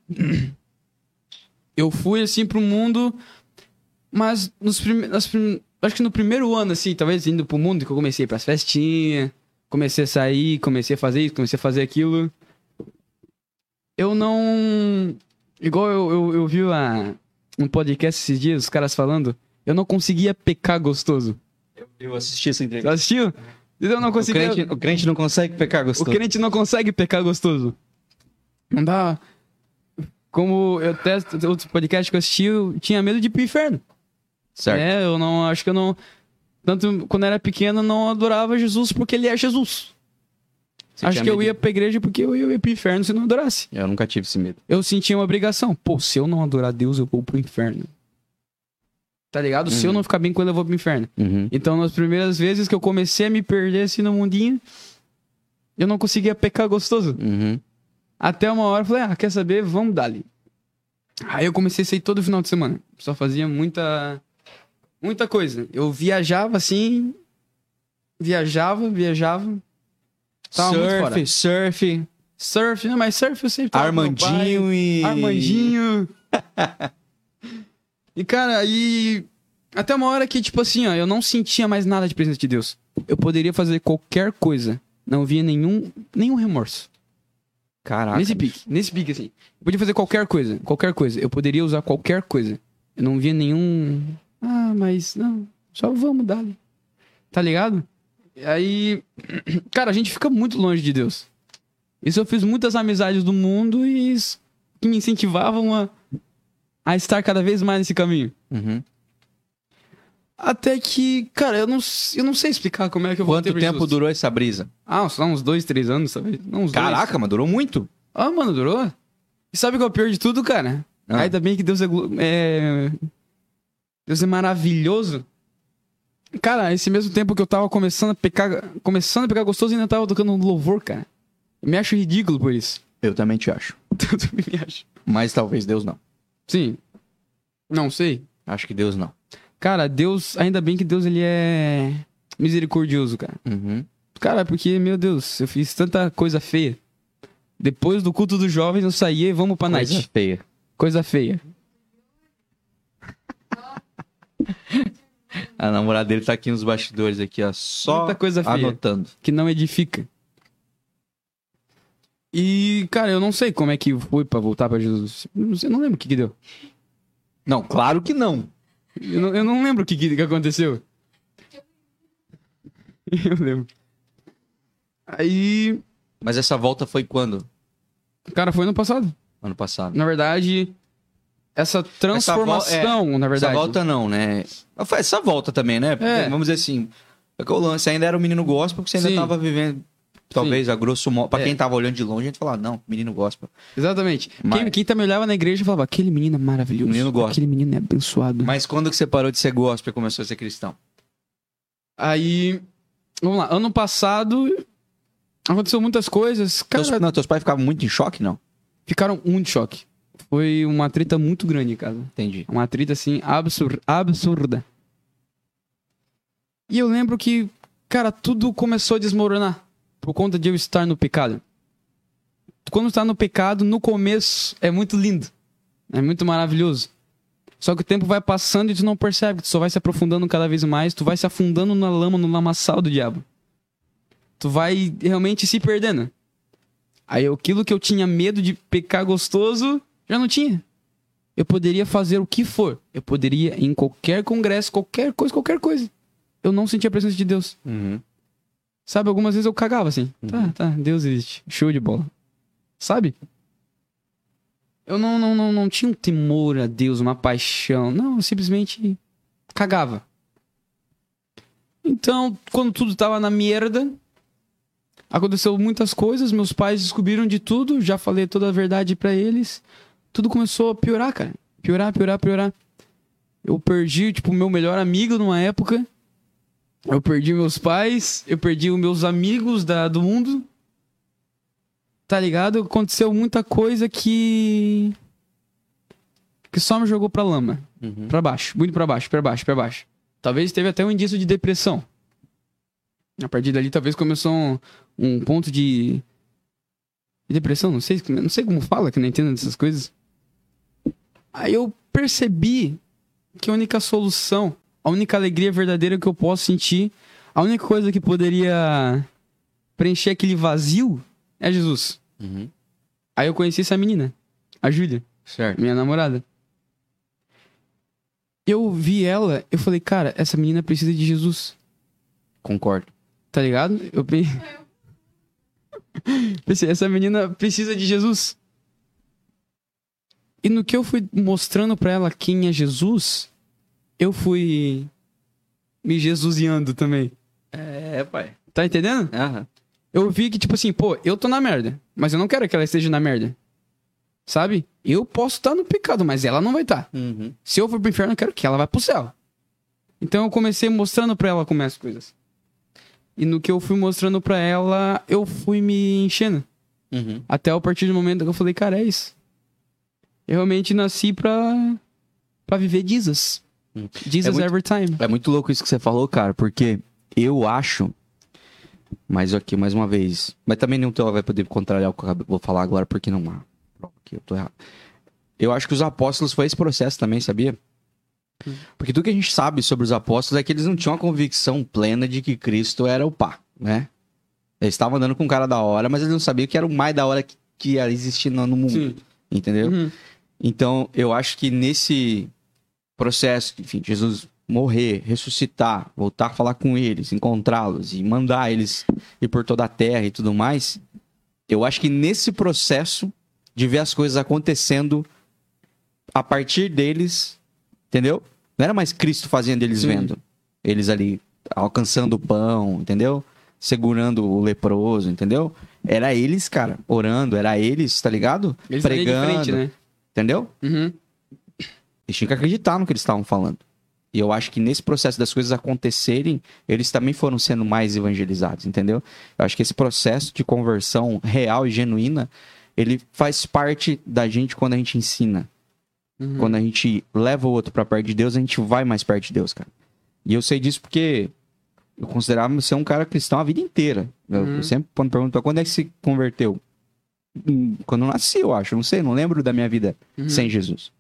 [SPEAKER 1] Eu fui assim pro mundo, mas nos prime... nas prim... acho que no primeiro ano, assim, talvez indo pro mundo, que eu comecei a ir pras festinhas, comecei a sair, comecei a fazer isso, comecei a fazer aquilo. Eu não. Igual eu, eu, eu vi lá um podcast esses dias, os caras falando, eu não conseguia pecar gostoso.
[SPEAKER 2] Eu, eu assisti essa
[SPEAKER 1] Você
[SPEAKER 2] entrevista.
[SPEAKER 1] assistiu? Eu não
[SPEAKER 2] O
[SPEAKER 1] conseguia.
[SPEAKER 2] crente, o crente não consegue pecar
[SPEAKER 1] O
[SPEAKER 2] gostoso.
[SPEAKER 1] crente não consegue pecar gostoso. Não dá. Como eu até outro podcast que eu assisti, eu tinha medo de ir pro inferno.
[SPEAKER 2] Certo.
[SPEAKER 1] É, eu não acho que eu não. Tanto quando eu era pequeno, eu não adorava Jesus porque ele é Jesus.
[SPEAKER 2] Você
[SPEAKER 1] acho
[SPEAKER 2] tinha
[SPEAKER 1] que eu
[SPEAKER 2] medo?
[SPEAKER 1] ia pra igreja porque eu ia pro inferno se eu não adorasse.
[SPEAKER 2] Eu nunca tive esse medo.
[SPEAKER 1] Eu sentia uma obrigação. Pô, se eu não adorar Deus, eu vou pro inferno. Tá ligado? Se eu
[SPEAKER 2] Uhum.
[SPEAKER 1] não ficar bem com ele, eu vou pro inferno.
[SPEAKER 2] Uhum.
[SPEAKER 1] Então, nas primeiras vezes que eu comecei a me perder assim no mundinho, eu não conseguia pecar gostoso.
[SPEAKER 2] Uhum.
[SPEAKER 1] Até uma hora eu falei, ah, quer saber? Vamos dali. Aí eu comecei a sair todo final de semana. Só fazia muita. Muita coisa. Eu viajava assim. Viajava, viajava. Tava muito fora.
[SPEAKER 2] Surf, surf,
[SPEAKER 1] Surf, não, mas surf eu sempre tava com meu
[SPEAKER 2] Armandinho
[SPEAKER 1] pai.
[SPEAKER 2] e...
[SPEAKER 1] Armandinho. E, cara, aí. Até uma hora que, tipo assim, ó, eu não sentia mais nada de presença de Deus. Eu poderia fazer qualquer coisa. Não via nenhum, nenhum remorso.
[SPEAKER 2] Caraca.
[SPEAKER 1] Nesse pique, nesse pique, assim. Eu podia fazer qualquer coisa, qualquer coisa. Eu poderia usar qualquer coisa. Eu não via nenhum. Ah, mas não, só vamos dar. Tá ligado? E aí. Cara, a gente fica muito longe de Deus. Isso eu fiz muitas amizades do mundo e isso que me incentivavam a, a estar cada vez mais nesse caminho.
[SPEAKER 2] Uhum.
[SPEAKER 1] Até que, cara, eu não, eu não sei explicar como é que eu voltei
[SPEAKER 2] Quanto
[SPEAKER 1] pra
[SPEAKER 2] tempo
[SPEAKER 1] Jesus.
[SPEAKER 2] durou essa brisa?
[SPEAKER 1] Ah, uns, uns dois, três anos, sabe? Não, uns dois.
[SPEAKER 2] Caraca, mas durou muito.
[SPEAKER 1] Ah, mano, durou. E sabe qual é o pior de tudo, cara?
[SPEAKER 2] Ah.
[SPEAKER 1] Ainda bem que Deus é, glo- é... Deus é maravilhoso. Cara, esse mesmo tempo que eu tava começando a pecar, começando a pecar gostoso, ainda tava tocando um louvor, cara. Eu me acho ridículo por isso.
[SPEAKER 2] Eu também te acho.
[SPEAKER 1] Eu também me acho.
[SPEAKER 2] Mas talvez Deus não.
[SPEAKER 1] Sim. Não sei.
[SPEAKER 2] Acho que Deus não.
[SPEAKER 1] Cara, Deus... Ainda bem que Deus, ele é misericordioso, cara.
[SPEAKER 2] Uhum.
[SPEAKER 1] Cara, porque, meu Deus, eu fiz tanta coisa feia. Depois do culto dos jovens, eu saía e vamos pra
[SPEAKER 2] Coisa
[SPEAKER 1] night.
[SPEAKER 2] feia.
[SPEAKER 1] Coisa feia.
[SPEAKER 2] A namorada dele tá aqui nos bastidores, aqui, ó. Só
[SPEAKER 1] Muita coisa feia.
[SPEAKER 2] anotando.
[SPEAKER 1] Que não edifica. E, cara, eu não sei como é que foi pra voltar pra Jesus. Eu não, sei, eu não lembro o que que deu.
[SPEAKER 2] Não, claro que não.
[SPEAKER 1] Eu não, eu não lembro o que, que que aconteceu. Eu lembro. Aí,
[SPEAKER 2] Mas essa volta foi quando?
[SPEAKER 1] cara, foi ano passado.
[SPEAKER 2] Ano passado.
[SPEAKER 1] Na verdade, essa transformação, na verdade.
[SPEAKER 2] Essa volta não, né? Mas foi essa volta também, né? Porque,
[SPEAKER 1] É.
[SPEAKER 2] vamos dizer assim, é que o lance ainda era o menino gospel, porque você ainda
[SPEAKER 1] Sim.
[SPEAKER 2] tava vivendo, talvez, a grosso modo. Pra
[SPEAKER 1] É.
[SPEAKER 2] quem tava olhando de longe, a gente falava, não, menino gospel.
[SPEAKER 1] Exatamente.
[SPEAKER 2] Mas-
[SPEAKER 1] Quem, quem também olhava na igreja falava, aquele menino é maravilhoso.
[SPEAKER 2] Menino gosta.
[SPEAKER 1] Aquele menino é abençoado.
[SPEAKER 2] Mas quando que você parou de ser gospel e começou a ser cristão?
[SPEAKER 1] Aí, vamos lá. Ano passado, aconteceu muitas coisas. Cara,
[SPEAKER 2] Teus, não, teus pais ficavam muito em choque, não?
[SPEAKER 1] ficaram muito em choque. Foi uma treta muito grande em casa.
[SPEAKER 2] Entendi.
[SPEAKER 1] Uma treta, assim, absur absurda. E eu lembro que, cara, tudo começou a desmoronar por conta de eu estar no pecado. Quando está no pecado, no começo, é muito lindo. É muito maravilhoso. Só que o tempo vai passando e tu não percebe. Tu só vai se aprofundando cada vez mais. Tu vai se afundando na lama, no lamaçal do diabo. Tu vai realmente se perdendo. Aí aquilo que eu tinha medo de pecar gostoso, já não tinha. Eu poderia fazer o que for. Eu poderia ir em qualquer congresso, qualquer coisa, qualquer coisa. Eu não sentia a presença de Deus.
[SPEAKER 2] Uhum.
[SPEAKER 1] Sabe, algumas vezes eu cagava assim.
[SPEAKER 2] Uhum.
[SPEAKER 1] Tá, tá, Deus existe. Show de bola. Sabe? Eu não, não, não, não tinha um temor a Deus, uma paixão. Não, eu simplesmente cagava. Então, quando tudo tava na merda, Aconteceu muitas coisas, meus pais descobriram de tudo, já falei toda a verdade pra eles. Tudo começou a piorar, cara. Piorar, piorar, piorar. Eu perdi, tipo, o meu melhor amigo numa época. Eu perdi meus pais, eu perdi os meus amigos da, do mundo. Tá ligado? Aconteceu muita coisa que... que só me jogou pra lama.
[SPEAKER 2] Uhum.
[SPEAKER 1] Pra baixo, muito pra baixo, pra baixo, pra baixo. Talvez teve até um indício de depressão. A partir dali, talvez começou um, um ponto de... de depressão, não sei, não sei como fala, que eu não entendo dessas coisas. Aí eu percebi que a única solução, a única alegria verdadeira que eu posso sentir, a única coisa que poderia preencher aquele vazio é Jesus.
[SPEAKER 2] Uhum.
[SPEAKER 1] Aí eu conheci essa menina, a Júlia,
[SPEAKER 2] Certo.
[SPEAKER 1] minha namorada. Eu vi ela, eu falei, cara, essa menina precisa de Jesus.
[SPEAKER 2] Concordo.
[SPEAKER 1] Tá ligado? Eu pe- pensei, essa menina precisa de Jesus. E no que eu fui mostrando pra ela quem é Jesus, eu fui me jesusiando também.
[SPEAKER 2] É, pai.
[SPEAKER 1] Tá entendendo?
[SPEAKER 2] Aham.
[SPEAKER 1] Eu vi que, tipo assim, pô, eu tô na merda, mas eu não quero que ela esteja na merda. Sabe? Eu posso estar no pecado, mas ela não vai estar.
[SPEAKER 2] Uhum.
[SPEAKER 1] Se eu for pro inferno, eu quero que ela vá pro céu. Então eu comecei mostrando pra ela como é as coisas. E no que eu fui mostrando pra ela, eu fui me enchendo.
[SPEAKER 2] Uhum.
[SPEAKER 1] Até a partir do momento que eu falei, cara, é isso. Eu realmente nasci pra, pra viver Jesus.
[SPEAKER 2] Hum.
[SPEAKER 1] Jesus
[SPEAKER 2] É muito-
[SPEAKER 1] every time.
[SPEAKER 2] É muito louco isso que você falou, cara, porque eu acho, mas aqui, mais uma vez, mas também nenhum teu vai poder contrariar o que eu acabei- vou falar agora, porque não há. Pronto, aqui eu tô errado. Eu acho que os apóstolos foi esse processo também, sabia? Porque tudo que a gente sabe sobre os apóstolos é que eles não tinham a convicção plena de que Cristo era o pá, né? Eles estavam andando com um cara da hora, mas eles não sabiam que era o mais da hora que, que ia existir no no mundo.
[SPEAKER 1] Sim.
[SPEAKER 2] Entendeu?
[SPEAKER 1] Uhum.
[SPEAKER 2] Então, eu acho que nesse processo, enfim, Jesus morrer, ressuscitar, voltar a falar com eles, encontrá-los e mandar eles ir por toda a terra e tudo mais, eu acho que nesse processo de ver as coisas acontecendo a partir deles, entendeu? Não era mais Cristo fazendo eles
[SPEAKER 1] Sim.
[SPEAKER 2] vendo. Eles ali alcançando o pão, entendeu? Segurando o leproso, entendeu? Era eles, cara, orando, era eles, tá ligado?
[SPEAKER 1] Eles ali de
[SPEAKER 2] Pregando,
[SPEAKER 1] frente, né?
[SPEAKER 2] entendeu?
[SPEAKER 1] Uhum.
[SPEAKER 2] Eles tinham que acreditar no que eles estavam falando. E eu acho que nesse processo das coisas acontecerem, eles também foram sendo mais evangelizados, entendeu? Eu acho que esse processo de conversão real e genuína, ele faz parte da gente quando a gente ensina.
[SPEAKER 1] Uhum.
[SPEAKER 2] Quando a gente leva o outro pra perto de Deus, a gente vai mais perto de Deus, cara. E eu sei disso porque eu considerava ser um cara cristão a vida inteira. Eu,
[SPEAKER 1] Uhum.
[SPEAKER 2] eu sempre, quando pergunto, quando é que se converteu? Hum, Quando eu nasci, eu acho. Não sei, não lembro da minha vida
[SPEAKER 1] Uhum.
[SPEAKER 2] sem Jesus.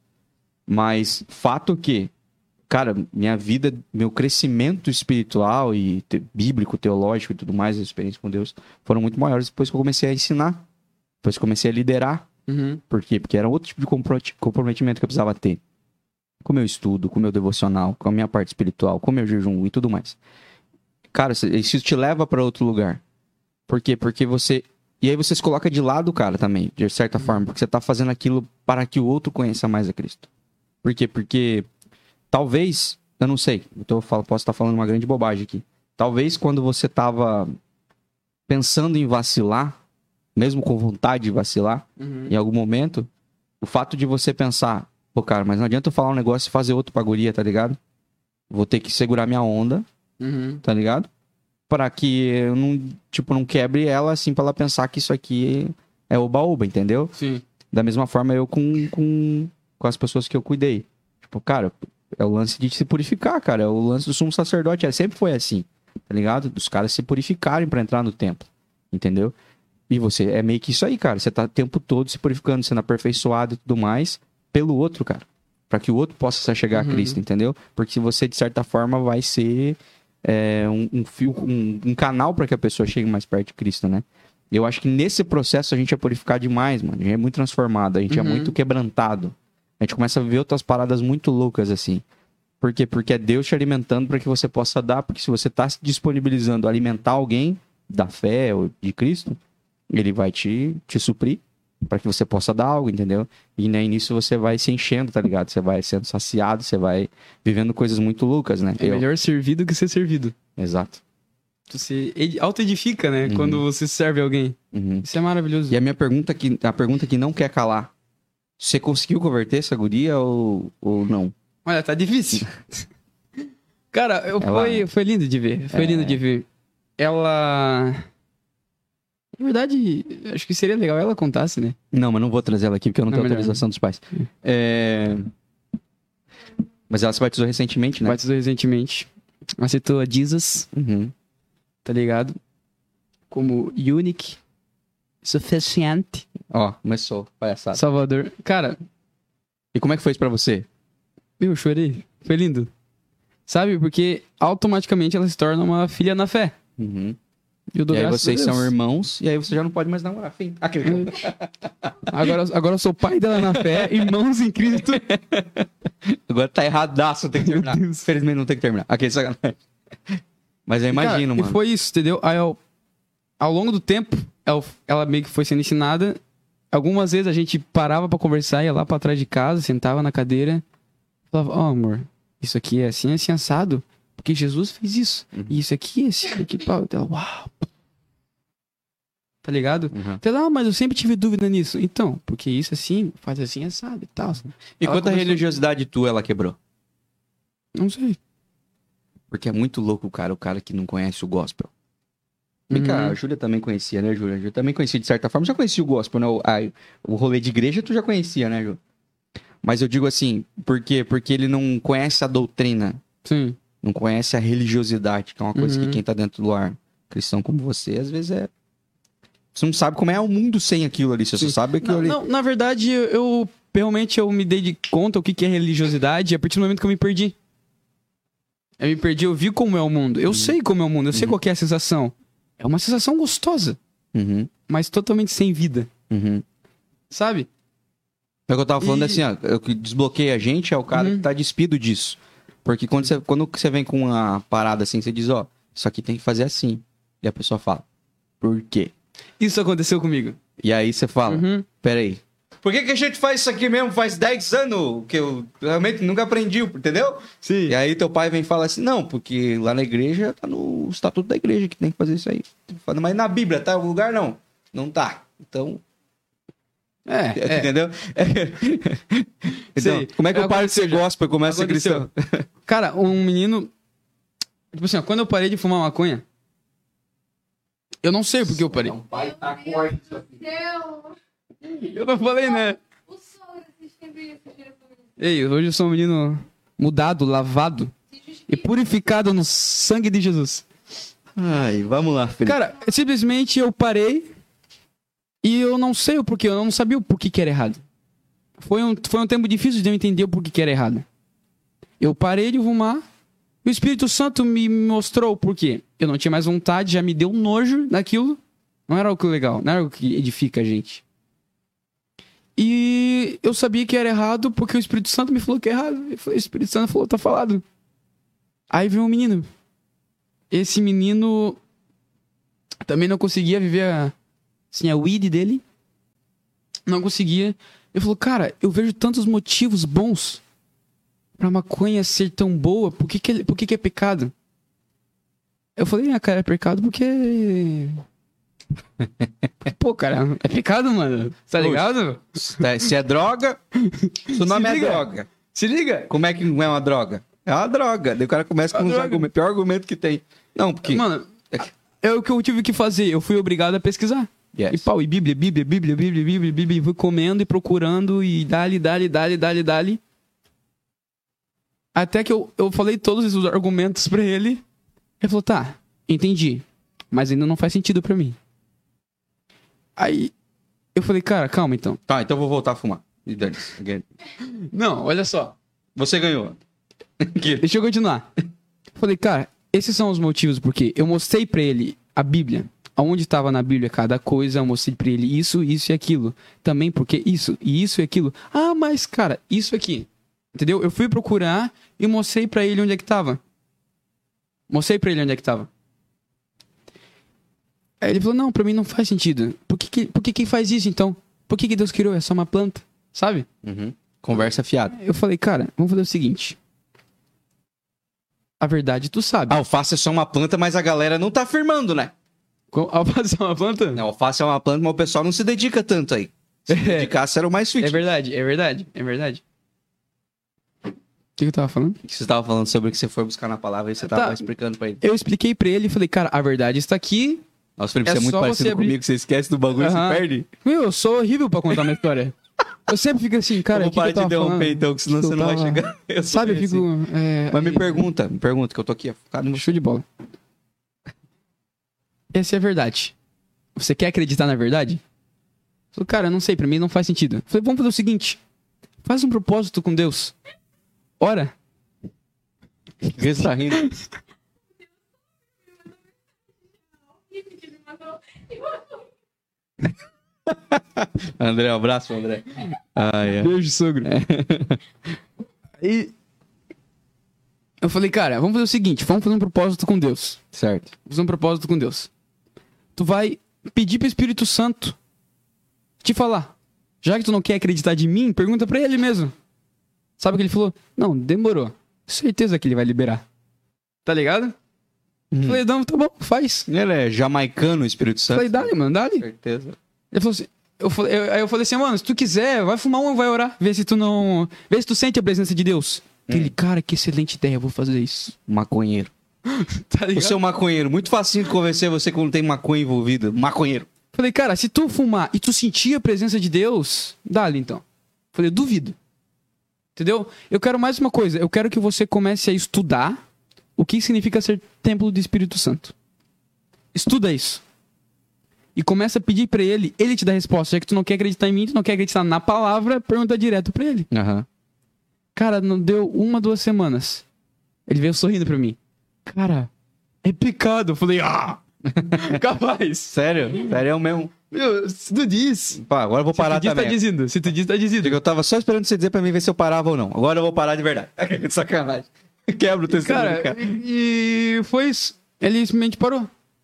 [SPEAKER 2] Mas fato que, cara, minha vida, meu crescimento espiritual e te- bíblico, teológico e tudo mais, as experiências com Deus, foram muito maiores depois que eu comecei a ensinar. Depois que eu comecei a liderar.
[SPEAKER 1] Uhum. Por
[SPEAKER 2] Por quê? Porque era outro tipo de comprometi- comprometimento que eu precisava ter. Com o meu estudo, com o meu devocional, com a minha parte espiritual, com o meu jejum e tudo mais. Cara, isso- isso te leva pra outro lugar. Por quê? Porque você... E aí você se coloca de lado, cara, também, de certa forma. Porque você tá fazendo aquilo para que o outro conheça mais a Cristo. Por quê? Porque talvez... Eu não sei. Então eu falo, posso estar falando uma grande bobagem aqui. Talvez quando você tava pensando em vacilar, mesmo com vontade de vacilar,
[SPEAKER 1] Uhum.
[SPEAKER 2] em algum momento, o fato de você pensar, pô, cara, mas não adianta eu falar um negócio e fazer outro pra guria, tá ligado? Vou ter que segurar minha onda,
[SPEAKER 1] Uhum.
[SPEAKER 2] tá ligado? Pra que eu não, tipo, não quebre ela, assim, pra ela pensar que isso aqui é oba-oba, entendeu?
[SPEAKER 1] Sim.
[SPEAKER 2] Da mesma forma eu com, com, com as pessoas que eu cuidei. Tipo, cara, é o lance de se purificar, cara. É o lance do sumo sacerdote. É, sempre foi assim, tá ligado? Dos caras se purificarem pra entrar no templo, entendeu? E você, é meio que isso aí, cara. Você tá o tempo todo se purificando, sendo aperfeiçoado e tudo mais pelo outro, cara. Pra que o outro possa se chegar
[SPEAKER 1] Uhum.
[SPEAKER 2] a Cristo, entendeu? Porque você, de certa forma, vai ser é, um, um fio, um, um canal pra que a pessoa chegue mais perto de Cristo, né? Eu acho que nesse processo a gente é purificado demais, mano. A gente é muito transformado, a gente é
[SPEAKER 1] Uhum.
[SPEAKER 2] muito quebrantado. A gente começa a ver outras paradas muito loucas, assim. Por quê? Porque é Deus te alimentando para que você possa dar. Porque se você tá se disponibilizando a alimentar alguém da fé ou de Cristo, ele vai te, te suprir para que você possa dar algo, entendeu? E nem nisso você vai se enchendo, tá ligado? Você vai sendo saciado, você vai vivendo coisas muito loucas, né?
[SPEAKER 1] É
[SPEAKER 2] Eu-
[SPEAKER 1] melhor servir do que ser servido.
[SPEAKER 2] Exato.
[SPEAKER 1] Tu se ed- auto-edifica, né?
[SPEAKER 2] Uhum.
[SPEAKER 1] Quando você serve alguém.
[SPEAKER 2] Uhum.
[SPEAKER 1] Isso é maravilhoso.
[SPEAKER 2] E a minha pergunta que, a pergunta que não quer calar. Você conseguiu converter essa guria ou, ou não?
[SPEAKER 1] Olha, tá difícil. Cara, eu,
[SPEAKER 2] Ela-
[SPEAKER 1] foi, foi lindo de ver. Foi
[SPEAKER 2] É.
[SPEAKER 1] lindo de ver. Ela... Na verdade, acho que seria legal ela contasse, né?
[SPEAKER 2] Não, mas não vou trazer ela aqui porque eu não,
[SPEAKER 1] Não,
[SPEAKER 2] tenho
[SPEAKER 1] melhor
[SPEAKER 2] autorização dos pais. É... Mas ela se batizou recentemente, né?
[SPEAKER 1] Batizou recentemente. Aceitou a Jesus,
[SPEAKER 2] Uhum.
[SPEAKER 1] tá ligado? Como unique, suficiente,
[SPEAKER 2] Ó, começou, palhaçada.
[SPEAKER 1] Salvador. Cara,
[SPEAKER 2] E como é que foi isso pra você?
[SPEAKER 1] eu chorei. Foi lindo. Sabe? Porque automaticamente ela se torna uma filha na fé.
[SPEAKER 2] Uhum.
[SPEAKER 1] E eu dou
[SPEAKER 2] E aí
[SPEAKER 1] graças a
[SPEAKER 2] vocês
[SPEAKER 1] Deus.
[SPEAKER 2] são irmãos, e aí você já não pode mais namorar. Fim. Aquele...
[SPEAKER 1] Agora, agora eu sou pai dela na fé, irmãos em Cristo.
[SPEAKER 2] Agora tá erradaço, tem que terminar.
[SPEAKER 1] Meu Deus.
[SPEAKER 2] Infelizmente não tem que terminar. Aquele sacanagem. Mas eu imagino,
[SPEAKER 1] Cara,
[SPEAKER 2] mano.
[SPEAKER 1] E foi isso, entendeu? Aí, ao, ao longo do tempo, ela, ela meio que foi sendo ensinada. Algumas vezes a gente parava pra conversar, ia lá pra trás de casa, sentava na cadeira. Falava, ó, amor, isso aqui é assim, assim, assado. Porque Jesus fez isso.
[SPEAKER 2] Uhum.
[SPEAKER 1] E isso aqui, esse aqui, pau. Ela, uau. Tá ligado?
[SPEAKER 2] Uhum.
[SPEAKER 1] Ela, ah, mas eu sempre tive dúvida nisso. Então, porque isso assim, faz assim, assado e tal.
[SPEAKER 2] E
[SPEAKER 1] Ela
[SPEAKER 2] quanta
[SPEAKER 1] começou-
[SPEAKER 2] religiosidade tua ela quebrou?
[SPEAKER 1] Não sei.
[SPEAKER 2] Porque é muito louco o cara, o cara que não conhece o gospel. Vem cá,
[SPEAKER 1] Uhum.
[SPEAKER 2] a Júlia também conhecia, né, Júlia? A Júlia também conhecia de certa forma. Já conhecia o gospel, né? O, a- o rolê de igreja tu já conhecia, né, Júlia? Mas eu digo assim, por quê? Porque ele não conhece a doutrina,
[SPEAKER 1] Sim.
[SPEAKER 2] não conhece a religiosidade, que é uma coisa
[SPEAKER 1] Uhum.
[SPEAKER 2] que quem tá dentro do ar cristão como você, às vezes é... Você não sabe como é o mundo sem aquilo ali, você só
[SPEAKER 1] Sim.
[SPEAKER 2] sabe aquilo
[SPEAKER 1] Não,
[SPEAKER 2] ali.
[SPEAKER 1] não, na verdade, eu, eu- realmente eu me dei de conta o que, que é religiosidade a partir do momento que eu me perdi. Eu me perdi, eu vi como é o mundo. Eu sei como é o mundo, eu sei
[SPEAKER 2] Uhum.
[SPEAKER 1] qual que é a sensação. É uma sensação gostosa,
[SPEAKER 2] Uhum,
[SPEAKER 1] mas totalmente sem vida,
[SPEAKER 2] uhum.
[SPEAKER 1] sabe?
[SPEAKER 2] É o que eu tava falando
[SPEAKER 1] E-
[SPEAKER 2] assim, ó, o que desbloqueia a gente é o cara
[SPEAKER 1] Uhum.
[SPEAKER 2] que tá despido disso. Porque quando você, quando você vem com uma parada assim, você diz, ó, isso aqui tem que fazer assim. E a pessoa fala, por quê?
[SPEAKER 1] Isso aconteceu comigo.
[SPEAKER 2] E aí você fala,
[SPEAKER 1] Uhum.
[SPEAKER 2] peraí. Por que, que a gente faz isso aqui mesmo? Faz dez anos que eu realmente nunca aprendi, entendeu?
[SPEAKER 1] Sim.
[SPEAKER 2] E aí teu pai vem e fala assim, não, porque lá na igreja tá no estatuto da igreja que tem que fazer isso aí. Mas na Bíblia tá em algum lugar? Não. Não tá. Então,
[SPEAKER 1] É, é.
[SPEAKER 2] entendeu? Então,
[SPEAKER 1] Sei.
[SPEAKER 2] como é que eu paro de ser
[SPEAKER 1] Aconteceu já.
[SPEAKER 2] gospel e começo a ser
[SPEAKER 1] Aconteceu.
[SPEAKER 2] cristão?
[SPEAKER 1] Cara, um menino... Tipo assim, ó, quando eu parei de fumar maconha, eu não sei porque eu parei.
[SPEAKER 3] Meu Deus do céu!
[SPEAKER 1] Eu não falei, né?
[SPEAKER 3] O sol assistindo isso, geração.
[SPEAKER 1] Ei, hoje eu sou um menino mudado, lavado
[SPEAKER 3] Se
[SPEAKER 1] e
[SPEAKER 3] justifica.
[SPEAKER 1] purificado no sangue de Jesus.
[SPEAKER 2] Ai, vamos lá, Felipe.
[SPEAKER 1] Cara, simplesmente eu parei e eu não sei o porquê, eu não sabia o porquê que era errado. Foi um, foi um tempo difícil de eu entender o porquê que era errado. Eu parei de fumar e o Espírito Santo me mostrou o porquê. Eu não tinha mais vontade, já me deu nojo daquilo. Não era o que legal, não era o que edifica a gente. E eu sabia que era errado porque o Espírito Santo me falou que é errado. O Espírito Santo falou, tá falado. Aí veio um menino. Esse menino também não conseguia viver a, assim, a weed dele. Não conseguia. Ele falou, cara, eu vejo tantos motivos bons pra maconha ser tão boa. Por que que, ele- por que, que é pecado? Eu falei, ah, cara, é pecado porque... Pô, cara, é pecado, mano. Tá
[SPEAKER 2] Poxa.
[SPEAKER 1] ligado?
[SPEAKER 2] Se é droga, seu nome é
[SPEAKER 1] liga.
[SPEAKER 2] droga.
[SPEAKER 1] Se liga.
[SPEAKER 2] Como é que não é uma droga? É uma droga. Daí o cara começa com
[SPEAKER 1] Uma
[SPEAKER 2] os
[SPEAKER 1] droga.
[SPEAKER 2] argumentos. Pior argumento que tem. Não, porque...
[SPEAKER 1] Mano, é o que eu tive que fazer. Eu fui obrigado a pesquisar.
[SPEAKER 2] Yes.
[SPEAKER 1] E pau, e Bíblia, Bíblia, Bíblia, Bíblia, Bíblia, Bíblia. E fui comendo e procurando e dali, dali, dali, dali, dali. Até que eu, eu falei todos esses argumentos pra ele. Ele falou, tá, entendi. Mas ainda não faz sentido pra mim. Aí eu falei, cara, calma então.
[SPEAKER 2] Tá, então eu vou voltar a fumar. E dane-se. Again.
[SPEAKER 1] Não, olha só.
[SPEAKER 2] Você ganhou. Que-
[SPEAKER 1] Deixa eu continuar. Falei, cara, esses são os motivos porque eu mostrei pra ele a Bíblia. Aonde estava na Bíblia cada coisa, eu mostrei pra ele isso, isso e aquilo. Também porque isso, e isso e aquilo. Ah, mas, cara, isso aqui. Entendeu? Eu fui procurar e mostrei pra ele onde é que tava. Mostrei pra ele onde é que tava. Aí ele falou, não, pra mim não faz sentido. Por que, que, por que quem faz isso, então? Por que, que Deus criou? É só uma planta, sabe?
[SPEAKER 2] Uhum. Conversa fiada.
[SPEAKER 1] Eu falei, cara, vamos fazer o seguinte. a verdade tu sabe.
[SPEAKER 2] A alface é só uma planta, mas a galera não tá afirmando, né?
[SPEAKER 1] Com- Alface é uma planta?
[SPEAKER 2] Não, alface é uma planta, mas o pessoal não se dedica tanto aí. Se
[SPEAKER 1] É.
[SPEAKER 2] dedicasse era o mais fit.
[SPEAKER 1] É verdade, é verdade, é verdade. O que eu tava falando?
[SPEAKER 2] Que você tava falando sobre o que você foi buscar na palavra e você
[SPEAKER 1] Tá.
[SPEAKER 2] tava explicando pra ele.
[SPEAKER 1] Eu expliquei pra ele e falei, cara, a verdade está aqui.
[SPEAKER 2] Nossa, Felipe,
[SPEAKER 1] É
[SPEAKER 2] você é muito
[SPEAKER 1] só
[SPEAKER 2] parecido
[SPEAKER 1] você abrir-
[SPEAKER 2] comigo, você esquece do bagulho e
[SPEAKER 1] Aham.
[SPEAKER 2] se perde.
[SPEAKER 1] Meu, eu sou horrível pra contar uma história. Eu sempre fico assim, cara,
[SPEAKER 2] eu
[SPEAKER 1] o
[SPEAKER 2] vou
[SPEAKER 1] que,
[SPEAKER 2] parar
[SPEAKER 1] que eu
[SPEAKER 2] de
[SPEAKER 1] tava
[SPEAKER 2] interromper
[SPEAKER 1] falando?
[SPEAKER 2] então, que senão
[SPEAKER 1] Que
[SPEAKER 2] você
[SPEAKER 1] eu
[SPEAKER 2] não vai
[SPEAKER 1] tava-
[SPEAKER 2] chegar. Eu sou
[SPEAKER 1] Sabe, eu
[SPEAKER 2] bem
[SPEAKER 1] fico...
[SPEAKER 2] assim.
[SPEAKER 1] é,
[SPEAKER 2] Mas me
[SPEAKER 1] aí-
[SPEAKER 2] pergunta, me pergunta, que eu tô aqui focado no...
[SPEAKER 1] Show de bola. Essa é a verdade. Você quer acreditar na verdade? Eu falei, cara, eu não sei, pra mim não faz sentido. Eu falei, vamos fazer o seguinte. Faz um propósito com Deus. Ora.
[SPEAKER 2] Vê se tá rindo. André, um abraço, André. Ah, é.
[SPEAKER 1] Beijo, sogro. E... Eu falei, cara, vamos fazer o seguinte. Vamos fazer um propósito com Deus.
[SPEAKER 2] Certo.
[SPEAKER 1] Fazer um propósito com Deus. Tu vai pedir pro Espírito Santo te falar. Já que tu não quer acreditar de mim, pergunta pra ele mesmo. Sabe o que ele falou? Não, demorou. Certeza que ele vai liberar. Tá ligado?
[SPEAKER 2] Hum.
[SPEAKER 1] Falei, não, tá bom, faz.
[SPEAKER 2] Ele é jamaicano, o Espírito Santo.
[SPEAKER 1] Falei, dá-lhe, mano, dá-lhe.
[SPEAKER 2] Certeza.
[SPEAKER 1] Ele falou assim, eu falei, eu- aí eu falei assim, mano, se tu quiser, vai fumar um, vai orar. Vê se tu não... Vê se tu sente a presença de Deus.
[SPEAKER 2] Hum.
[SPEAKER 1] Ele, cara, que excelente ideia, eu vou fazer isso.
[SPEAKER 2] Maconheiro.
[SPEAKER 1] Tá ligado?
[SPEAKER 2] Você é um maconheiro. Muito facinho de convencer você quando tem maconha envolvida. Maconheiro.
[SPEAKER 1] Falei, cara, se tu fumar e tu sentir a presença de Deus, dá-lhe então. Falei, duvido. Entendeu? Eu quero mais uma coisa. Eu quero que você comece a estudar o que significa ser templo do Espírito Santo. Estuda isso. E começa a pedir pra ele, ele te dá a resposta. Já que tu não quer acreditar em mim, tu não quer acreditar na palavra, pergunta direto pra ele.
[SPEAKER 2] Aham.
[SPEAKER 1] Cara, não deu uma, duas semanas. Ele veio sorrindo pra mim. Cara, é pecado. Eu falei, ah! Capaz.
[SPEAKER 2] Sério? Sério mesmo.
[SPEAKER 1] Meu, se tu diz.
[SPEAKER 2] Pá, agora eu vou parar
[SPEAKER 1] se tu diz,
[SPEAKER 2] também.
[SPEAKER 1] tá dizendo. Se tu diz, tá dizendo.
[SPEAKER 2] Eu tava só esperando você dizer pra mim ver se eu parava ou não. Agora eu vou parar de verdade. De sacanagem. Quebra o testemunho,
[SPEAKER 1] Cara,
[SPEAKER 2] cara.
[SPEAKER 1] e e foi isso. Ele simplesmente parou.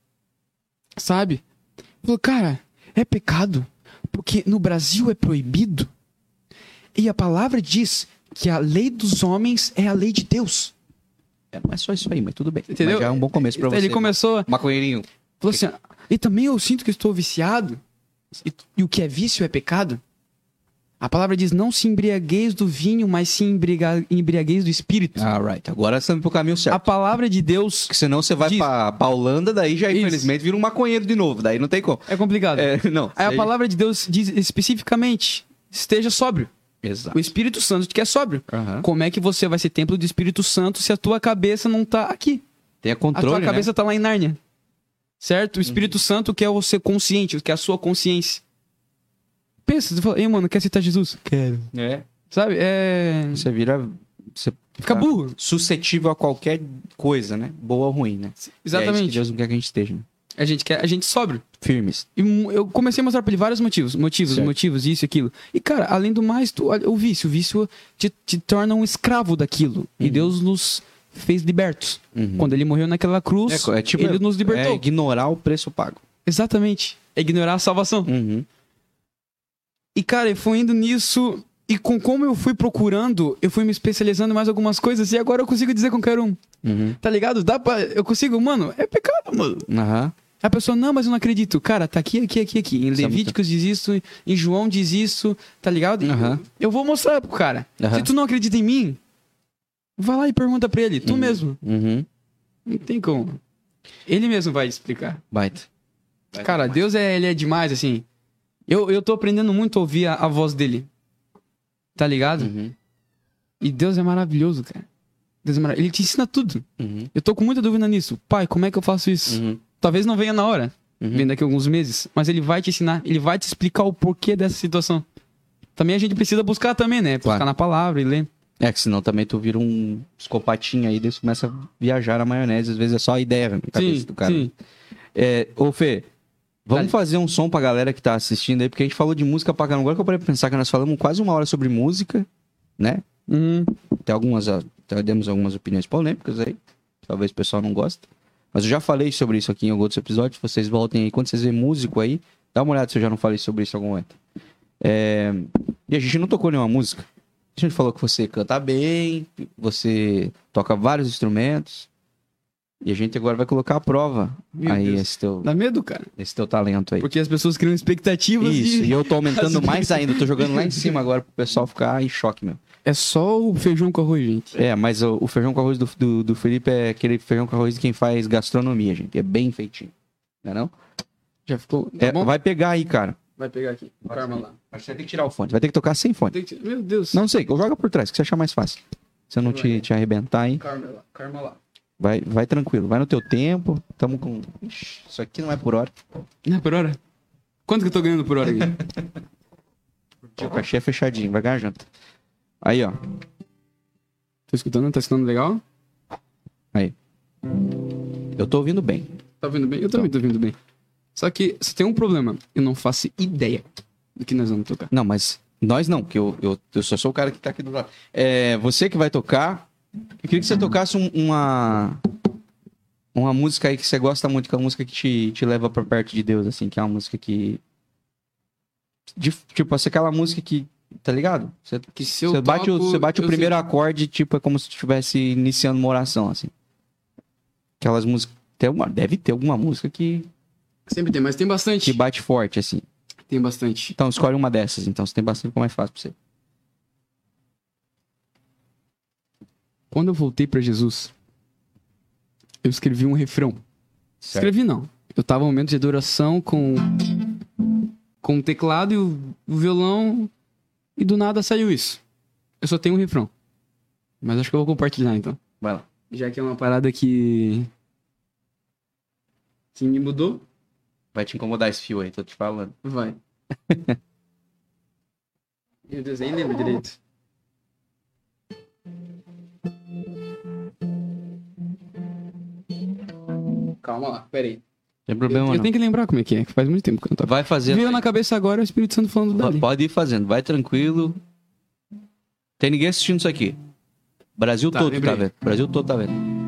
[SPEAKER 1] Sabe? Falou, cara, é pecado. Porque no Brasil é proibido. E a palavra diz que a lei dos homens é a lei de Deus.
[SPEAKER 2] É, não é só isso aí, mas tudo bem.
[SPEAKER 1] Entendeu?
[SPEAKER 2] Mas já é um bom começo pra você.
[SPEAKER 1] Ele começou.
[SPEAKER 2] Maconheirinho.
[SPEAKER 1] Falou assim, e também eu sinto que estou viciado. E, e o que é vício é pecado. A palavra diz, não se embriagueis do vinho, mas se embriaga- embriagueis do espírito.
[SPEAKER 2] Ah, right. Agora estamos pro caminho certo.
[SPEAKER 1] A palavra de Deus
[SPEAKER 2] Porque senão você vai
[SPEAKER 1] Diz-
[SPEAKER 2] pra, pra Holanda, daí já
[SPEAKER 1] Isso.
[SPEAKER 2] infelizmente vira um maconheiro de novo. Daí não tem como.
[SPEAKER 1] é complicado.
[SPEAKER 2] É, não.
[SPEAKER 1] Aí a
[SPEAKER 2] Sei-
[SPEAKER 1] palavra de Deus diz especificamente, esteja sóbrio.
[SPEAKER 2] Exato.
[SPEAKER 1] O Espírito Santo te quer sóbrio.
[SPEAKER 2] Aham.
[SPEAKER 1] Como é que você vai ser templo do Espírito Santo se a tua cabeça não tá aqui?
[SPEAKER 2] Tem a
[SPEAKER 1] A
[SPEAKER 2] controle,
[SPEAKER 1] tua cabeça
[SPEAKER 2] né?
[SPEAKER 1] tá lá em Nárnia. Certo? O Espírito Santo quer você consciente, quer a sua consciência. Pensa, você fala, ei, mano, quer aceitar Jesus? Quero.
[SPEAKER 2] É.
[SPEAKER 1] Sabe? É...
[SPEAKER 2] Você vira... Você
[SPEAKER 1] Fica burro.
[SPEAKER 2] suscetível a qualquer coisa, né? Boa ou ruim, né? É isso que
[SPEAKER 1] Exatamente.
[SPEAKER 2] Deus não quer que a gente esteja. Né?
[SPEAKER 1] A gente quer, a gente sóbrio.
[SPEAKER 2] Firmes.
[SPEAKER 1] E mu- eu comecei a mostrar pra ele vários motivos. Motivos,
[SPEAKER 2] Certo.
[SPEAKER 1] motivos, isso e aquilo. E, cara, além do mais, tu, olha, o vício. O vício te, te torna um escravo daquilo. E
[SPEAKER 2] Uhum.
[SPEAKER 1] Deus nos fez libertos.
[SPEAKER 2] Uhum.
[SPEAKER 1] Quando ele morreu naquela cruz,
[SPEAKER 2] É, é tipo,
[SPEAKER 1] ele nos libertou.
[SPEAKER 2] É ignorar o preço pago.
[SPEAKER 1] Exatamente. É ignorar a salvação.
[SPEAKER 2] Uhum.
[SPEAKER 1] E, cara, eu fui indo nisso. E com como eu fui procurando, eu fui me especializando em mais algumas coisas. E agora eu consigo dizer com qualquer um.
[SPEAKER 2] Uhum.
[SPEAKER 1] Tá ligado? Dá pra. Eu consigo, mano, é pecado, mano.
[SPEAKER 2] Aham.
[SPEAKER 1] A pessoa, não, mas eu não acredito. Cara, tá aqui, aqui, aqui, aqui. Em
[SPEAKER 2] Isso é
[SPEAKER 1] Levíticos diz isso, em João diz isso, tá ligado? E
[SPEAKER 2] Aham.
[SPEAKER 1] eu, eu vou mostrar pro cara.
[SPEAKER 2] Aham.
[SPEAKER 1] Se tu não acredita em mim, vai lá e pergunta pra ele, tu
[SPEAKER 2] Uhum.
[SPEAKER 1] mesmo.
[SPEAKER 2] Uhum.
[SPEAKER 1] Não tem como. Ele mesmo vai explicar.
[SPEAKER 2] Baita.
[SPEAKER 1] Cara, Deus é, ele é demais, assim. Eu, eu tô aprendendo muito a ouvir a, a voz dele. Tá ligado?
[SPEAKER 2] Uhum.
[SPEAKER 1] E Deus é maravilhoso, cara. Deus é maravilhoso. Ele te ensina tudo.
[SPEAKER 2] Uhum.
[SPEAKER 1] Eu tô com muita dúvida nisso. Pai, como é que eu faço isso?
[SPEAKER 2] Uhum.
[SPEAKER 1] Talvez não venha na hora.
[SPEAKER 2] Uhum.
[SPEAKER 1] Vem daqui a alguns meses. Mas ele vai te ensinar. Ele vai te explicar o porquê dessa situação. Também a gente precisa buscar também, né? Buscar
[SPEAKER 2] Claro.
[SPEAKER 1] na palavra e ler.
[SPEAKER 2] É que senão também tu vira um psicopatinho aí, daí você começa a viajar na maionese. Às vezes é só a ideia na cabeça
[SPEAKER 1] Sim,
[SPEAKER 2] do cara.
[SPEAKER 1] sim.
[SPEAKER 2] É, ô Fê, vamos
[SPEAKER 1] Dale.
[SPEAKER 2] fazer um som pra galera que tá assistindo aí, porque a gente falou de música pra caramba. Agora que eu parei pra pensar que nós falamos quase uma hora sobre música, né?
[SPEAKER 1] Uhum.
[SPEAKER 2] Tem algumas, ah, até demos algumas opiniões polêmicas aí. Talvez o pessoal não goste. Mas eu já falei sobre isso aqui em alguns outros episódios. Vocês voltem aí. Quando vocês verem músico aí, dá uma olhada se eu já não falei sobre isso em algum momento. É, e a gente não tocou nenhuma música. A gente falou que você canta bem, você toca vários instrumentos. E a gente agora vai colocar à prova
[SPEAKER 1] Meu
[SPEAKER 2] aí
[SPEAKER 1] Deus.
[SPEAKER 2] esse teu,
[SPEAKER 1] Dá medo, cara.
[SPEAKER 2] esse teu talento aí.
[SPEAKER 1] Porque as pessoas criam expectativas
[SPEAKER 2] Isso,
[SPEAKER 1] e...
[SPEAKER 2] e eu tô aumentando
[SPEAKER 1] As-
[SPEAKER 2] mais ainda. Eu tô jogando lá em cima agora pro pessoal ficar em choque, meu.
[SPEAKER 1] É só o feijão com arroz, gente.
[SPEAKER 2] É, mas o, o feijão com arroz do, do, do Felipe é aquele feijão com arroz de quem faz gastronomia, gente. É bem feitinho. Não é não?
[SPEAKER 1] Já ficou... Tá
[SPEAKER 2] É,
[SPEAKER 1] bom?
[SPEAKER 2] vai pegar aí, cara.
[SPEAKER 1] Vai pegar aqui. Karma lá.
[SPEAKER 2] Mas você vai ter que tirar o fone. Vai ter que tocar sem fone.
[SPEAKER 1] Tem que... Meu Deus.
[SPEAKER 2] Não sei, joga por trás, que você achar mais fácil. Se eu não te, te arrebentar aí.
[SPEAKER 1] Karma lá. Karma lá.
[SPEAKER 2] Vai, vai tranquilo, vai no teu tempo. Tamo com. Ixi, isso aqui não é por hora.
[SPEAKER 1] Não é por hora? Quanto que eu tô ganhando por hora aqui?
[SPEAKER 2] O cachê é fechadinho, vai ganhar janta. Aí, ó.
[SPEAKER 1] Tô escutando? Tá escutando legal?
[SPEAKER 2] Aí. Eu tô ouvindo bem.
[SPEAKER 1] Tá ouvindo bem? Eu também tô ouvindo bem. Só que só tem um problema. Eu não faço ideia do que nós vamos tocar.
[SPEAKER 2] Não, mas nós não, porque eu, eu, eu só sou o cara que tá aqui do lado. É, você que vai tocar. Eu queria que você tocasse um- uma. Uma música aí que você gosta muito, que é uma música que te, te leva pra perto de Deus, assim, que é uma música que. de- tipo, assim, aquela música que. Tá ligado? Você,
[SPEAKER 1] Que se eu
[SPEAKER 2] você bate, o,
[SPEAKER 1] toco,
[SPEAKER 2] você bate o
[SPEAKER 1] eu
[SPEAKER 2] primeiro
[SPEAKER 1] sei-
[SPEAKER 2] acorde, tipo, é como se estivesse iniciando uma oração, assim. Aquelas músicas. Tem uma, deve ter alguma música que,
[SPEAKER 1] Sempre tem, mas tem bastante.
[SPEAKER 2] que bate forte, assim.
[SPEAKER 1] Tem bastante.
[SPEAKER 2] Então, escolhe uma dessas, então. Você tem bastante, fica mais fácil pra você.
[SPEAKER 1] Quando eu voltei pra Jesus, eu escrevi um refrão.
[SPEAKER 2] Certo.
[SPEAKER 1] Escrevi não. Eu tava no momento de adoração com com o teclado e o, o violão e do nada saiu isso. Eu só tenho um refrão. Mas acho que eu vou compartilhar então.
[SPEAKER 2] Vai lá.
[SPEAKER 1] Já que é uma parada que que me mudou,
[SPEAKER 2] Vai te incomodar esse fio aí, tô te falando.
[SPEAKER 1] vai. Meu Deus, nem lembro direito. Calma lá, peraí.
[SPEAKER 2] Tem
[SPEAKER 1] Eu,
[SPEAKER 2] problema
[SPEAKER 1] eu
[SPEAKER 2] não.
[SPEAKER 1] tenho que lembrar como é que é, que faz muito tempo que eu não toco.
[SPEAKER 2] Vai fazendo.
[SPEAKER 1] Veio na cabeça agora o Espírito Santo falando dali.
[SPEAKER 2] Pode ir fazendo, vai tranquilo. Tem ninguém assistindo isso aqui. Brasil
[SPEAKER 1] Tá,
[SPEAKER 2] todo
[SPEAKER 1] lembrei.
[SPEAKER 2] tá vendo. Brasil todo tá vendo.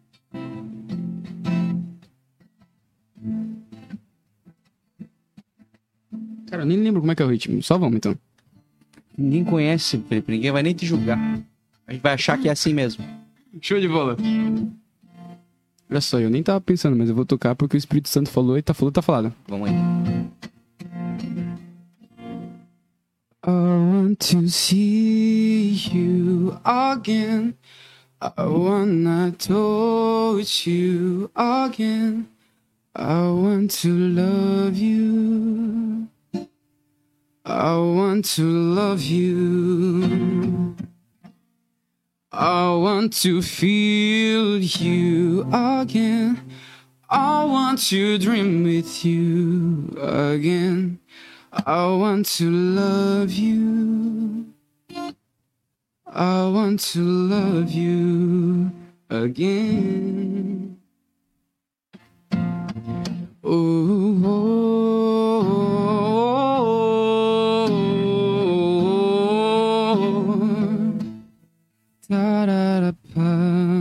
[SPEAKER 1] Cara, eu nem lembro como é que é o ritmo. Só vamos então.
[SPEAKER 2] Ninguém conhece, Felipe. Ninguém vai nem te julgar. A gente vai achar que é assim mesmo.
[SPEAKER 1] Show de bola. Olha só, eu nem tava pensando, mas eu vou tocar porque o Espírito Santo falou e tá falando, tá falado.
[SPEAKER 2] Vamos aí.
[SPEAKER 1] I want to see you again. I wanna touch you again. I want to love you. I want to love you. I want to feel you again. I want to dream with you again. I want to love you. I want to love you again. Oh, oh, oh, oh. Da-da-da-pam.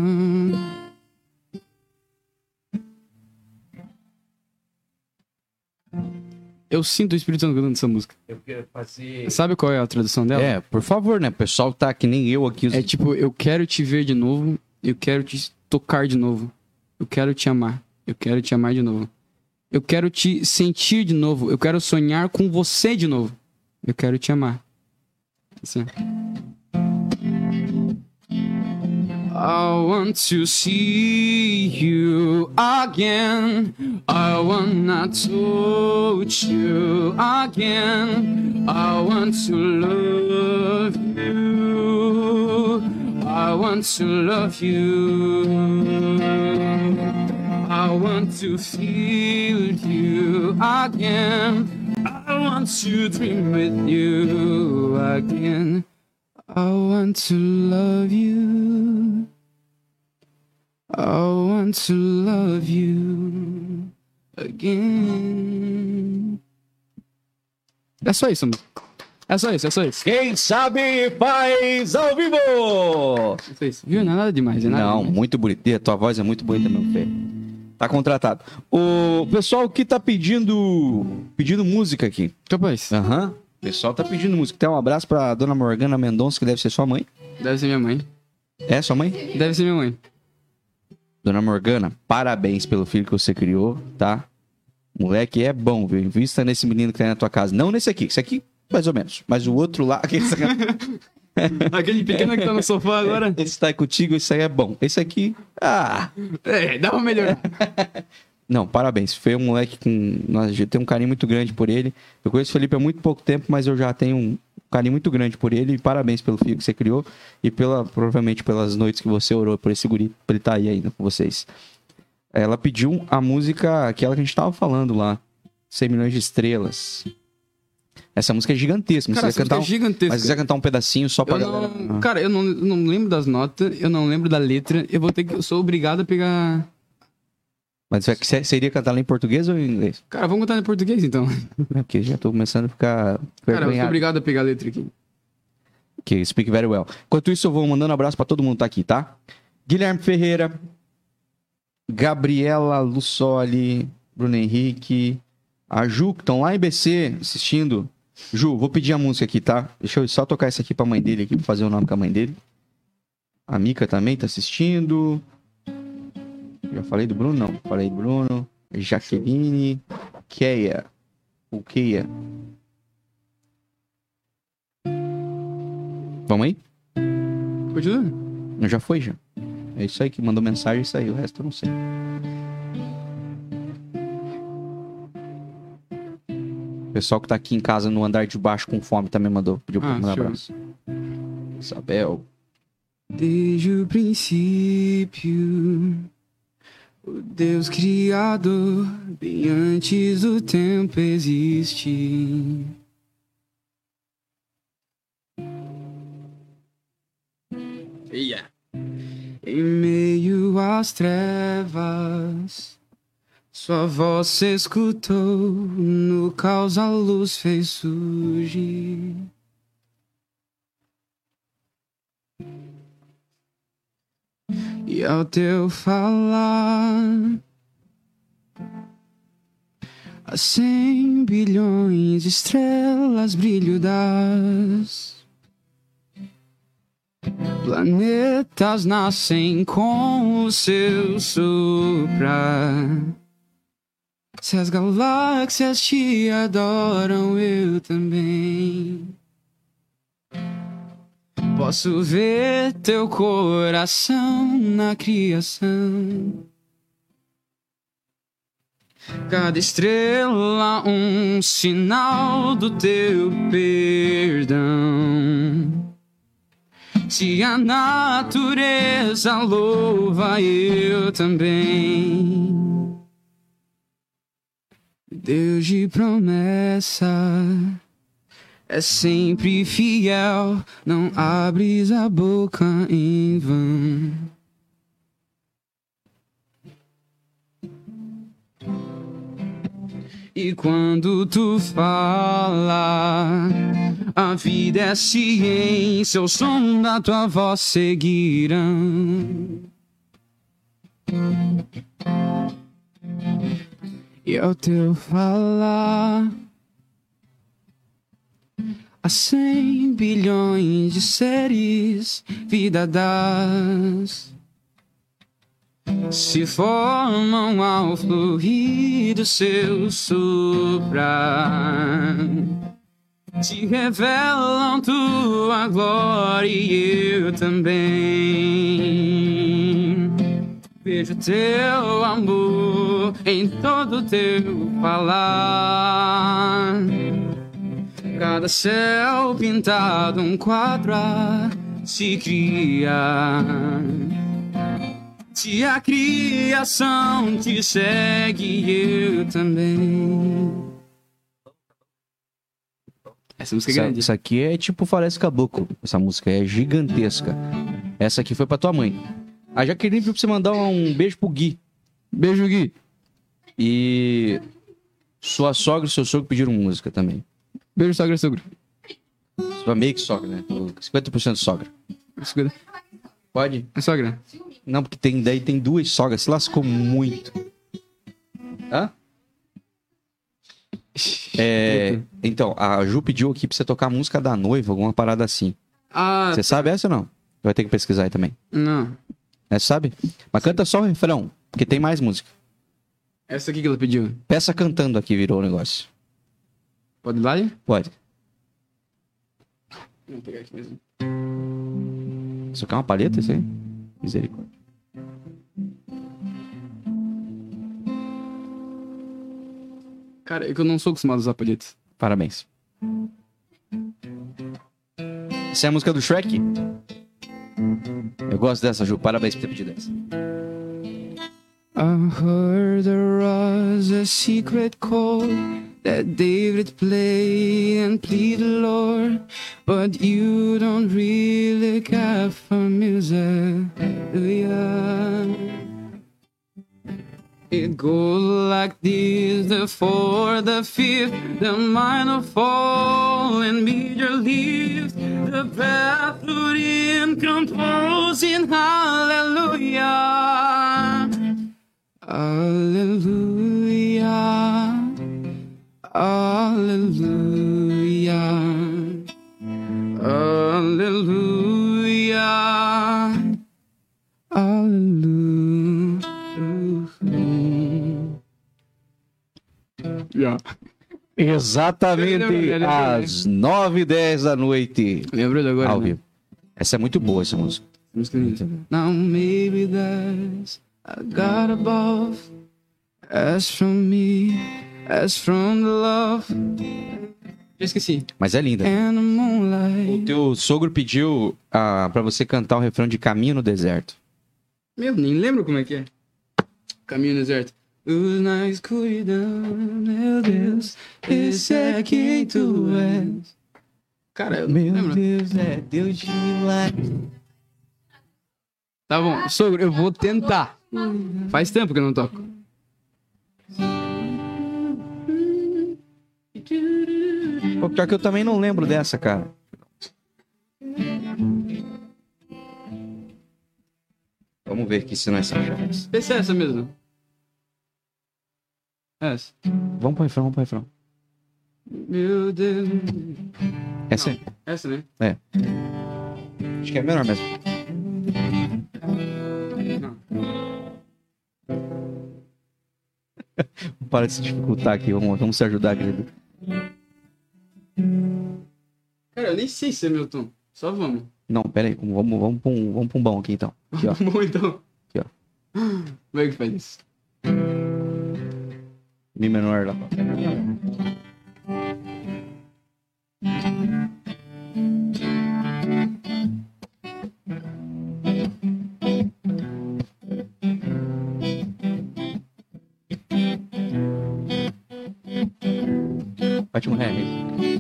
[SPEAKER 1] Eu sinto o Espírito Santo cantando essa música.
[SPEAKER 2] Eu quero fazer.
[SPEAKER 1] Sabe qual é a tradução dela?
[SPEAKER 2] É, por favor, né? O pessoal tá que nem eu aqui. Os...
[SPEAKER 1] É tipo, eu quero te ver de novo, eu quero te tocar de novo, eu quero te amar, eu quero te amar de novo, eu quero te sentir de novo, eu quero sonhar com você de novo, eu quero te amar. Assim. I want to see you again. I wanna touch you again. I want to love you. I want to love you. I want to feel you again. I want to dream with you again. I want to love you. I want to love you again. É só isso, mano. É só isso, é só isso.
[SPEAKER 2] Quem sabe faz ao vivo!
[SPEAKER 1] É só isso. Viu? Não é nada demais, é nada
[SPEAKER 2] Não,
[SPEAKER 1] demais.
[SPEAKER 2] muito bonito. E a tua voz é muito bonita, meu filho. Tá contratado. O pessoal que tá pedindo pedindo música aqui.
[SPEAKER 1] Capaz.
[SPEAKER 2] Aham. O pessoal tá pedindo música. Tem um abraço pra dona Morgana Mendonça, que deve ser sua mãe.
[SPEAKER 1] Deve ser minha mãe.
[SPEAKER 2] É sua mãe?
[SPEAKER 1] Deve ser minha mãe.
[SPEAKER 2] Dona Morgana, parabéns pelo filho que você criou, tá? Moleque é bom, viu? Invista nesse menino que tá aí na tua casa. Não nesse aqui. Esse aqui, mais ou menos. Mas o outro lá... Aquele,
[SPEAKER 1] Aquele pequeno que tá no sofá agora.
[SPEAKER 2] esse tá aí contigo, esse aí é bom. Esse aqui... Ah...
[SPEAKER 1] É, dá pra melhorar.
[SPEAKER 2] Não, parabéns. Foi um moleque com... Nós temos um carinho muito grande por ele. Eu conheço o Felipe há muito pouco tempo, mas eu já tenho um carinho muito grande por ele. E parabéns pelo filho que você criou. E pela, provavelmente pelas noites que você orou por esse guri, pra ele estar aí ainda com vocês. Ela pediu a música, aquela que a gente tava falando lá. cem milhões de estrelas. Essa música é gigantesca.
[SPEAKER 1] Cara,
[SPEAKER 2] Você
[SPEAKER 1] essa música
[SPEAKER 2] cantar
[SPEAKER 1] é gigantesca.
[SPEAKER 2] Um, mas se quiser cantar um pedacinho só pra
[SPEAKER 1] Eu
[SPEAKER 2] galera...
[SPEAKER 1] não, cara, eu não, eu não lembro das notas, eu não lembro da letra. Eu vou ter que. Eu sou obrigado a pegar.
[SPEAKER 2] Mas você você iria cantar ela em português ou em inglês?
[SPEAKER 1] Cara, vamos cantar em português então.
[SPEAKER 2] É porque já tô começando a ficar
[SPEAKER 1] Cara, eu sou
[SPEAKER 2] vergonhado.
[SPEAKER 1] obrigado a pegar a letra aqui.
[SPEAKER 2] Ok, speak very well. Enquanto isso, eu vou mandando um abraço pra todo mundo que tá aqui, tá? Guilherme Ferreira, Gabriela Lussoli, Bruno Henrique, a Ju, que estão lá em B C assistindo. Ju, vou pedir a música aqui, tá? Deixa eu só tocar isso aqui pra mãe dele aqui, pra fazer o nome com a mãe dele. A Mica também tá assistindo. Já falei do Bruno? Não. Falei do Bruno. Jaqueline. Keia. O Keia. Vamos aí?
[SPEAKER 1] Continua?
[SPEAKER 2] Não, já foi, já. É isso aí que mandou mensagem, isso aí. O resto eu não sei. O pessoal que tá aqui em casa no andar de baixo com fome também mandou. Pediu pra
[SPEAKER 1] Ah,
[SPEAKER 2] mandar um
[SPEAKER 1] show.
[SPEAKER 2] abraço. Isabel.
[SPEAKER 1] Desde o princípio, o Deus Criador, bem antes do tempo existe. Yeah. Em meio às trevas, sua voz se escutou, no caos a luz fez surgir. E ao teu falar, a cem bilhões de estrelas brilho das. Planetas nascem com o seu soprar. Se as galáxias te adoram, eu também. Posso ver teu coração na criação. Cada estrela um sinal do teu perdão. Se a natureza louva, eu também. Deus de promessa é sempre fiel, não abres a boca em vão. E quando tu fala, a vida é ciência, o som da tua voz seguirão. E ao teu falar, a cem bilhões de seres vida das. Se formam ao fluir do seu soprar. Te revelam tua glória e eu também. Vejo teu amor em todo teu falar. Cada céu pintado um quadro a se criar. Se a criação te segue, eu também. Essa música é
[SPEAKER 2] Essa,
[SPEAKER 1] grande.
[SPEAKER 2] isso aqui é tipo Faroeste Caboclo. Essa música é gigantesca. Essa aqui foi pra tua mãe. A Jaqueline pediu pra você mandar um beijo pro Gui.
[SPEAKER 1] Beijo, Gui.
[SPEAKER 2] E sua sogra e seu sogro pediram música também.
[SPEAKER 1] Beijo, sogra e sogro.
[SPEAKER 2] Sua meio que sogra, né? cinquenta por cento sogra.
[SPEAKER 1] Escuta.
[SPEAKER 2] Pode?
[SPEAKER 1] É sogra.
[SPEAKER 2] Não, porque tem, daí tem duas sogras. Se lascou muito. Hã? É, então, a Ju pediu aqui pra você tocar a música da noiva, alguma parada assim.
[SPEAKER 1] Ah,
[SPEAKER 2] Você sabe essa ou não? Vai ter que pesquisar aí também.
[SPEAKER 1] não.
[SPEAKER 2] Essa sabe? Mas canta só o refrão, porque tem mais música.
[SPEAKER 1] Essa aqui que ela pediu.
[SPEAKER 2] Peça cantando aqui virou o negócio.
[SPEAKER 1] Pode ir lá? Hein?
[SPEAKER 2] Pode.
[SPEAKER 1] Vou pegar aqui mesmo.
[SPEAKER 2] Isso aqui é uma palheta, isso aí? Misericórdia.
[SPEAKER 1] Cara, é que eu não sou acostumado a usar palhetas.
[SPEAKER 2] Parabéns. Essa é a música do Shrek? Eu gosto dessa, Ju. Parabéns por ter pedido essa.
[SPEAKER 1] I heard there was a secret chord that David played and plead the Lord, but you don't really care for music, do ya? It goes like this: the fourth, the fifth, the minor fall and major leaves, the prelude in composing hallelujah. Hallelujah, hallelujah, hallelujah, hallelujah. Yeah.
[SPEAKER 2] Exatamente às nove e dez da noite.
[SPEAKER 1] Lembrou de agora?
[SPEAKER 2] Ao
[SPEAKER 1] né?
[SPEAKER 2] vivo. Essa é muito boa, essa música.
[SPEAKER 1] Música linda. Now maybe there's a God above, as from me, as from the love. Já esqueci.
[SPEAKER 2] Mas é linda.
[SPEAKER 1] And the
[SPEAKER 2] O
[SPEAKER 1] moonlight.
[SPEAKER 2] teu sogro pediu ah, pra você cantar o refrão de Caminho no Deserto.
[SPEAKER 1] Meu, nem lembro como é que é. Caminho no deserto. Os na escuridão, meu Deus, esse é quem tu és. Cara, eu não lembro.
[SPEAKER 2] Deus, é Deus de milagre.
[SPEAKER 1] Tá bom, sogro, eu vou tentar. Faz tempo que eu não toco.
[SPEAKER 2] Pô, pior que eu também não lembro dessa, cara. Vamos ver aqui se não é essa chance.
[SPEAKER 1] Vê se é essa mesmo. Essa.
[SPEAKER 2] Vamos pro refrão, vamos pro refrão.
[SPEAKER 1] Meu Deus.
[SPEAKER 2] Essa é.
[SPEAKER 1] Essa, né?
[SPEAKER 2] É. Acho que é menor mesmo.
[SPEAKER 1] Não.
[SPEAKER 2] Para de se dificultar aqui, vamos, vamos se ajudar, querido.
[SPEAKER 1] Cara, eu nem sei se é meu tom. Só vamos.
[SPEAKER 2] Não, pera aí, vamos, vamos, pra um, vamos pra um bom aqui então. Aqui, ó.
[SPEAKER 1] Bom, então.
[SPEAKER 2] Aqui, ó.
[SPEAKER 1] Como é que faz isso?
[SPEAKER 2] Mi menor lá. Bate um ré aí.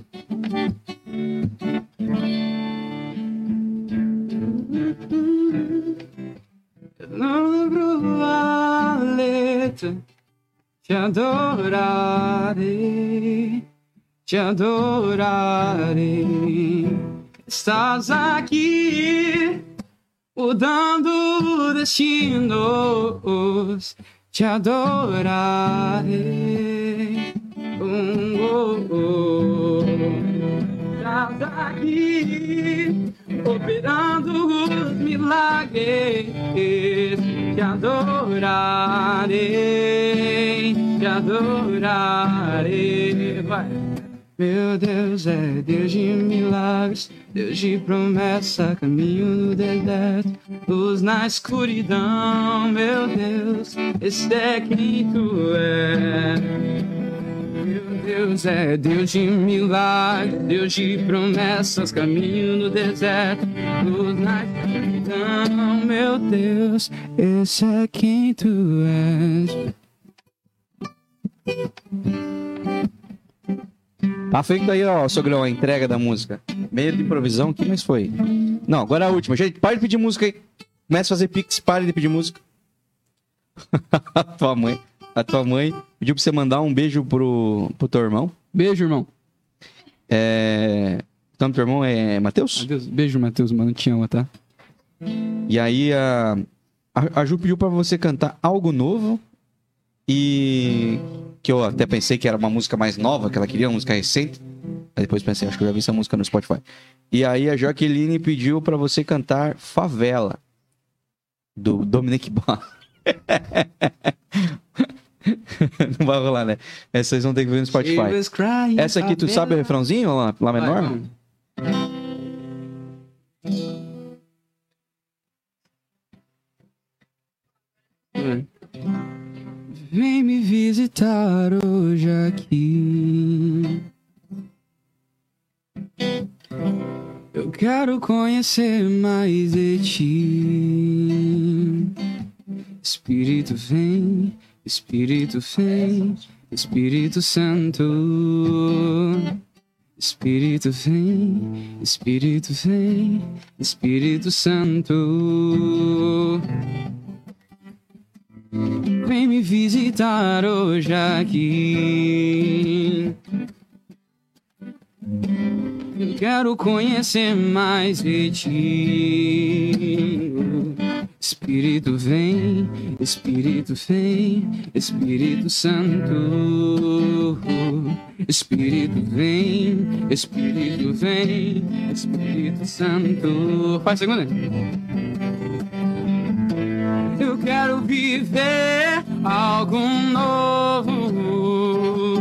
[SPEAKER 1] Eu não lembro a letra. Te adorarei, te adorarei. Estás aqui, mudando destinos. Te adorarei. Um, oh, oh. Estás aqui, operando os milagres. Te adorarei, te adorarei. Vai. Meu Deus é Deus de milagres, Deus de promessa, caminho no deserto, luz na escuridão. Meu Deus, esse é quem tu és. Meu Deus é Deus de milagres, Deus de promessas, caminho no deserto, luz na escuridão. Meu Deus, esse é quem tu és.
[SPEAKER 2] Tá feito aí, ó, sogrão, a entrega da música. Meio de improvisão aqui, mas foi. Não, agora é a última. Gente, pare de pedir música aí. Começa a fazer pix, pare de pedir música. a tua mãe, a tua mãe pediu pra você mandar um beijo pro, pro teu irmão.
[SPEAKER 1] Beijo, irmão.
[SPEAKER 2] É... O nome do teu irmão é Matheus?
[SPEAKER 1] Adeus. Beijo, Matheus, mano. Te amo, tá?
[SPEAKER 2] E aí a, a, a Ju pediu pra você cantar algo novo e que eu até pensei que era uma música mais nova, que ela queria, uma música recente. Aí depois pensei, acho que eu já vi essa música no Spotify. E aí a Jaqueline pediu pra você cantar Favela, do Dominic Ball. Não vai rolar, né? Essa vocês vão ter que ver no Spotify. Essa aqui, tu sabe o refrãozinho, lá, lá menor?
[SPEAKER 1] Vai, vamos. Vem me visitar hoje aqui. Eu quero conhecer mais de ti. Espírito vem, Espírito vem, Espírito Santo. Espírito vem, Espírito vem, Espírito Santo. Vem me visitar hoje aqui. Eu quero conhecer mais de ti. Espírito vem, Espírito vem, Espírito Santo. Espírito vem, Espírito vem, Espírito Santo. Faz a segunda. Eu quero viver algo novo.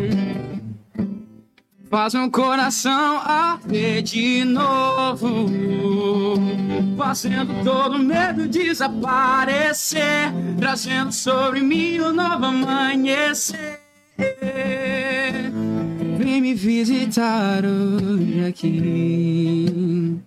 [SPEAKER 1] Faz meu coração arder de novo, fazendo todo medo desaparecer, trazendo sobre mim um novo amanhecer. Vem me visitar hoje aqui.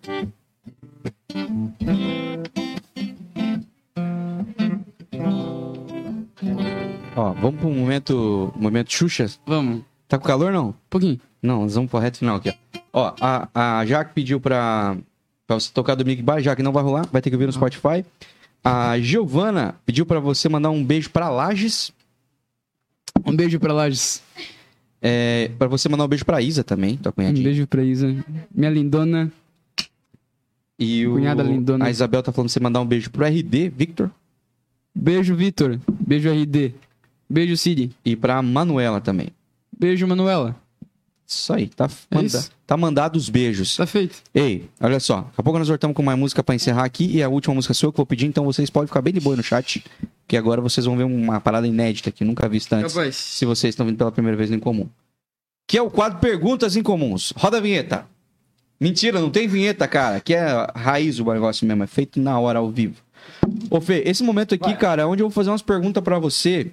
[SPEAKER 2] Ó, vamos pro momento, momento Xuxa.
[SPEAKER 1] Vamos.
[SPEAKER 2] Tá com calor, não?
[SPEAKER 1] Um pouquinho.
[SPEAKER 2] Não, nós vamos pro reto final aqui, ó. Ó, a, a Jaque pediu pra, pra você tocar do Mic Bar, Jaque não vai rolar, vai ter que ouvir no Spotify. A Giovana pediu pra você mandar um beijo pra Lages.
[SPEAKER 1] Um beijo pra Lages.
[SPEAKER 2] É, pra você mandar um beijo pra Isa também, tua
[SPEAKER 1] Um
[SPEAKER 2] cunhadinha.
[SPEAKER 1] beijo pra Isa. Minha lindona.
[SPEAKER 2] E o,
[SPEAKER 1] Cunhada lindona.
[SPEAKER 2] a Isabel tá falando pra você mandar um beijo pro R D, Victor.
[SPEAKER 1] Beijo, Vitor. Beijo, R D. Beijo, Cid.
[SPEAKER 2] E pra Manuela também.
[SPEAKER 1] Beijo, Manuela.
[SPEAKER 2] Isso aí, tá,
[SPEAKER 1] É
[SPEAKER 2] manda,
[SPEAKER 1] isso?
[SPEAKER 2] tá mandado os beijos.
[SPEAKER 1] Tá feito.
[SPEAKER 2] Ei, olha só, daqui a pouco nós voltamos com uma música pra encerrar aqui, e a última música sua que eu vou pedir, então vocês podem ficar bem de boa no chat, que agora vocês vão ver uma parada inédita que nunca vista antes,
[SPEAKER 1] Rapaz.
[SPEAKER 2] se vocês estão vindo pela primeira vez no Incomum. Que é o quadro Perguntas Incomuns. Roda a vinheta. Mentira, não tem vinheta, cara, que é raiz o negócio mesmo, é feito na hora, ao vivo. Ô Fê, esse momento aqui, cara, é onde eu vou fazer umas perguntas pra você,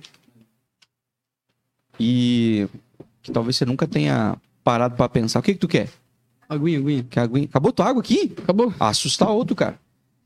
[SPEAKER 2] e que talvez você nunca tenha parado pra pensar. O que que tu quer?
[SPEAKER 1] Aguinha, aguinha.
[SPEAKER 2] Quer aguinha? Acabou tua água aqui?
[SPEAKER 1] Acabou.
[SPEAKER 2] Assustar outro, cara.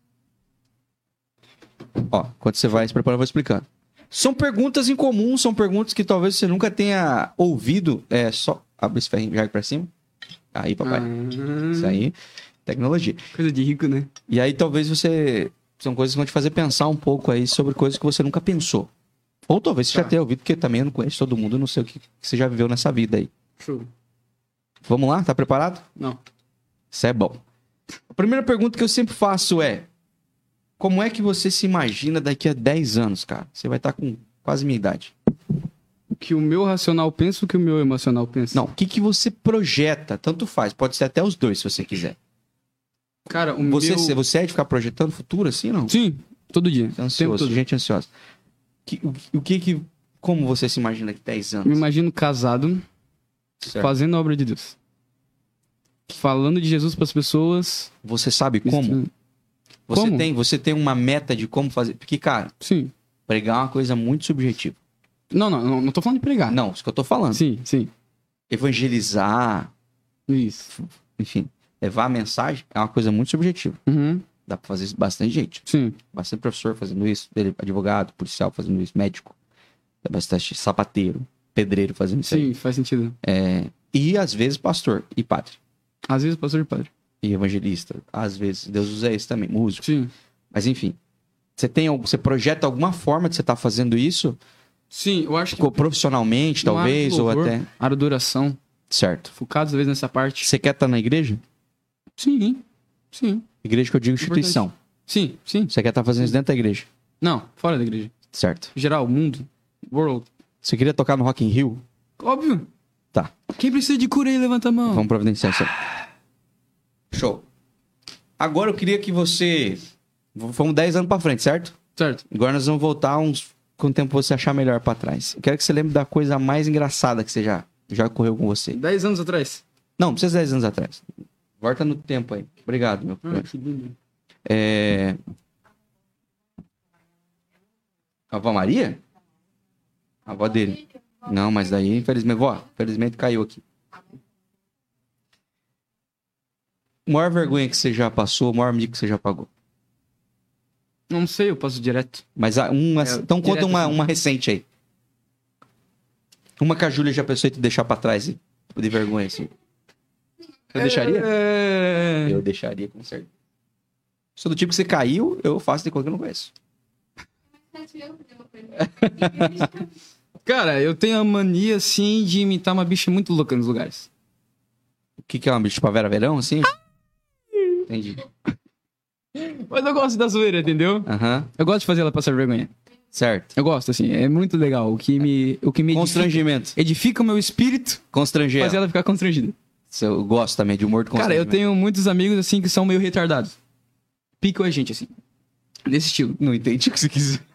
[SPEAKER 2] Ó, enquanto você vai se preparando, eu vou explicando. São perguntas incomuns, são perguntas que talvez você nunca tenha ouvido. É só. Abre esse ferrinho já pra cima. Aí, papai.
[SPEAKER 1] Ah,
[SPEAKER 2] Isso aí. Tecnologia.
[SPEAKER 1] Coisa de rico, né?
[SPEAKER 2] E aí talvez você. São coisas que vão te fazer pensar um pouco aí sobre coisas que você nunca pensou. Ou talvez você
[SPEAKER 1] Tá.
[SPEAKER 2] já tenha ouvido, porque também eu não conheço todo mundo, eu não sei o que, que você já viveu nessa vida aí.
[SPEAKER 1] Show.
[SPEAKER 2] Vamos lá? Tá preparado?
[SPEAKER 1] Não.
[SPEAKER 2] Isso é bom. A primeira pergunta que eu sempre faço é: como é que você se imagina daqui a dez anos, cara? Você vai estar com quase minha idade.
[SPEAKER 1] O que o meu racional pensa, o que o meu emocional pensa.
[SPEAKER 2] Não, o que, que você projeta? Tanto faz, pode ser até os dois, se você quiser.
[SPEAKER 1] Cara, o
[SPEAKER 2] Você,
[SPEAKER 1] meu...
[SPEAKER 2] você é de ficar projetando o futuro assim, não?
[SPEAKER 1] Sim, todo dia.
[SPEAKER 2] Você é
[SPEAKER 1] Tempo
[SPEAKER 2] ansioso,
[SPEAKER 1] todo.
[SPEAKER 2] gente ansiosa. Que- o, o que que... Como você se imagina daqui a dez anos?
[SPEAKER 1] Me imagino casado,
[SPEAKER 2] Certo.
[SPEAKER 1] fazendo a obra de Deus. Falando de Jesus pras pessoas.
[SPEAKER 2] Você sabe como? Você
[SPEAKER 1] Como?
[SPEAKER 2] tem, você tem uma meta de como fazer? Porque, cara,
[SPEAKER 1] Sim.
[SPEAKER 2] pregar é uma coisa muito subjetiva.
[SPEAKER 1] Não, não, não, não tô falando de pregar.
[SPEAKER 2] Não, isso que eu tô falando.
[SPEAKER 1] Sim, sim.
[SPEAKER 2] Evangelizar,
[SPEAKER 1] Isso.
[SPEAKER 2] enfim, levar a mensagem é uma coisa muito subjetiva.
[SPEAKER 1] Uhum.
[SPEAKER 2] Dá pra fazer isso bastante gente.
[SPEAKER 1] Sim.
[SPEAKER 2] Bastante professor fazendo isso, dele- advogado, policial fazendo isso, médico. Dá bastante sapateiro, pedreiro fazendo isso aí.
[SPEAKER 1] Sim, faz sentido.
[SPEAKER 2] E às vezes pastor e padre.
[SPEAKER 1] Às vezes pastor de padre.
[SPEAKER 2] E evangelista. Às vezes Deus usa isso também, músico.
[SPEAKER 1] Sim.
[SPEAKER 2] Mas enfim. Você tem, algum- você projeta alguma forma de você estar fazendo isso?
[SPEAKER 1] Sim, eu acho que...
[SPEAKER 2] Co- Profissionalmente,
[SPEAKER 1] no
[SPEAKER 2] talvez,
[SPEAKER 1] área do
[SPEAKER 2] ou
[SPEAKER 1] louvor,
[SPEAKER 2] até.
[SPEAKER 1] área de oração.
[SPEAKER 2] Certo.
[SPEAKER 1] Focado às vezes nessa parte.
[SPEAKER 2] Você quer estar na igreja?
[SPEAKER 1] Sim. Sim.
[SPEAKER 2] Igreja que eu digo instituição.
[SPEAKER 1] Sim, sim.
[SPEAKER 2] Você quer estar fazendo isso dentro da igreja?
[SPEAKER 1] Não, fora da igreja.
[SPEAKER 2] Certo.
[SPEAKER 1] Geral, mundo, world.
[SPEAKER 2] Você queria tocar no Rock in Rio?
[SPEAKER 1] Óbvio.
[SPEAKER 2] Tá.
[SPEAKER 1] Quem precisa de cura aí, levanta a mão.
[SPEAKER 2] Vamos providenciar isso aí. Show. Agora eu queria que você... Vamos dez anos pra frente, certo?
[SPEAKER 1] Certo.
[SPEAKER 2] Agora nós vamos voltar uns... Quanto tempo você achar melhor pra trás. Eu quero que você lembre da coisa mais engraçada que você já, já ocorreu com você.
[SPEAKER 1] Dez anos atrás.
[SPEAKER 2] Não, não precisa dez anos atrás. Volta no tempo aí. Obrigado, meu filho.
[SPEAKER 1] Ah, que lindo.
[SPEAKER 2] É... A avó Maria? A avó dele. Não, mas daí, infelizmente... Vó, infelizmente caiu aqui. A maior vergonha que você já passou, o maior amigo que você já pagou.
[SPEAKER 1] Não sei, eu passo direto.
[SPEAKER 2] Mas a- uma,
[SPEAKER 1] É,
[SPEAKER 2] então conta
[SPEAKER 1] direto
[SPEAKER 2] uma,
[SPEAKER 1] assim.
[SPEAKER 2] uma recente aí. Uma que a Júlia já pensou em te deixar pra trás, hein? De vergonha, assim. Eu deixaria?
[SPEAKER 1] É...
[SPEAKER 2] Eu deixaria, com certeza. Sou do tipo que você caiu, eu faço de coisa que eu não conheço.
[SPEAKER 1] Cara, eu tenho a mania, assim, de imitar uma bicha muito louca nos lugares.
[SPEAKER 2] O que, que é uma bicha pra Vera Verão, assim? Entendi.
[SPEAKER 1] Mas eu gosto da zoeira, entendeu?
[SPEAKER 2] Aham,
[SPEAKER 1] Eu gosto de fazer ela passar vergonha.
[SPEAKER 2] certo.
[SPEAKER 1] Eu gosto, assim, é muito legal. O que me, o que me edifica,
[SPEAKER 2] Constrangimento.
[SPEAKER 1] edifica o meu espírito,
[SPEAKER 2] Constranger.
[SPEAKER 1] fazer ela ficar constrangida.
[SPEAKER 2] Eu gosto também de humor de
[SPEAKER 1] Cara, eu
[SPEAKER 2] constrangimento.
[SPEAKER 1] tenho muitos amigos, assim, que são meio retardados. Picam a gente, assim. Desse estilo.
[SPEAKER 2] Não entendi o que você quis dizer.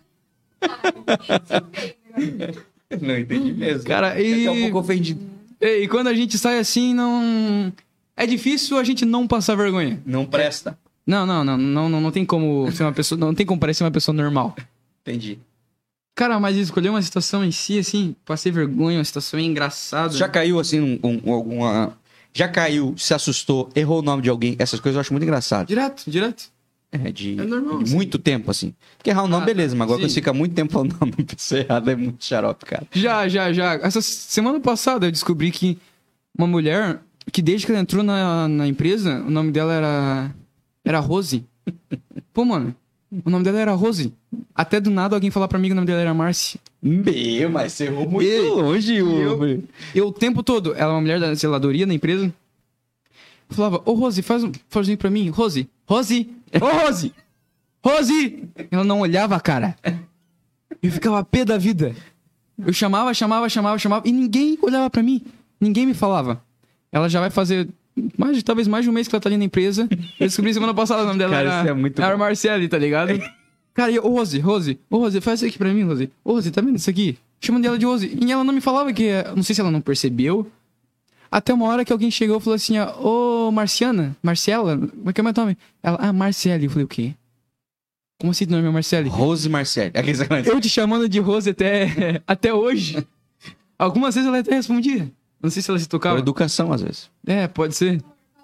[SPEAKER 2] Não entendi mesmo.
[SPEAKER 1] Cara,
[SPEAKER 2] Fiquei
[SPEAKER 1] e...
[SPEAKER 2] até um pouco ofendido.
[SPEAKER 1] E, e quando a gente sai assim, não... É difícil a gente não passar vergonha.
[SPEAKER 2] Não presta.
[SPEAKER 1] Não, não, não, não, não, não tem como ser uma pessoa... Não tem como parecer uma pessoa normal.
[SPEAKER 2] Entendi.
[SPEAKER 1] Cara, mas escolher uma situação em si, assim, passei vergonha, uma situação engraçada.
[SPEAKER 2] Já caiu, assim, um, um- alguma... Já caiu, se assustou, errou o nome de alguém. Essas coisas eu acho muito engraçado.
[SPEAKER 1] Direto, direto.
[SPEAKER 2] É, de,
[SPEAKER 1] É normal,
[SPEAKER 2] de
[SPEAKER 1] assim.
[SPEAKER 2] muito tempo, assim. Porque errar o nome,
[SPEAKER 1] Ah,
[SPEAKER 2] beleza, mas agora
[SPEAKER 1] sim.
[SPEAKER 2] quando você fica muito tempo falando o nome da pessoa errada, é muito xarope, cara.
[SPEAKER 1] Já, já, já. Essa semana passada eu descobri que uma mulher, que desde que ela entrou na, na empresa, o nome dela era. Era Rose. Pô, mano, o nome dela era Rose. Até do nada alguém falar pra mim que o nome dela era Marcy.
[SPEAKER 2] Meu, mas você errou muito
[SPEAKER 1] E-
[SPEAKER 2] longe,
[SPEAKER 1] eu-
[SPEAKER 2] Uber.
[SPEAKER 1] Eu o tempo todo, ela é uma mulher da zeladoria da empresa. Eu falava, ô Rose, faz um favorzinho pra mim. Rose, Rose, ô Rose, Rose! Ela não olhava a cara. Eu ficava pé da vida. Eu chamava, chamava, chamava, chamava, e ninguém olhava pra mim. Ninguém me falava. Ela já vai fazer mais, de- talvez mais de um mês que ela tá ali na empresa. Eu descobri semana passada o nome dela
[SPEAKER 2] Cara,
[SPEAKER 1] era,
[SPEAKER 2] isso é muito
[SPEAKER 1] era
[SPEAKER 2] bom.
[SPEAKER 1] Marcele, tá ligado? Cara, e eu, ô Rose, Rose, ô Rose, faz isso aqui pra mim, Rose. Ô Rose, tá vendo isso aqui? Chamando ela de Rose. E ela não me falava que... Não sei se ela não percebeu. Até uma hora que alguém chegou e falou assim, ó, ô Marciana, Marcela, como é que é o meu nome? Ela, ah, Marcele. Eu falei, o quê? Como assim teu nome é Marcele?
[SPEAKER 2] Rose Marcelli. Aqui, sacanagem.
[SPEAKER 1] Eu te chamando de Rose até, até hoje. Algumas vezes ela até respondia. Não sei se ela se
[SPEAKER 2] Por
[SPEAKER 1] tocava.
[SPEAKER 2] educação, às vezes.
[SPEAKER 1] É, pode ser.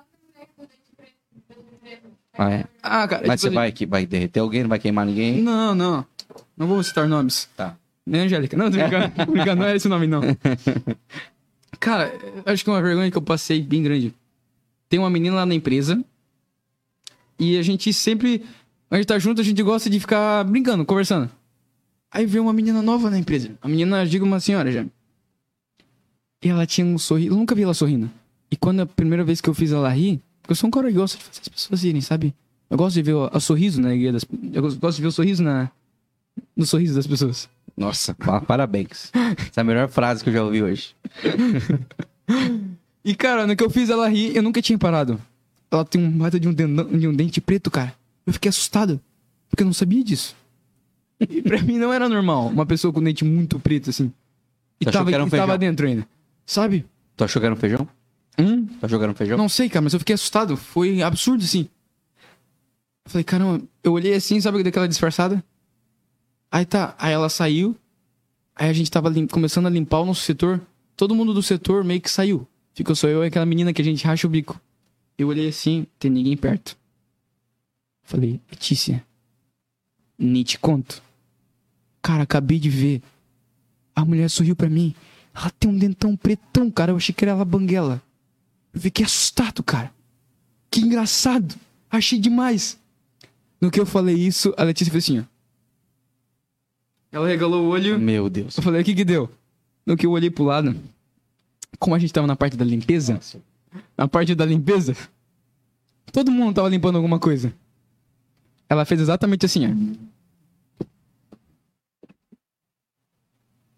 [SPEAKER 2] Ah, é.
[SPEAKER 1] Ah, cara.
[SPEAKER 2] Mas
[SPEAKER 1] tipo,
[SPEAKER 2] você vai, que vai derreter alguém, não vai queimar ninguém?
[SPEAKER 1] Não, não. Não vou citar nomes.
[SPEAKER 2] Tá.
[SPEAKER 1] Nem Angélica. Não, tô brincando. Tô brincando, não é esse o nome, não. Cara, acho que é uma vergonha que eu passei bem grande. Tem uma menina lá na empresa. E a gente sempre... A gente tá junto, a gente gosta de ficar brincando, conversando. Aí veio uma menina nova na empresa. A menina, digo uma senhora já. E ela tinha um sorriso. Eu nunca vi ela sorrindo. E quando a primeira vez que eu fiz ela rir... Porque eu sou um cara que gosta de fazer as pessoas rirem, sabe? Eu gosto de ver o, o sorriso na alegria das... Eu gosto de ver o sorriso na... No sorriso das pessoas.
[SPEAKER 2] Nossa, pa- parabéns. Essa é a melhor frase que eu já ouvi hoje.
[SPEAKER 1] E, cara, no que eu fiz ela rir, eu nunca tinha parado. Ela tem um baita de um, dendão, de um dente preto, cara. Eu fiquei assustado. Porque eu não sabia disso. E pra mim não era normal. Uma pessoa com dente muito preto, assim. E
[SPEAKER 2] Tu achou
[SPEAKER 1] tava,
[SPEAKER 2] que era um
[SPEAKER 1] e tava
[SPEAKER 2] feijão?
[SPEAKER 1] dentro ainda. Sabe?
[SPEAKER 2] Tu achou que era um feijão?
[SPEAKER 1] Hum?
[SPEAKER 2] Tu achou que era um feijão?
[SPEAKER 1] Não sei, cara, mas eu fiquei assustado. Foi absurdo, assim. Eu falei, caramba, eu olhei assim, sabe daquela disfarçada? Aí tá, aí ela saiu. Aí a gente tava lim- começando a limpar o nosso setor. Todo mundo do setor meio que saiu. Ficou só eu e aquela menina que a gente racha o bico. Eu olhei assim, tem ninguém perto. Falei, Letícia, nem te conto. Cara, acabei de ver. A mulher sorriu pra mim. Ela tem um dentão pretão, cara. Eu achei que era ela banguela. Eu fiquei assustado, cara. Que engraçado. Achei demais. No que eu falei isso, a Letícia fez assim, ó. Ela regalou o olho.
[SPEAKER 2] Meu Deus.
[SPEAKER 1] Eu falei, o que que deu? No que eu olhei pro lado, como a gente tava na parte da limpeza, na parte da limpeza, todo mundo tava limpando alguma coisa. Ela fez exatamente assim, ó.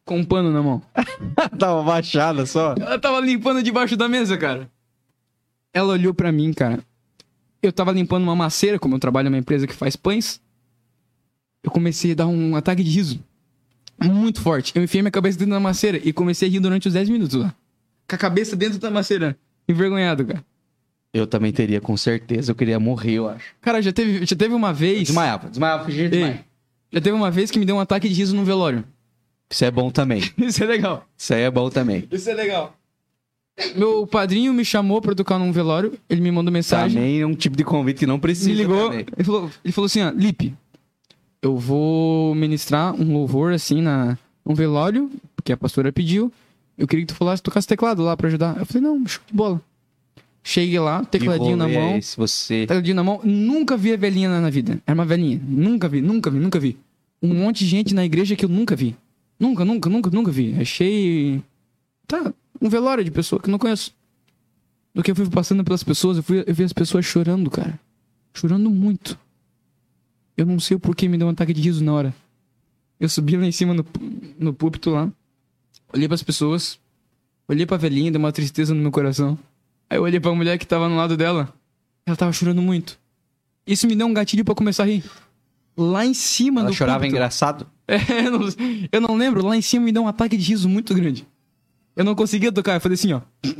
[SPEAKER 1] com um pano na mão.
[SPEAKER 2] Tava baixada só.
[SPEAKER 1] Ela tava limpando debaixo da mesa, cara. Ela olhou pra mim, cara. Eu tava limpando uma macieira, como eu trabalho numa empresa que faz pães. Eu comecei a dar um ataque de riso. Muito forte. Eu enfiei minha cabeça dentro da macieira e comecei a rir durante os dez minutos lá. Com a cabeça dentro da macieira. Envergonhado, cara.
[SPEAKER 2] Eu também teria, com certeza. Eu queria morrer, eu acho.
[SPEAKER 1] Cara, já teve, já teve uma vez...
[SPEAKER 2] Desmaiava. Desmaiava, fingia
[SPEAKER 1] Ei,
[SPEAKER 2] desmaiar.
[SPEAKER 1] já teve uma vez que me deu um ataque de riso num velório.
[SPEAKER 2] Isso é bom também.
[SPEAKER 1] Isso é legal.
[SPEAKER 2] Isso aí é bom também.
[SPEAKER 1] Isso é legal. Meu padrinho me chamou pra tocar num velório. Ele me mandou mensagem.
[SPEAKER 2] Também é um tipo de convite que não precisa.
[SPEAKER 1] Me ligou.
[SPEAKER 2] também.
[SPEAKER 1] Ele falou, ele falou assim, ó, Lipe, eu vou ministrar um louvor assim na um velório, porque a pastora pediu. Eu queria que tu falasse, tocasse teclado lá pra ajudar. Eu falei, não, show de bola. Cheguei lá, tecladinho na
[SPEAKER 2] Que rolê
[SPEAKER 1] mão.
[SPEAKER 2] é esse, você...
[SPEAKER 1] Tecladinho na mão. Nunca vi a velhinha na, na vida. Era uma velhinha. Nunca vi, nunca vi, nunca vi. Um monte de gente na igreja que eu nunca vi. Nunca, nunca, nunca, nunca vi. Achei... Tá, um velório de pessoa que eu não conheço. Do que eu fui passando pelas pessoas, eu, fui, eu vi as pessoas chorando, cara. Chorando muito. Eu não sei o porquê me deu um ataque de riso na hora. Eu subi lá em cima no, no púlpito lá. Olhei pras pessoas. Olhei pra velhinha, deu uma tristeza no meu coração. Aí eu olhei pra mulher que tava no lado dela. Ela tava chorando muito. Isso me deu um gatilho pra começar a rir. Lá em cima
[SPEAKER 2] Ela
[SPEAKER 1] do
[SPEAKER 2] chorava
[SPEAKER 1] púlpito.
[SPEAKER 2] engraçado?
[SPEAKER 1] É, eu não, eu não lembro. Lá em cima me deu um ataque de riso muito grande. Eu não conseguia tocar. Eu falei assim, ó.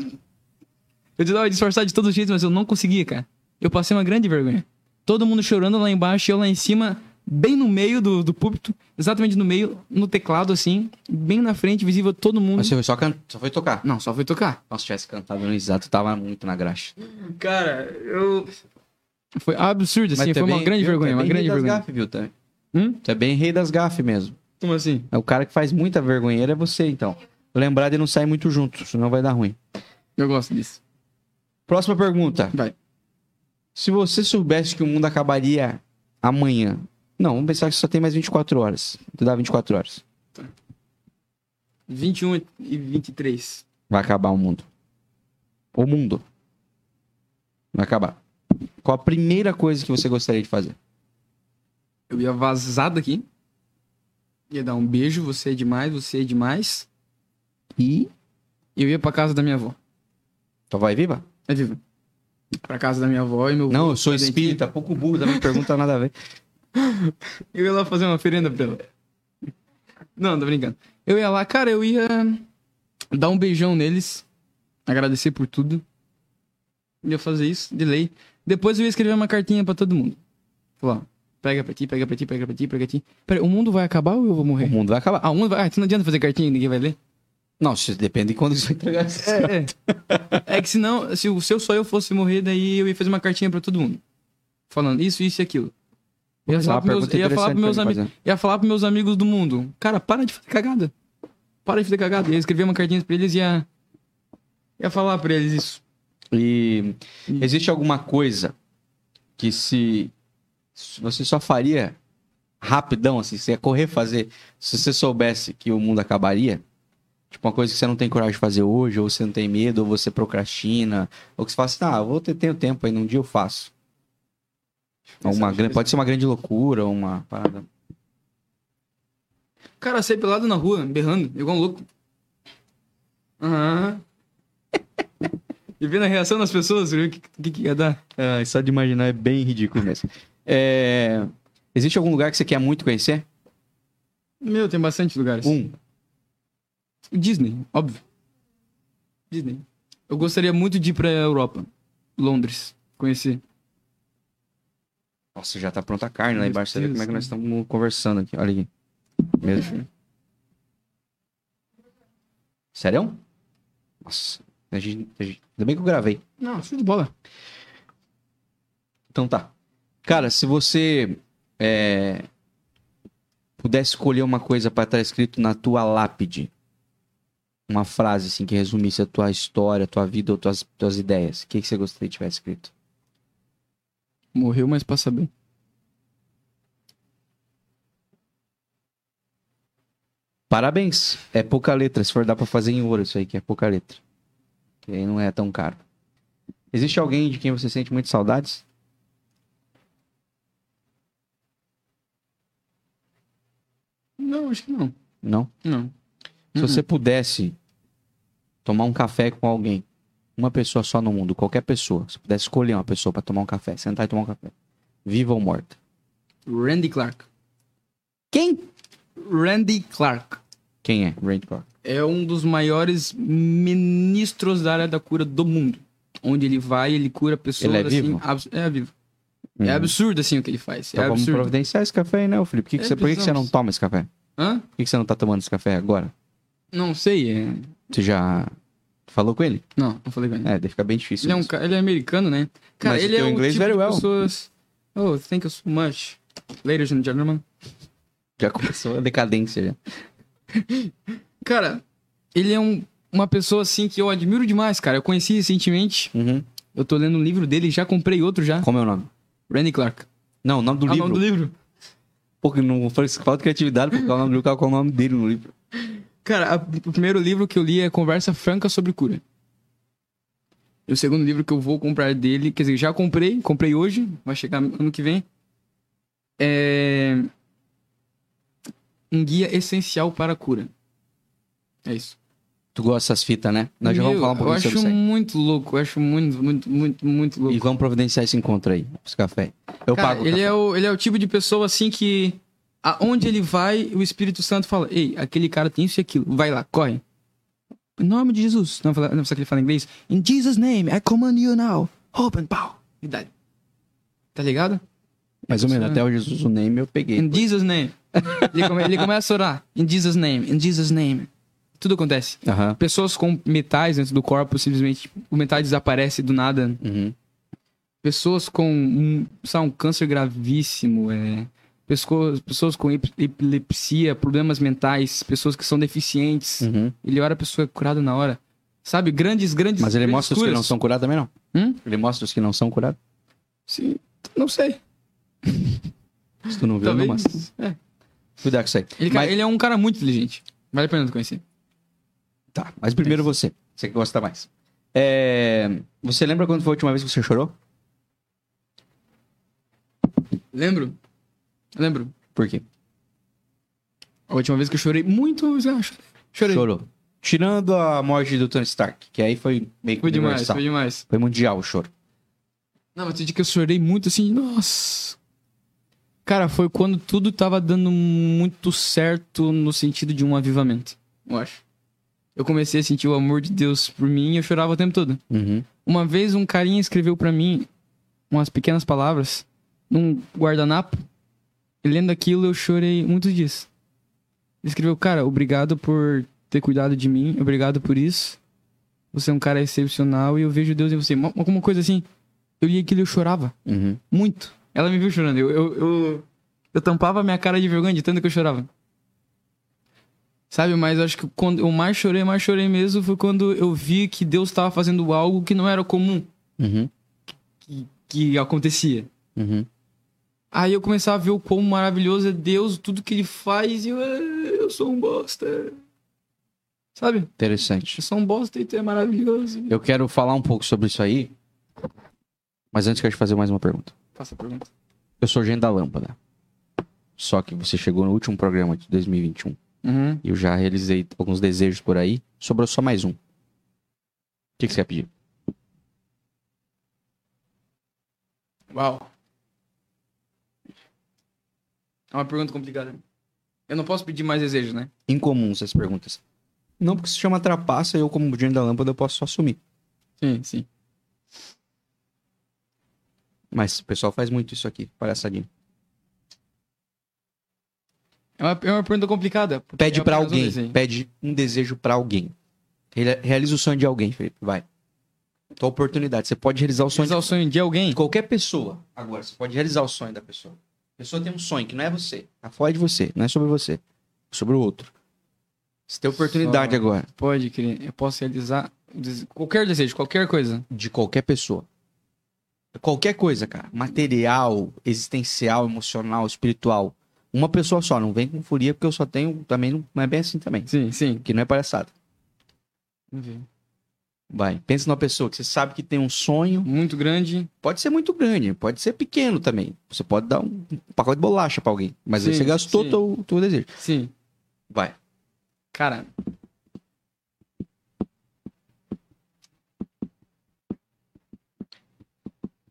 [SPEAKER 1] Eu tentava disfarçar de todo jeito, mas eu não conseguia, cara. Eu passei uma grande vergonha. Todo mundo chorando lá embaixo, eu lá em cima, bem no meio do, do púlpito, exatamente no meio, no teclado, assim, bem na frente, visível a todo mundo.
[SPEAKER 2] Mas você só, can... só foi tocar.
[SPEAKER 1] Não, só foi tocar.
[SPEAKER 2] Nossa, se tivesse cantado no exato, tava muito na graxa.
[SPEAKER 1] Cara, eu... Foi absurdo, assim,
[SPEAKER 2] tu
[SPEAKER 1] foi
[SPEAKER 2] é
[SPEAKER 1] uma
[SPEAKER 2] bem-
[SPEAKER 1] grande
[SPEAKER 2] viu? Tu
[SPEAKER 1] vergonha,
[SPEAKER 2] é
[SPEAKER 1] uma
[SPEAKER 2] bem
[SPEAKER 1] grande
[SPEAKER 2] rei das
[SPEAKER 1] vergonha.
[SPEAKER 2] gafes, viu? Tá?
[SPEAKER 1] Hum?
[SPEAKER 2] Tu é bem rei das gafes mesmo.
[SPEAKER 1] Como assim?
[SPEAKER 2] É o cara que faz muita vergonheira é você, então. Lembrar de não sair muito junto, senão vai dar ruim.
[SPEAKER 1] Eu gosto disso.
[SPEAKER 2] Próxima pergunta.
[SPEAKER 1] Vai.
[SPEAKER 2] Se você soubesse que o mundo acabaria amanhã... Não, vamos pensar que só tem mais vinte e quatro horas. Tu dá vinte e quatro horas.
[SPEAKER 1] vinte e um e vinte e três.
[SPEAKER 2] Vai acabar o mundo. O mundo. Vai acabar. Qual a primeira coisa que você gostaria de fazer?
[SPEAKER 1] Eu ia vazar daqui. Ia dar um beijo, você é demais, você é demais.
[SPEAKER 2] E...
[SPEAKER 1] E eu ia pra casa da minha avó.
[SPEAKER 2] Tua avó é viva?
[SPEAKER 1] É viva. Pra casa da minha avó e meu
[SPEAKER 2] Não,
[SPEAKER 1] avô,
[SPEAKER 2] eu sou
[SPEAKER 1] presentinho.
[SPEAKER 2] espírita, pouco burro, também pergunta nada a ver.
[SPEAKER 1] Eu ia lá fazer uma oferenda pra ela. Não, tô brincando. Eu ia lá, cara, eu ia dar um beijão neles. Agradecer por tudo. Ia fazer isso, de lei. Depois eu ia escrever uma cartinha pra todo mundo. Falar, ó, pega pra ti, pega pra ti, pega pra ti, pega pra ti. Pera, o mundo vai acabar ou eu vou morrer?
[SPEAKER 2] O mundo vai acabar.
[SPEAKER 1] Ah, o mundo vai... Ah, então não adianta fazer cartinha, ninguém vai ler.
[SPEAKER 2] Não, isso depende de quando isso vai entregar.
[SPEAKER 1] É, é. É que senão, se, o- se eu só eu fosse morrer, daí eu ia fazer uma cartinha pra todo mundo. Falando isso, isso e aquilo. Ia
[SPEAKER 2] Vamos lá,
[SPEAKER 1] falar, pros meus,
[SPEAKER 2] pergunta
[SPEAKER 1] ia, falar pros meus
[SPEAKER 2] interessante pra
[SPEAKER 1] ami-
[SPEAKER 2] mim
[SPEAKER 1] ia falar pros meus amigos do mundo. Cara, para de fazer cagada. Para de fazer cagada. Ia escrever uma cartinha pra eles e ia... Ia falar pra eles isso.
[SPEAKER 2] E existe alguma coisa que se, se você só faria rapidão, assim, você ia correr fazer, se você soubesse que o mundo acabaria, tipo uma coisa que você não tem coragem de fazer hoje, ou você não tem medo, ou você procrastina, ou que você fala assim, ah, eu vou ter tenho tempo aí, num dia eu faço. Uma grande, pode ser uma grande loucura, uma parada.
[SPEAKER 1] Cara, sair pelado na rua, berrando, igual um louco. Aham. E vendo a reação das pessoas, ver o que, que, que ia dar.
[SPEAKER 2] Ah, só de imaginar é bem ridículo mesmo. É, existe algum lugar que você quer muito conhecer?
[SPEAKER 1] Meu, tem bastante lugares.
[SPEAKER 2] Um.
[SPEAKER 1] Disney, óbvio. Disney. Eu gostaria muito de ir pra Europa. Londres. Conhecer.
[SPEAKER 2] Nossa, já tá pronta a carne lá
[SPEAKER 1] Meu
[SPEAKER 2] embaixo. Você vê
[SPEAKER 1] Deus,
[SPEAKER 2] como é que nós
[SPEAKER 1] cara.
[SPEAKER 2] estamos conversando aqui. Olha aqui. Mesmo. Sério? Nossa. A gente, a gente- ainda bem que eu gravei.
[SPEAKER 1] Não, show de bola.
[SPEAKER 2] Então tá. Cara, se você é, pudesse escolher uma coisa pra estar escrito na tua lápide, uma frase assim que resumisse a tua história, a tua vida ou tuas, tuas ideias, o que, que você gostaria que tivesse escrito?
[SPEAKER 1] Morreu, mas passa bem.
[SPEAKER 2] Parabéns. É pouca letra. Se for dar pra fazer em ouro isso aí, que é pouca letra. Que aí não é tão caro. Existe alguém de quem você sente muitas saudades?
[SPEAKER 1] Não, acho que não.
[SPEAKER 2] Não?
[SPEAKER 1] Não.
[SPEAKER 2] Se
[SPEAKER 1] Uhum.
[SPEAKER 2] você pudesse tomar um café com alguém, uma pessoa só no mundo, qualquer pessoa, se pudesse escolher uma pessoa pra tomar um café, sentar e tomar um café, viva ou morta?
[SPEAKER 1] Randy Clark.
[SPEAKER 2] Quem?
[SPEAKER 1] Randy Clark.
[SPEAKER 2] Quem é? Randy Clark.
[SPEAKER 1] É um dos maiores ministros da área da cura do mundo. Onde ele vai, ele cura pessoas
[SPEAKER 2] Ele é
[SPEAKER 1] assim...
[SPEAKER 2] vivo?
[SPEAKER 1] abs- É vivo.
[SPEAKER 2] Uhum.
[SPEAKER 1] É absurdo assim o que ele faz.
[SPEAKER 2] Então
[SPEAKER 1] é
[SPEAKER 2] vamos
[SPEAKER 1] absurdo.
[SPEAKER 2] providenciar esse café aí, né, ô Felipe? Por que, que,
[SPEAKER 1] É,
[SPEAKER 2] você, por que, que você não
[SPEAKER 1] precisamos.
[SPEAKER 2] toma esse café?
[SPEAKER 1] Hã?
[SPEAKER 2] Por que, que você não tá tomando esse café agora?
[SPEAKER 1] Não sei. É...
[SPEAKER 2] Você já falou com ele?
[SPEAKER 1] Não, não falei com ele.
[SPEAKER 2] É, deve ficar bem difícil.
[SPEAKER 1] Ele é, um,
[SPEAKER 2] isso.
[SPEAKER 1] ca- ele é americano, né? Cara,
[SPEAKER 2] Mas
[SPEAKER 1] ele é
[SPEAKER 2] teu
[SPEAKER 1] o
[SPEAKER 2] inglês
[SPEAKER 1] tipo
[SPEAKER 2] very
[SPEAKER 1] de
[SPEAKER 2] well.
[SPEAKER 1] pessoas... Oh, thank you so much. Ladies and gentlemen.
[SPEAKER 2] Já começou a decadência já.
[SPEAKER 1] Cara, ele é um, uma pessoa assim que eu admiro demais, cara. Eu conheci recentemente.
[SPEAKER 2] Uhum.
[SPEAKER 1] Eu tô lendo um livro dele, já comprei outro já.
[SPEAKER 2] Como é o nome?
[SPEAKER 1] Randy Clark.
[SPEAKER 2] Não, o nome do
[SPEAKER 1] Ah, o
[SPEAKER 2] livro.
[SPEAKER 1] nome do livro?
[SPEAKER 2] Porque não foi falta de criatividade porque o nome do livro, qual é o nome dele no livro.
[SPEAKER 1] Cara, a- o primeiro livro que eu li é Conversa Franca sobre Cura. E o segundo livro que eu vou comprar dele, quer dizer, já comprei, comprei hoje, vai chegar ano que vem. É. Um guia essencial para a cura. É isso.
[SPEAKER 2] Tu gosta dessas fitas, né? Nós já
[SPEAKER 1] Meu,
[SPEAKER 2] vamos falar um pouquinho
[SPEAKER 1] eu
[SPEAKER 2] sobre
[SPEAKER 1] acho
[SPEAKER 2] isso aí.
[SPEAKER 1] muito louco, eu acho muito, muito, muito, muito louco.
[SPEAKER 2] E vamos providenciar esse encontro aí, esse café. Eu
[SPEAKER 1] Cara,
[SPEAKER 2] pago o
[SPEAKER 1] ele
[SPEAKER 2] café.
[SPEAKER 1] é, o, ele é o tipo de pessoa assim que aonde ele vai, o Espírito Santo fala: ei, aquele cara tem isso e aquilo, vai lá, corre. Em nome de Jesus. Não, fala- não sei que ele fala em inglês. In Jesus' name, I command you now. Open, pow. E dá. Tá ligado?
[SPEAKER 2] Mais ou menos, até o Jesus o name eu peguei.
[SPEAKER 1] In Jesus' name. ele, come- ele começa a orar. In Jesus' name, in Jesus' name. Tudo acontece.
[SPEAKER 2] Aham.
[SPEAKER 1] Pessoas com metais dentro do corpo, simplesmente, tipo, o metal desaparece do nada.
[SPEAKER 2] Uhum.
[SPEAKER 1] Pessoas com um, sabe, um câncer gravíssimo, é, pessoas, pessoas com ep- epilepsia, problemas mentais, pessoas que são deficientes.
[SPEAKER 2] Uhum.
[SPEAKER 1] Ele ora a pessoa é curada na hora. Sabe, grandes, grandes...
[SPEAKER 2] Mas ele
[SPEAKER 1] grandes
[SPEAKER 2] mostra os que
[SPEAKER 1] curas.
[SPEAKER 2] não são curados também, não?
[SPEAKER 1] Hum?
[SPEAKER 2] Ele mostra os que não são curados?
[SPEAKER 1] Sim, não sei.
[SPEAKER 2] Se tu não viu, não mostra.
[SPEAKER 1] Talvez. É.
[SPEAKER 2] Cuidado com isso aí.
[SPEAKER 1] Ele,
[SPEAKER 2] Mas-
[SPEAKER 1] ele é um cara muito inteligente. Vale a pena tu conhecer.
[SPEAKER 2] Tá, mas primeiro você. Você que gosta mais. É, Você lembra quando foi a última vez que você chorou?
[SPEAKER 1] Lembro? Lembro.
[SPEAKER 2] Por quê?
[SPEAKER 1] A última vez que eu chorei muito, já chorei. Chorei.
[SPEAKER 2] Chorou. Tirando a morte do Tony Stark, que aí foi meio que
[SPEAKER 1] Foi demais,
[SPEAKER 2] universal.
[SPEAKER 1] foi demais.
[SPEAKER 2] Foi mundial o choro.
[SPEAKER 1] Não, mas eu digo que eu chorei muito assim, nossa. Cara, foi quando tudo tava dando muito certo no sentido de um avivamento, eu acho. Eu comecei a sentir o amor de Deus por mim e eu chorava o tempo todo.
[SPEAKER 2] Uhum.
[SPEAKER 1] Uma vez um carinha escreveu pra mim umas pequenas palavras num guardanapo. E lendo aquilo eu chorei muitos dias. Ele escreveu: cara, obrigado por ter cuidado de mim, obrigado por isso. Você é um cara excepcional e eu vejo Deus em você. Uma, uma coisa assim, eu li aquilo e eu chorava.
[SPEAKER 2] Uhum.
[SPEAKER 1] Muito. Ela me viu chorando. Eu, eu, eu, eu tampava minha cara de vergonha de tanto que eu chorava. Sabe, mas eu acho que quando eu mais chorei, mais chorei mesmo, foi quando eu vi que Deus estava fazendo algo que não era comum,
[SPEAKER 2] Uhum.
[SPEAKER 1] que, que acontecia.
[SPEAKER 2] Uhum.
[SPEAKER 1] Aí eu começava a ver o quão maravilhoso é Deus, tudo que ele faz, e eu, "Ah, eu sou um bosta. Sabe?
[SPEAKER 2] Interessante.
[SPEAKER 1] Eu sou um bosta e tu é maravilhoso.
[SPEAKER 2] Eu quero falar um pouco sobre isso aí. Mas antes, quero te fazer mais uma pergunta.
[SPEAKER 1] Faça a pergunta.
[SPEAKER 2] Eu sou Gênio da Lâmpada. Só que você chegou no último programa de dois mil e vinte e um.
[SPEAKER 1] Uhum.
[SPEAKER 2] E eu já realizei alguns desejos por aí. Sobrou só mais um. O que, que você quer pedir?
[SPEAKER 1] Uau. É uma pergunta complicada. Eu não posso pedir mais desejos, né?
[SPEAKER 2] Incomuns essas perguntas. Não, porque se chama trapaça, eu como Gênio da Lâmpada eu posso só assumir.
[SPEAKER 1] Sim, sim.
[SPEAKER 2] Mas o pessoal faz muito isso aqui, palhaçadinho.
[SPEAKER 1] É uma, é uma pergunta complicada. porque
[SPEAKER 2] Pede
[SPEAKER 1] é
[SPEAKER 2] pra
[SPEAKER 1] apenas um
[SPEAKER 2] alguém.
[SPEAKER 1] desenho.
[SPEAKER 2] Pede um desejo pra alguém. Re- Realiza o sonho de alguém, Felipe. Vai. Tua oportunidade. Você pode realizar o sonho
[SPEAKER 1] Realizar o sonho de alguém?
[SPEAKER 2] de qualquer pessoa. Agora, você pode realizar o sonho da pessoa. A pessoa tem um sonho que não é você. Tá fora de você. Não é sobre você. É sobre o outro. Você tem oportunidade
[SPEAKER 1] Só-
[SPEAKER 2] agora.
[SPEAKER 1] Pode, querer. Eu posso realizar o dese- qualquer desejo, qualquer coisa.
[SPEAKER 2] De qualquer pessoa. Qualquer coisa, cara. Material, existencial, emocional, espiritual. Uma pessoa só. Não vem com furia, porque eu só tenho... Também não, não é bem assim também.
[SPEAKER 1] Sim, sim.
[SPEAKER 2] Que não é palhaçada.
[SPEAKER 1] Vamos ver.
[SPEAKER 2] Vai. Pensa numa pessoa que você sabe que tem um sonho.
[SPEAKER 1] Muito grande.
[SPEAKER 2] Pode ser muito grande, pode ser pequeno também. Você pode dar um pacote de bolacha pra alguém. Mas aí
[SPEAKER 1] Sim,
[SPEAKER 2] você gastou
[SPEAKER 1] sim.
[SPEAKER 2] o teu, teu desejo.
[SPEAKER 1] Sim.
[SPEAKER 2] Vai.
[SPEAKER 1] Cara,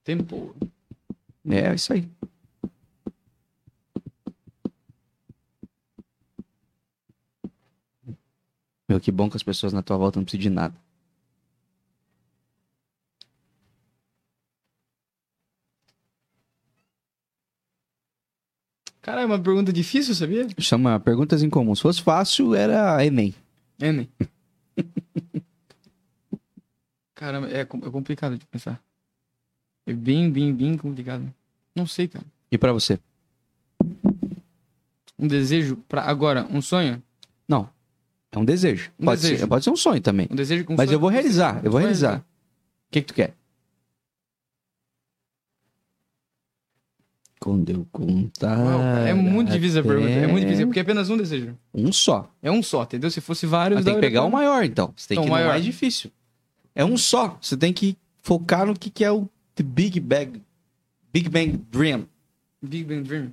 [SPEAKER 1] Tempo.
[SPEAKER 2] É, isso aí. Meu, que bom que as pessoas na tua volta não precisam de nada.
[SPEAKER 1] Cara, é uma pergunta difícil, sabia?
[SPEAKER 2] Chama perguntas incomuns. Se fosse fácil, era Enem.
[SPEAKER 1] Enem. Cara, é, com- é complicado de pensar. É bem, bem, bem complicado. Não sei, cara.
[SPEAKER 2] E pra você?
[SPEAKER 1] Um desejo pra agora, um sonho?
[SPEAKER 2] Não. É um desejo.
[SPEAKER 1] Um
[SPEAKER 2] pode,
[SPEAKER 1] desejo.
[SPEAKER 2] Ser, pode ser um sonho também.
[SPEAKER 1] Um desejo com
[SPEAKER 2] Mas
[SPEAKER 1] sonho?
[SPEAKER 2] eu vou realizar. Eu vou
[SPEAKER 1] Vai
[SPEAKER 2] realizar. O que, que tu quer? Quando eu contar.
[SPEAKER 1] Uau, cara, é muito difícil a
[SPEAKER 2] até
[SPEAKER 1] pergunta. É muito difícil, porque é apenas um desejo.
[SPEAKER 2] Um só.
[SPEAKER 1] É um só, entendeu? Se fosse vários...
[SPEAKER 2] Mas tem que
[SPEAKER 1] daria
[SPEAKER 2] pegar
[SPEAKER 1] pra-
[SPEAKER 2] o maior, então. Você tem
[SPEAKER 1] Então,
[SPEAKER 2] que ir
[SPEAKER 1] o
[SPEAKER 2] no
[SPEAKER 1] maior.
[SPEAKER 2] mais difícil. É um só. Você tem que focar no que, que é o The Big Bang. Big Bang Dream.
[SPEAKER 1] Big Bang Dream.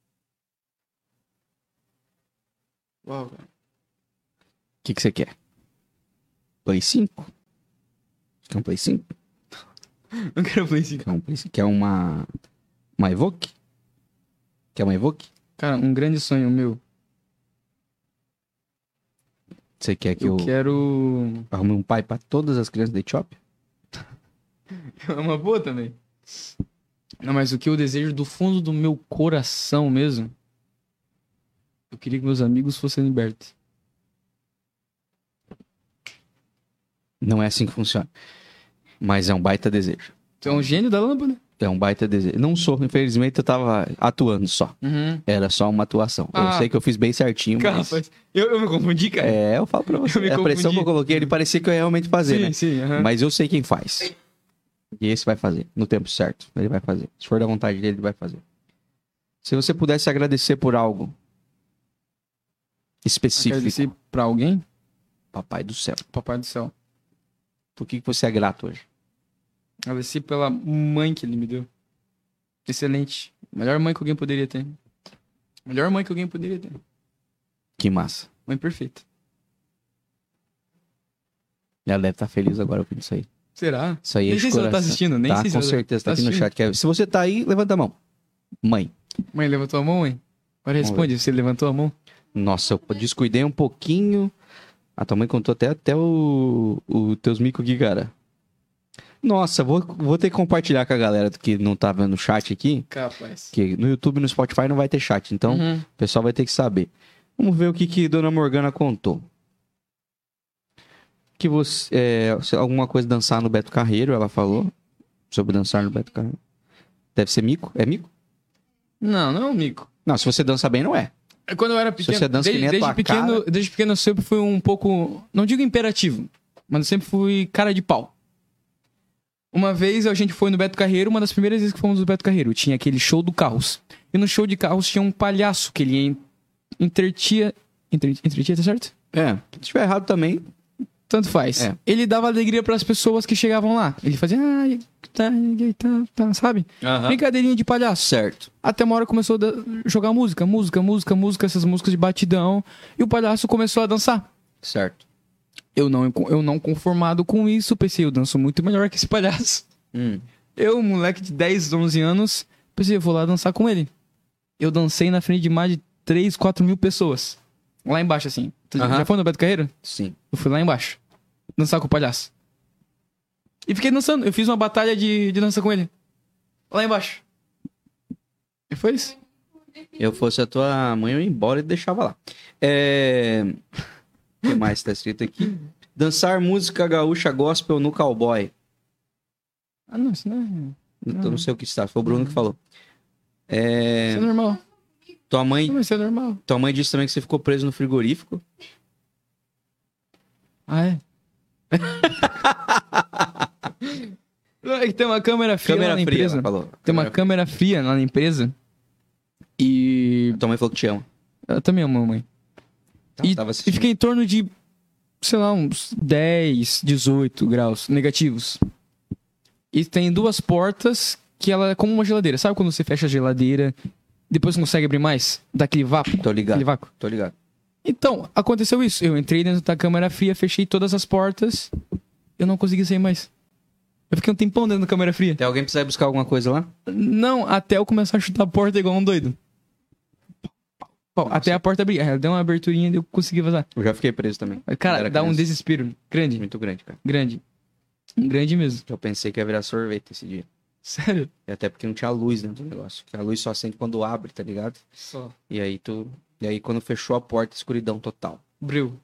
[SPEAKER 1] Uau, cara.
[SPEAKER 2] O que, que você quer? Play cinco? Quer um Play cinco?
[SPEAKER 1] Não quero Play cinco.
[SPEAKER 2] Quer, um Play cinco? Quer uma. Uma Evoque? Quer uma Evoque?
[SPEAKER 1] Cara, um grande sonho meu.
[SPEAKER 2] Você quer que eu,
[SPEAKER 1] Eu quero...
[SPEAKER 2] arrume um pai pra todas as crianças da Etiópia?
[SPEAKER 1] É uma boa também. Não, mas o que eu desejo do fundo do meu coração mesmo... Eu queria que meus amigos fossem libertos.
[SPEAKER 2] Não é assim que funciona. Mas é um baita desejo.
[SPEAKER 1] Tu é um gênio da lâmpada.
[SPEAKER 2] É um baita desejo. Não sou, infelizmente, eu tava atuando só.
[SPEAKER 1] Uhum.
[SPEAKER 2] Era só uma atuação. Eu
[SPEAKER 1] Ah.
[SPEAKER 2] sei que eu fiz bem certinho,
[SPEAKER 1] Cara,
[SPEAKER 2] mas...
[SPEAKER 1] rapaz, eu, eu me confundi, cara.
[SPEAKER 2] É, eu falo pra você.
[SPEAKER 1] Eu me
[SPEAKER 2] A pressão
[SPEAKER 1] confundi.
[SPEAKER 2] que eu coloquei, ele parecia que eu ia realmente fazer,
[SPEAKER 1] sim,
[SPEAKER 2] né?
[SPEAKER 1] sim. aham.
[SPEAKER 2] Mas eu sei quem faz. E esse vai fazer. No tempo certo. Ele vai fazer. Se for da vontade dele, ele vai fazer. Se você pudesse agradecer por algo específico,
[SPEAKER 1] Agradecer pra alguém?
[SPEAKER 2] papai do céu,
[SPEAKER 1] Papai do céu.
[SPEAKER 2] por que que você é grato hoje?
[SPEAKER 1] Agradecer pela mãe que ele me deu. Excelente. Melhor mãe que alguém poderia ter. Melhor mãe que alguém poderia ter.
[SPEAKER 2] Que massa.
[SPEAKER 1] Mãe perfeita.
[SPEAKER 2] Ela deve estar feliz agora ouvindo isso aí.
[SPEAKER 1] Será?
[SPEAKER 2] Isso aí
[SPEAKER 1] Nem
[SPEAKER 2] enche
[SPEAKER 1] sei
[SPEAKER 2] o
[SPEAKER 1] se ela tá
[SPEAKER 2] coração.
[SPEAKER 1] assistindo. Nem
[SPEAKER 2] Tá,
[SPEAKER 1] sei se
[SPEAKER 2] com
[SPEAKER 1] ela
[SPEAKER 2] certeza. Tá
[SPEAKER 1] tá
[SPEAKER 2] aqui no
[SPEAKER 1] assistindo.
[SPEAKER 2] chat. Quer- Se você tá aí, levanta a mão. Mãe.
[SPEAKER 1] Mãe, levantou a mão, mãe? Agora
[SPEAKER 2] Vamos
[SPEAKER 1] responde, você levantou a mão?
[SPEAKER 2] Nossa, eu descuidei um pouquinho. A tua mãe contou até, até o, o teus micos aqui, cara. Nossa, vou, vou ter que compartilhar com a galera que não tá vendo o chat aqui.
[SPEAKER 1] Capaz.
[SPEAKER 2] Que no YouTube e no Spotify não vai ter chat, então
[SPEAKER 1] Uhum.
[SPEAKER 2] o pessoal vai ter que saber. Vamos ver o que, que Dona Morgana contou. Que você. É, se- alguma coisa dançar no Beto Carreiro, ela falou. Sobre dançar no Beto Carreiro. Deve ser mico? É mico?
[SPEAKER 1] Não, não é um mico.
[SPEAKER 2] Não, se você dança bem, não é.
[SPEAKER 1] Quando eu era pequeno,
[SPEAKER 2] você dança que
[SPEAKER 1] desde,
[SPEAKER 2] nem a
[SPEAKER 1] desde
[SPEAKER 2] tua
[SPEAKER 1] pequeno,
[SPEAKER 2] cara.
[SPEAKER 1] desde pequeno eu sempre fui um pouco, não digo imperativo, mas eu sempre fui cara de pau. Uma vez a gente foi no Beto Carreiro, uma das primeiras vezes que fomos no Beto Carreiro, tinha aquele show do Carros. E no show de Carros tinha um palhaço que ele en- entretia, entre- entretia, tá certo?
[SPEAKER 2] É. Se tiver errado também.
[SPEAKER 1] Tanto faz.
[SPEAKER 2] É.
[SPEAKER 1] Ele dava alegria pras pessoas que chegavam lá. Ele fazia, ai, tá, tá, tá, sabe? Brincadeirinha de palhaço.
[SPEAKER 2] Certo.
[SPEAKER 1] Até uma hora começou a da- jogar música, música, música, música, essas músicas de batidão. E o palhaço começou a dançar.
[SPEAKER 2] Certo.
[SPEAKER 1] Eu não, eu não conformado com isso, pensei, eu danço muito melhor que esse palhaço.
[SPEAKER 2] Hum.
[SPEAKER 1] Eu, um moleque de dez, onze anos, pensei, eu vou lá dançar com ele. Eu dancei na frente de mais de três, quatro mil pessoas. Lá embaixo, assim. Tu
[SPEAKER 2] Aham.
[SPEAKER 1] já foi no Beto Carreiro?
[SPEAKER 2] Sim.
[SPEAKER 1] Eu fui lá embaixo. Dançar com o palhaço. E fiquei dançando. Eu fiz uma batalha de, de dança com ele. Lá embaixo. E foi isso.
[SPEAKER 2] Eu fosse a tua mãe, eu ia embora e deixava lá. É... O que mais tá escrito aqui? Dançar música gaúcha gospel no cowboy.
[SPEAKER 1] Ah, não, isso não é...
[SPEAKER 2] Eu não sei o que está. Foi o Bruno que falou. É...
[SPEAKER 1] Isso é normal.
[SPEAKER 2] Tua mãe,
[SPEAKER 1] Não, isso é normal.
[SPEAKER 2] tua mãe disse também que você ficou preso no frigorífico.
[SPEAKER 1] Ah, é? Não, é que tem uma câmera fria
[SPEAKER 2] Câmera
[SPEAKER 1] lá na
[SPEAKER 2] fria,
[SPEAKER 1] empresa.
[SPEAKER 2] ela falou.
[SPEAKER 1] Tem uma câmera fria lá na empresa. E...
[SPEAKER 2] Tua mãe falou que te ama.
[SPEAKER 1] Eu também amo a mamãe. E,
[SPEAKER 2] Tava
[SPEAKER 1] e
[SPEAKER 2] assistindo.
[SPEAKER 1] fiquei em torno de, sei lá, uns dez, dezoito graus negativos. E tem duas portas que ela é como uma geladeira. Sabe quando você fecha a geladeira, depois não consegue abrir mais? Dá aquele vácuo.
[SPEAKER 2] Tô ligado.
[SPEAKER 1] Aquele vácuo.
[SPEAKER 2] Tô ligado.
[SPEAKER 1] Então, aconteceu isso. Eu entrei dentro da câmera fria, fechei todas as portas. Eu não consegui sair mais. Eu fiquei um tempão dentro da câmera fria.
[SPEAKER 2] Tem alguém precisar buscar alguma coisa lá?
[SPEAKER 1] Não, até eu começar a chutar a porta igual um doido. Pau,
[SPEAKER 2] Nossa.
[SPEAKER 1] até a porta abrir. Ela deu uma aberturinha e eu consegui vazar.
[SPEAKER 2] Eu já fiquei preso também.
[SPEAKER 1] Mas, cara,
[SPEAKER 2] Era
[SPEAKER 1] dá um
[SPEAKER 2] criança.
[SPEAKER 1] desespero. Grande,
[SPEAKER 2] Muito grande, cara.
[SPEAKER 1] grande. Grande mesmo.
[SPEAKER 2] Eu pensei que ia virar sorvete esse dia.
[SPEAKER 1] Sério?
[SPEAKER 2] E até porque não tinha luz dentro do negócio. Porque a luz só acende quando abre, tá ligado?
[SPEAKER 1] Só.
[SPEAKER 2] E aí tu. E aí quando fechou a porta, escuridão total.
[SPEAKER 1] Bril.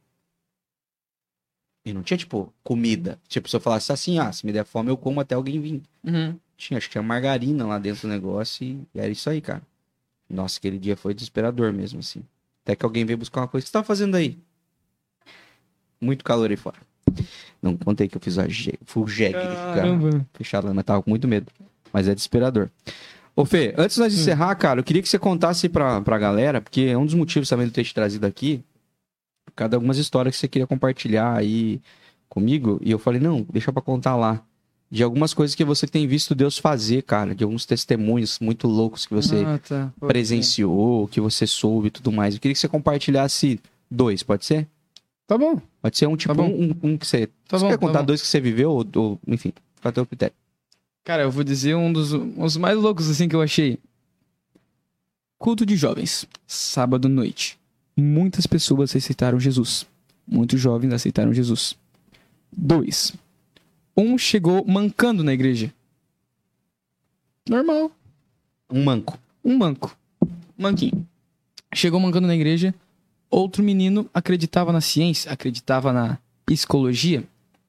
[SPEAKER 2] E não tinha, tipo, comida. Tipo, se eu falasse assim, ah, se me der fome, eu como até alguém vir.
[SPEAKER 1] Uhum.
[SPEAKER 2] Tinha, acho que tinha margarina lá dentro do negócio e, e era isso aí, cara. Nossa, aquele dia foi desesperador mesmo, assim. Até que alguém veio buscar uma coisa. O que você tá fazendo aí? Muito calor aí fora. Não contei que eu fiz a je... full jeg, cara.
[SPEAKER 1] Caramba.
[SPEAKER 2] Fechado lá, mas tava com muito medo. Mas é desesperador. Ô, Fê, antes de nós encerrar, cara, eu queria que você contasse pra, pra galera, porque é um dos motivos também de eu ter te trazido aqui, por causa de algumas histórias que você queria compartilhar aí comigo, e eu falei, não, deixa pra contar lá. De algumas coisas que você tem visto Deus fazer, cara, de alguns testemunhos muito loucos que você
[SPEAKER 1] Ah, tá. Pô,
[SPEAKER 2] presenciou, que você soube e tudo mais. Eu queria que você compartilhasse dois, pode ser?
[SPEAKER 1] Tá bom.
[SPEAKER 2] Pode ser um tipo,
[SPEAKER 1] Tá bom.
[SPEAKER 2] um, um que você...
[SPEAKER 1] Tá
[SPEAKER 2] você
[SPEAKER 1] bom,
[SPEAKER 2] quer
[SPEAKER 1] tá
[SPEAKER 2] contar
[SPEAKER 1] bom.
[SPEAKER 2] dois que você viveu, ou, ou enfim, fica a teu critério.
[SPEAKER 1] Cara, eu vou dizer um dos os mais loucos assim que eu achei. Culto de jovens. Sábado à noite. Muitas pessoas aceitaram Jesus. Muitos jovens aceitaram Jesus. Dois. Um chegou mancando na igreja. Normal.
[SPEAKER 2] Um manco.
[SPEAKER 1] Um manco. Manquinho. Chegou mancando na igreja. Outro menino acreditava na ciência, acreditava na psicologia.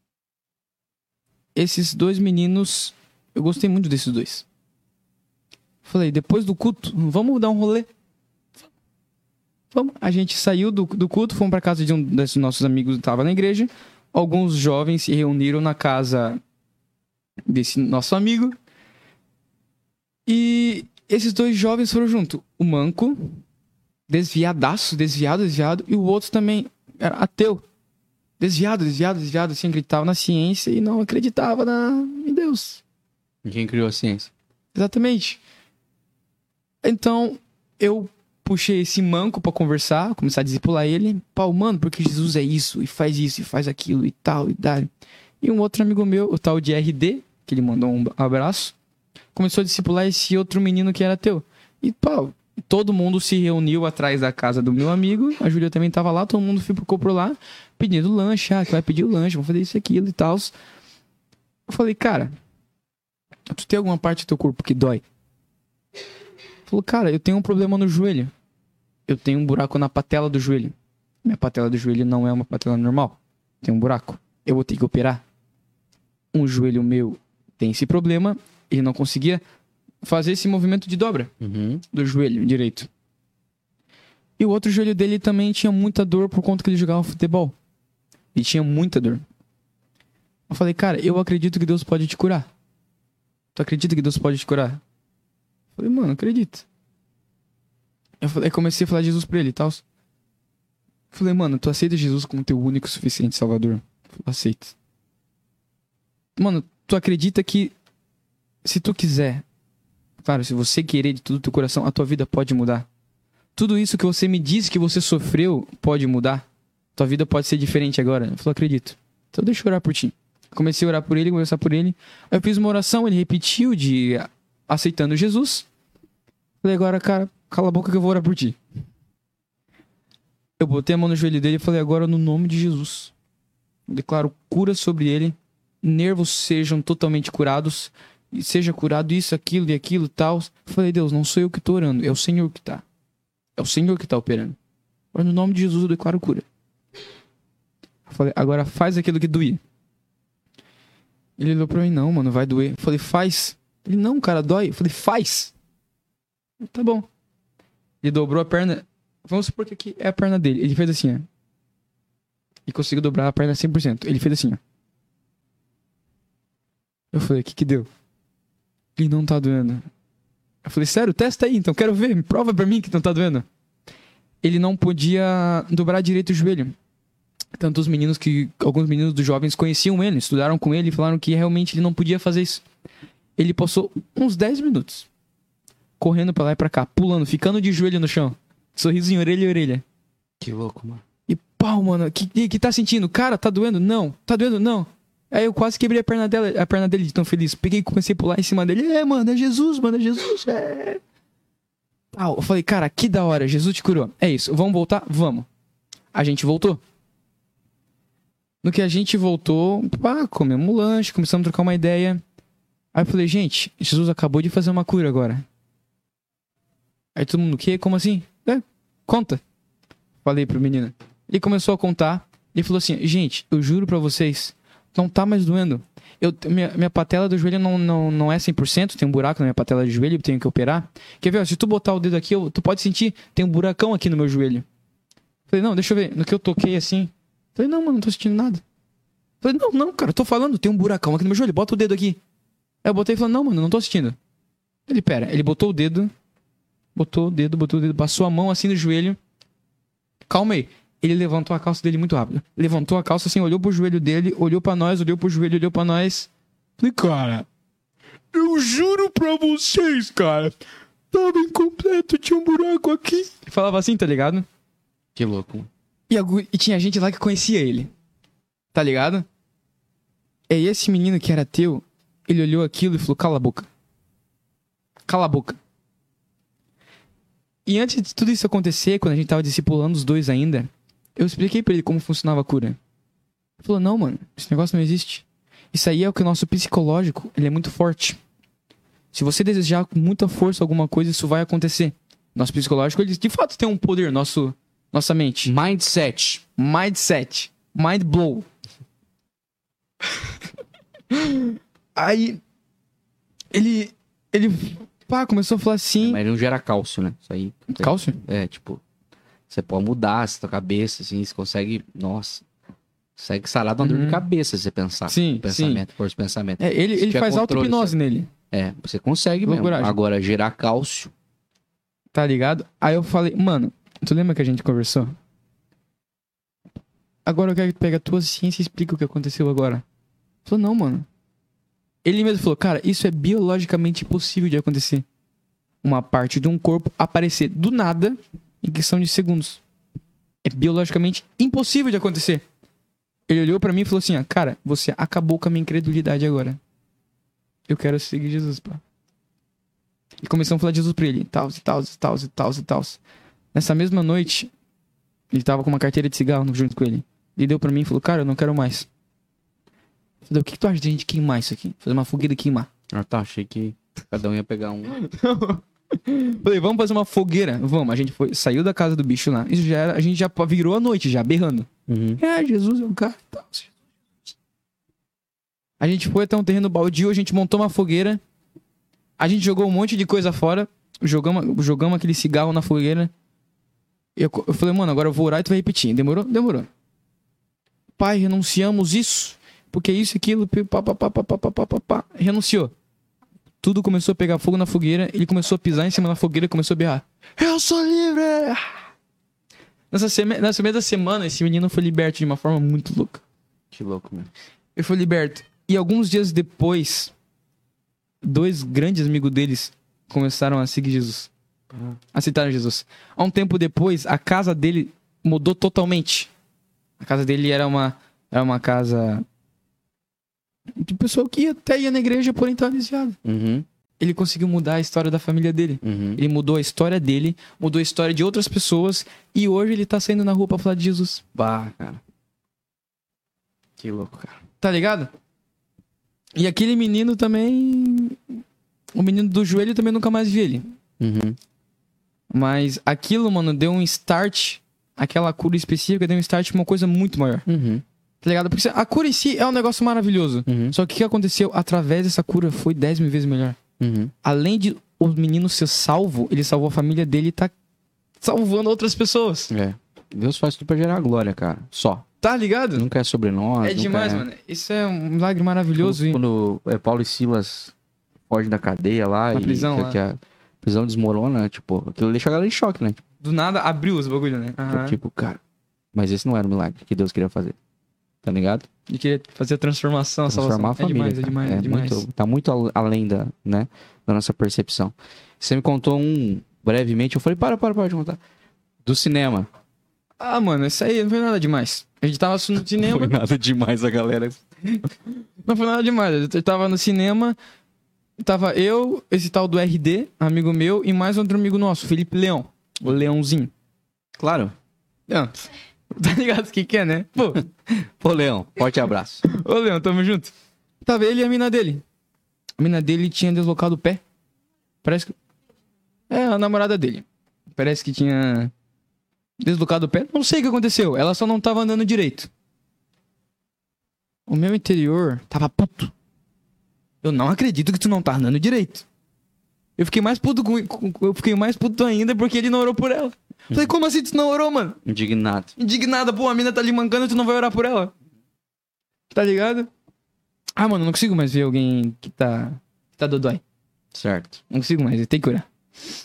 [SPEAKER 1] Esses dois meninos, eu gostei muito desses dois. Falei, depois do culto, vamos dar um rolê? Vamos. A gente saiu do, do culto, fomos para casa de um desses nossos amigos que estava na igreja. Alguns jovens se reuniram na casa desse nosso amigo. E esses dois jovens foram junto. O manco, desviadaço, desviado, desviado. E o outro também era ateu. Desviado, desviado, desviado. Assim, acreditava na ciência e não acreditava na... em Deus.
[SPEAKER 2] Quem criou a ciência?
[SPEAKER 1] Exatamente. Então, eu puxei esse manco pra conversar, começar a discipular ele. Pau, mano, porque Jesus é isso, e faz isso, e faz aquilo, e tal, e dá. E um outro amigo meu, o tal de R D, que ele mandou um abraço, começou a discipular esse outro menino que era ateu. E, pau, todo mundo se reuniu atrás da casa do meu amigo, a Júlia também tava lá, todo mundo ficou por lá, pedindo lanche, ah, que vai pedir o lanche, vamos fazer isso e aquilo e tal. Eu falei, cara, tu tem alguma parte do teu corpo que dói? Falou, cara, eu tenho um problema no joelho. Eu tenho um buraco na patela do joelho. Minha patela do joelho não é uma patela normal. Tem um buraco. Eu vou ter que operar. Um joelho meu tem esse problema. Ele não conseguia fazer esse movimento de dobra
[SPEAKER 2] Uhum.
[SPEAKER 1] do joelho direito. E o outro joelho dele também tinha muita dor por conta que ele jogava futebol. E tinha muita dor. Eu falei, cara, eu acredito que Deus pode te curar. Tu acredita que Deus pode te curar? Eu falei, mano, acredito. Eu falei, comecei a falar de Jesus pra ele e tal. Falei, mano, tu aceita Jesus como teu único e suficiente salvador? Eu falei, aceito. Mano, tu acredita que se tu quiser, claro, se você querer de todo o teu coração, a tua vida pode mudar. Tudo isso que você me disse que você sofreu pode mudar. Tua vida pode ser diferente agora. Eu falei, acredito. Então deixa eu orar por ti. Comecei a orar por ele, conversar por ele. Aí eu fiz uma oração, ele repetiu de aceitando Jesus. Falei, agora, cara, cala a boca que eu vou orar por ti. Eu botei a mão no joelho dele e falei, agora no nome de Jesus, eu declaro cura sobre ele, nervos sejam totalmente curados, e seja curado isso, aquilo e aquilo e tal. Eu falei, Deus, não sou eu que tô orando, é o Senhor que tá. É o Senhor que tá operando. Agora no nome de Jesus eu declaro cura. Eu falei, agora faz aquilo que doía. Ele olhou pra mim, não, mano, vai doer. Eu falei, faz. Ele, não, cara, dói. Eu falei, faz. Tá bom. Ele dobrou a perna. Vamos supor que aqui é a perna dele. Ele fez assim, ó. E conseguiu dobrar a perna cem por cento. Ele fez assim, ó. Eu falei, o que que deu? Ele não tá doendo. Eu falei, sério? Testa aí, então. Quero ver. Prova pra mim que não tá doendo. Ele não podia dobrar direito o joelho. Tanto os meninos que... Alguns meninos dos jovens conheciam ele, estudaram com ele e falaram que realmente ele não podia fazer isso. Ele passou uns dez minutos correndo pra lá e pra cá, pulando, ficando de joelho no chão. Sorriso em orelha e orelha.
[SPEAKER 2] Que louco, mano.
[SPEAKER 1] E pau, mano, que, que tá sentindo? Cara, tá doendo? Não. Tá doendo? Não. Aí eu quase quebrei a perna dela, a perna dele de tão feliz. Peguei e comecei a pular em cima dele. É, mano, é Jesus, mano, é Jesus. É. Ah, eu falei, cara, que da hora, Jesus te curou. É isso, vamos voltar? Vamos. A gente voltou. No que a gente voltou, pá, comemos um lanche, começamos a trocar uma ideia. Aí eu falei, gente, Jesus acabou de fazer uma cura agora. Aí todo mundo, o quê? Como assim? É, conta. Falei pro menino. Ele começou a contar. Ele falou assim, gente, eu juro pra vocês, não tá mais doendo. Eu, minha, minha patela do joelho não, não, não é cem por cento, tem um buraco na minha patela de joelho, tenho que operar. Quer ver, ó, se tu botar o dedo aqui, eu, tu pode sentir, tem um buracão aqui no meu joelho. Falei, não, deixa eu ver. No que eu toquei assim, falei, não, mano, não tô sentindo nada. Falei, não, não, cara, eu tô falando, tem um buracão aqui no meu joelho, bota o dedo aqui. Aí eu botei e falei, não, mano, não tô sentindo. Ele, pera, ele botou o dedo, botou o dedo, botou o dedo, passou a mão assim no joelho. Calma aí. Ele levantou a calça dele muito rápido. Levantou a calça assim, olhou pro joelho dele, olhou pra nós, olhou pro joelho, olhou pra nós. Falei, cara, eu juro pra vocês, cara, tava incompleto, tinha um buraco aqui. Ele falava assim, tá ligado?
[SPEAKER 2] Que louco.
[SPEAKER 1] E, e tinha gente lá que conhecia ele. Tá ligado? E esse menino que era teu, ele olhou aquilo e falou, cala a boca. Cala a boca. E antes de tudo isso acontecer, quando a gente tava discipulando os dois ainda, eu expliquei pra ele como funcionava a cura. Ele falou, não, mano, esse negócio não existe. Isso aí é o que o nosso psicológico, ele é muito forte. Se você desejar com muita força alguma coisa, isso vai acontecer. Nosso psicológico, ele de fato tem um poder, nosso, nossa mente.
[SPEAKER 2] Mindset.
[SPEAKER 1] Mindset. Mind blow. Aí, ele, ele, pá, começou a falar assim...
[SPEAKER 2] É, mas não gera cálcio, né? Isso aí...
[SPEAKER 1] Cálcio?
[SPEAKER 2] É, tipo... Você pode mudar a sua cabeça, assim, você consegue... Nossa... Consegue sarar de uma dor de
[SPEAKER 1] Uhum.
[SPEAKER 2] cabeça, se você pensar.
[SPEAKER 1] Sim,
[SPEAKER 2] pensamento, força de pensamento.
[SPEAKER 1] É, ele,
[SPEAKER 2] Se
[SPEAKER 1] ele
[SPEAKER 2] tiver
[SPEAKER 1] faz
[SPEAKER 2] controle,
[SPEAKER 1] auto-hipnose
[SPEAKER 2] você-
[SPEAKER 1] nele.
[SPEAKER 2] É, você consegue mesmo.
[SPEAKER 1] Loucuragem.
[SPEAKER 2] Agora, gerar cálcio...
[SPEAKER 1] Tá ligado? Aí eu falei, mano, tu lembra que a gente conversou? Agora eu quero que tu pegue a tua ciência e explica o que aconteceu agora. Ele falou, não, mano. Ele mesmo falou, cara, isso é biologicamente impossível de acontecer. Uma parte de um corpo aparecer do nada em questão de segundos. É biologicamente impossível de acontecer. Ele olhou pra mim e falou assim, ó, cara, você acabou com a minha incredulidade agora. Eu quero seguir Jesus, pá. E começamos a falar de Jesus pra ele. Tal, e tal, e tal, e tal, e tal. Nessa mesma noite, ele tava com uma carteira de cigarro junto com ele. Ele deu pra mim e falou, cara, eu não quero mais. Eu falei, o que, que tu acha de a gente queimar isso aqui? Fazer uma fogueira e queimar.
[SPEAKER 2] Ah, tá. Achei que cada um ia pegar um...
[SPEAKER 1] Falei, vamos fazer uma fogueira? Vamos. A gente foi, saiu da casa do bicho lá. Isso já era, a gente já virou a noite, já berrando.
[SPEAKER 2] Uhum.
[SPEAKER 1] É, Jesus é o cara e tal. A gente foi até um terreno baldio, a gente montou uma fogueira. A gente jogou um monte de coisa fora. Jogamos, jogamos aquele cigarro na fogueira. Eu, eu falei, mano, agora eu vou orar e tu vai repetir. Demorou? Demorou. Pai, renunciamos isso. Porque isso, aquilo, pá, pá, pá, pá, pá, pá, pá, pá. Renunciou. Tudo começou a pegar fogo na fogueira. Ele começou a pisar em cima da fogueira e começou a berrar. Eu sou livre! Nessa, sema, nessa mesma semana, esse menino foi liberto de uma forma muito louca.
[SPEAKER 2] Que louco, mano.
[SPEAKER 1] Ele foi liberto. E alguns dias depois, dois grandes amigos deles começaram a seguir Jesus.
[SPEAKER 2] Ah.
[SPEAKER 1] Aceitaram Jesus. Há um tempo depois, a casa dele mudou totalmente. A casa dele era uma, era uma casa de pessoa que até ia na igreja, porém estava desviado.
[SPEAKER 2] Uhum.
[SPEAKER 1] Ele conseguiu mudar a história da família dele.
[SPEAKER 2] Uhum.
[SPEAKER 1] Ele mudou a história dele, mudou a história de outras pessoas, e hoje ele tá saindo na rua pra falar de Jesus.
[SPEAKER 2] Bah, cara. Que louco, cara.
[SPEAKER 1] Tá ligado? E aquele menino também... O menino do joelho também nunca mais vi ele.
[SPEAKER 2] Uhum.
[SPEAKER 1] Mas aquilo, mano, deu um start. Aquela cura específica deu um start pra uma coisa muito maior.
[SPEAKER 2] Uhum.
[SPEAKER 1] Tá ligado? Porque a cura em si é um negócio maravilhoso.
[SPEAKER 2] Uhum.
[SPEAKER 1] Só que o que aconteceu através dessa cura foi dez mil vezes melhor.
[SPEAKER 2] Uhum.
[SPEAKER 1] Além de o menino ser salvo, ele salvou a família dele e tá salvando outras pessoas.
[SPEAKER 2] É. Deus faz tudo pra gerar glória, cara. Só.
[SPEAKER 1] Tá ligado?
[SPEAKER 2] Nunca é sobre nós.
[SPEAKER 1] É
[SPEAKER 2] nunca
[SPEAKER 1] demais,
[SPEAKER 2] é...
[SPEAKER 1] mano. Isso é um milagre maravilhoso.
[SPEAKER 2] Quando,
[SPEAKER 1] hein?
[SPEAKER 2] quando é, Paulo e Silas fogem da cadeia lá
[SPEAKER 1] Na
[SPEAKER 2] e
[SPEAKER 1] prisão
[SPEAKER 2] que,
[SPEAKER 1] lá.
[SPEAKER 2] que a prisão desmorona, tipo, aquilo deixa a galera em choque, né?
[SPEAKER 1] Do nada abriu os bagulho, né? Aham.
[SPEAKER 2] Tipo, cara, mas esse não era o milagre que Deus queria fazer. Tá ligado?
[SPEAKER 1] De querer fazer a transformação, a
[SPEAKER 2] Transformar
[SPEAKER 1] salvação.
[SPEAKER 2] a família.
[SPEAKER 1] É demais, é
[SPEAKER 2] cara.
[SPEAKER 1] demais, é, demais.
[SPEAKER 2] Muito, tá muito al- além da, né, da nossa percepção. Você me contou um brevemente, eu falei, para, para, para de contar. Do cinema.
[SPEAKER 1] Ah, mano, isso aí não foi nada demais. A gente tava no
[SPEAKER 2] Não
[SPEAKER 1] cinema.
[SPEAKER 2] foi nada demais a galera.
[SPEAKER 1] Não foi nada demais. Eu tava no cinema, tava eu, esse tal do R D, amigo meu, e mais outro amigo nosso, Felipe Leão. O Leãozinho.
[SPEAKER 2] Claro.
[SPEAKER 1] Leão, tá ligado o que que é, né? Pô,
[SPEAKER 2] Pô, Leão, forte abraço.
[SPEAKER 1] ô Leão, tamo junto. Tava ele e a mina dele. A mina dele tinha deslocado o pé. Parece que... É, a namorada dele. Parece que tinha deslocado o pé. Não sei o que aconteceu. Ela só não tava andando direito. O meu interior tava puto. Eu não acredito que tu não tá andando direito. Eu fiquei mais puto com, com- eu fiquei mais puto ainda porque ele não orou por ela. Falei, como assim tu não orou, mano?
[SPEAKER 2] Indignado.
[SPEAKER 1] Indignada, pô, a mina tá ali mancando e tu não vai orar por ela. Tá ligado? Ah, mano, não consigo mais ver alguém que tá. que tá dodói.
[SPEAKER 2] Certo.
[SPEAKER 1] Não consigo mais, tem que orar.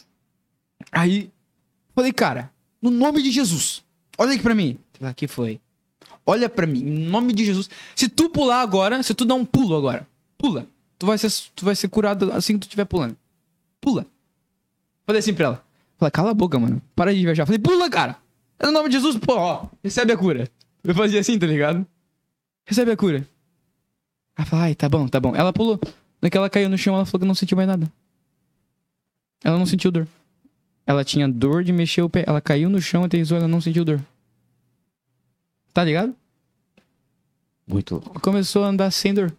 [SPEAKER 1] Aí, falei, cara, no nome de Jesus, olha aqui pra mim. Aqui foi. Olha pra mim, em nome de Jesus. Se tu pular agora, se tu dar um pulo agora, pula. Tu vai ser, tu vai ser curado assim que tu estiver pulando. Pula. Falei assim pra ela. Falei, cala a boca, mano. Para de viajar. Falei, pula, cara. É no nome de Jesus, pô, ó. Recebe a cura. Eu fazia assim, tá ligado? Recebe a cura. Ela falou, ai, tá bom, tá bom. Ela pulou. No que ela caiu no chão, ela falou que não sentiu mais nada. Ela não sentiu dor. Ela tinha dor de mexer o pé. Ela caiu no chão, aterrissou, ela não sentiu dor. Tá ligado?
[SPEAKER 2] Muito louco.
[SPEAKER 1] Começou a andar sem dor.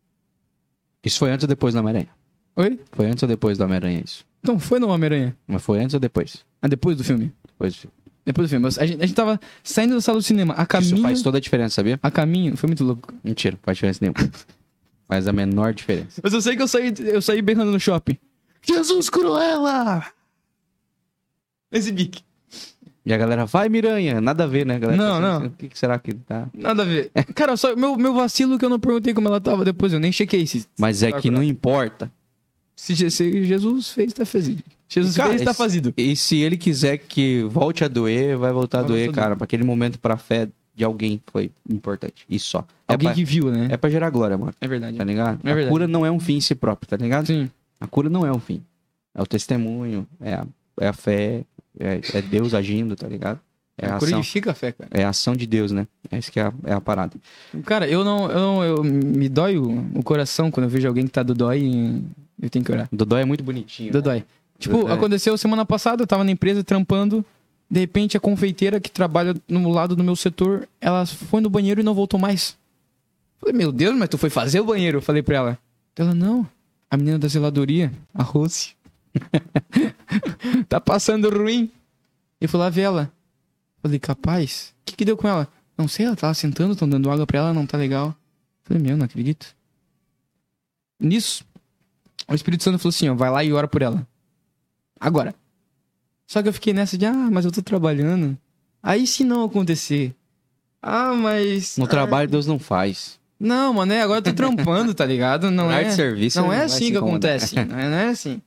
[SPEAKER 2] Isso foi antes ou depois do Homem-Aranha?
[SPEAKER 1] Oi?
[SPEAKER 2] Foi antes ou depois do Homem-Aranha isso?
[SPEAKER 1] Então, foi no Homem-Aranha.
[SPEAKER 2] Mas foi antes ou depois?
[SPEAKER 1] Ah, depois do filme.
[SPEAKER 2] Depois do filme.
[SPEAKER 1] Depois do filme. A gente, a gente tava saindo da sala do cinema. A caminho...
[SPEAKER 2] Isso faz toda a diferença, sabia?
[SPEAKER 1] A caminho... Foi muito louco.
[SPEAKER 2] Mentira, não faz diferença nenhuma. Faz a menor diferença.
[SPEAKER 1] Mas eu sei que eu saí, eu saí berrando no shopping. Jesus curou ela! Esse bique.
[SPEAKER 2] E a galera, vai Miranha, nada a ver, né? A galera
[SPEAKER 1] Não,
[SPEAKER 2] tá
[SPEAKER 1] não.
[SPEAKER 2] assim, O que que será que tá...
[SPEAKER 1] Nada a ver. Cara, só meu, meu vacilo que eu não perguntei como ela tava depois. Eu nem chequei se...
[SPEAKER 2] Mas é
[SPEAKER 1] Tá
[SPEAKER 2] que não
[SPEAKER 1] curado.
[SPEAKER 2] importa.
[SPEAKER 1] Se, Je- se Jesus fez, tá fazido. Jesus
[SPEAKER 2] Cara,
[SPEAKER 1] fez, tá
[SPEAKER 2] esse-
[SPEAKER 1] fazido.
[SPEAKER 2] E se ele quiser que volte a doer, vai voltar a
[SPEAKER 1] Vai
[SPEAKER 2] doer,
[SPEAKER 1] voltar a
[SPEAKER 2] cara. Pra aquele momento pra fé de alguém foi importante. Isso só. É
[SPEAKER 1] Alguém
[SPEAKER 2] pra,
[SPEAKER 1] que viu, né?
[SPEAKER 2] é pra gerar glória, mano.
[SPEAKER 1] É verdade.
[SPEAKER 2] Tá ligado?
[SPEAKER 1] É
[SPEAKER 2] a
[SPEAKER 1] verdade.
[SPEAKER 2] cura não é um fim em si próprio, tá ligado?
[SPEAKER 1] Sim.
[SPEAKER 2] A cura não é um fim. É o testemunho, é a, é a fé, é, é Deus agindo, tá ligado? É a ação,
[SPEAKER 1] Purifica a fé, cara.
[SPEAKER 2] é a ação de Deus, né? É isso que é a, é a parada.
[SPEAKER 1] Cara, eu não... Eu não eu, me dói o, o coração quando eu vejo alguém que tá dodói e eu tenho que orar.
[SPEAKER 2] O Dodói é muito bonitinho. né?
[SPEAKER 1] Dodói. Tipo,
[SPEAKER 2] Dodói.
[SPEAKER 1] aconteceu semana passada, eu tava na empresa trampando. De repente, a confeiteira que trabalha no lado do meu setor, ela foi no banheiro e não voltou mais. Falei, meu Deus, mas tu foi fazer o banheiro? Eu falei pra ela. Ela, não. A menina da zeladoria, a Rose. Tá passando ruim. Eu fui lá ver ela. Falei, capaz? O que que deu com ela? Não sei, ela tava sentando, tão dando água pra ela, não tá legal. Falei, meu, não acredito. Nisso, o Espírito Santo falou assim, ó, vai lá e ora por ela. Agora. Só que eu fiquei nessa de, ah, mas eu tô trabalhando. Aí se não acontecer. Ah, mas...
[SPEAKER 2] No
[SPEAKER 1] ah,
[SPEAKER 2] trabalho Deus não faz.
[SPEAKER 1] Não, mano, é, agora eu tô trampando, tá ligado? Não
[SPEAKER 2] Horário
[SPEAKER 1] é...
[SPEAKER 2] de serviço,
[SPEAKER 1] Não
[SPEAKER 2] não
[SPEAKER 1] é
[SPEAKER 2] vai
[SPEAKER 1] assim
[SPEAKER 2] se
[SPEAKER 1] que
[SPEAKER 2] incomodar.
[SPEAKER 1] acontece. Não é, não é assim.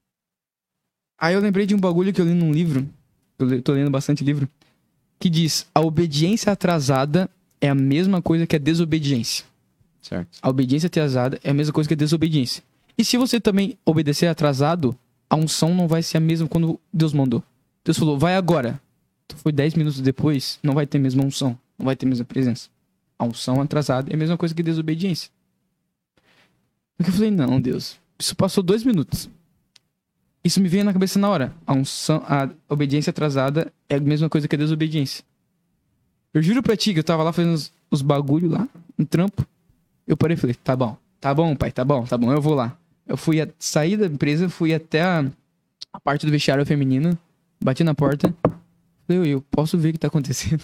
[SPEAKER 1] Aí eu lembrei de um bagulho que eu li num livro. Eu le- tô lendo bastante livro. Que diz, a obediência atrasada é a mesma coisa que a desobediência.
[SPEAKER 2] Certo.
[SPEAKER 1] A obediência atrasada é a mesma coisa que a desobediência. E se você também obedecer atrasado, a unção não vai ser a mesma quando Deus mandou. Deus falou, vai agora. Tu foi dez minutos depois, não vai ter a mesma unção. Não vai ter a mesma presença. A unção atrasada é a mesma coisa que desobediência. Porque eu falei, não, Deus. Isso passou dois minutos. Isso me veio na cabeça na hora. A unção, a obediência atrasada é a mesma coisa que a desobediência. Eu juro pra ti que eu tava lá fazendo os, os bagulho lá, um trampo. Eu parei e falei, tá bom, tá bom, pai, tá bom, tá bom, eu vou lá. Eu fui a, saí da empresa, fui até a, a parte do vestiário feminino, bati na porta. Falei, eu, eu posso ver o que tá acontecendo.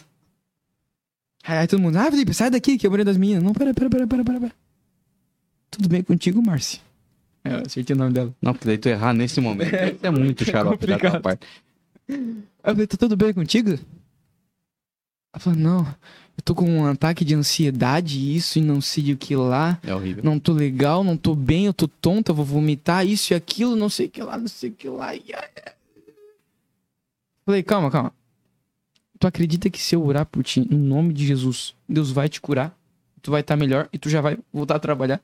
[SPEAKER 1] Aí, aí todo mundo, ah, Felipe, sai daqui, que é a mulher das meninas. Não, pera, pera, pera, pera, pera. pera. Tudo bem contigo, Márcia? É, eu acertei o nome dela.
[SPEAKER 2] Não, porque daí tu errar nesse momento. Isso é muito xarope da tua
[SPEAKER 1] complicado.
[SPEAKER 2] parte.
[SPEAKER 1] Aí eu falei, tá tudo bem contigo? Ela falou, não, eu tô com um ataque de ansiedade, isso e não sei o que lá.
[SPEAKER 2] É horrível.
[SPEAKER 1] Não tô legal, não tô bem, eu tô tonta, vou vomitar, isso e aquilo, não sei o que lá, não sei o que lá. E aí... Falei, calma, calma. Tu acredita que se eu orar por ti, em nome de Jesus, Deus vai te curar, tu vai estar melhor e tu já vai voltar a trabalhar?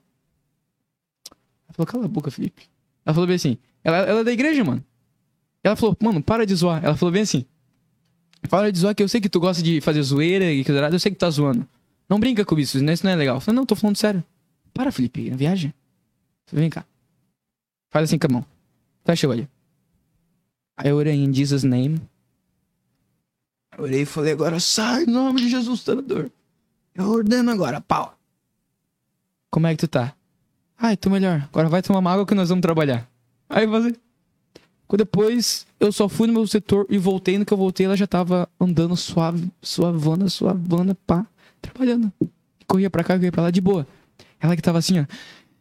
[SPEAKER 1] Ela falou, cala a boca, Felipe. Ela falou bem assim, ela, ela é da igreja, mano. Ela falou, mano, para de zoar. Ela falou bem assim, para de zoar que eu sei que tu gosta de fazer zoeira e que eu sei que tu tá zoando. Não brinca com isso, isso não é legal. Eu falei, não, tô falando sério. Para, Felipe, na viagem. Eu falei, vem cá. Faz assim com a mão. Fecha o olho. Aí eu orei em Jesus' name. Eu orei e falei, agora sai em nome de Jesus, tá na dor. Eu ordeno agora, pau. Como é que tu tá? Ai, tô melhor. Agora vai tomar uma água que nós vamos trabalhar. Aí você... Depois, eu só fui no meu setor e voltei. No que eu voltei, ela já tava andando suave, suavana, suavana, pá, trabalhando. Corria pra cá, corria pra lá, de boa. Ela que tava assim, ó.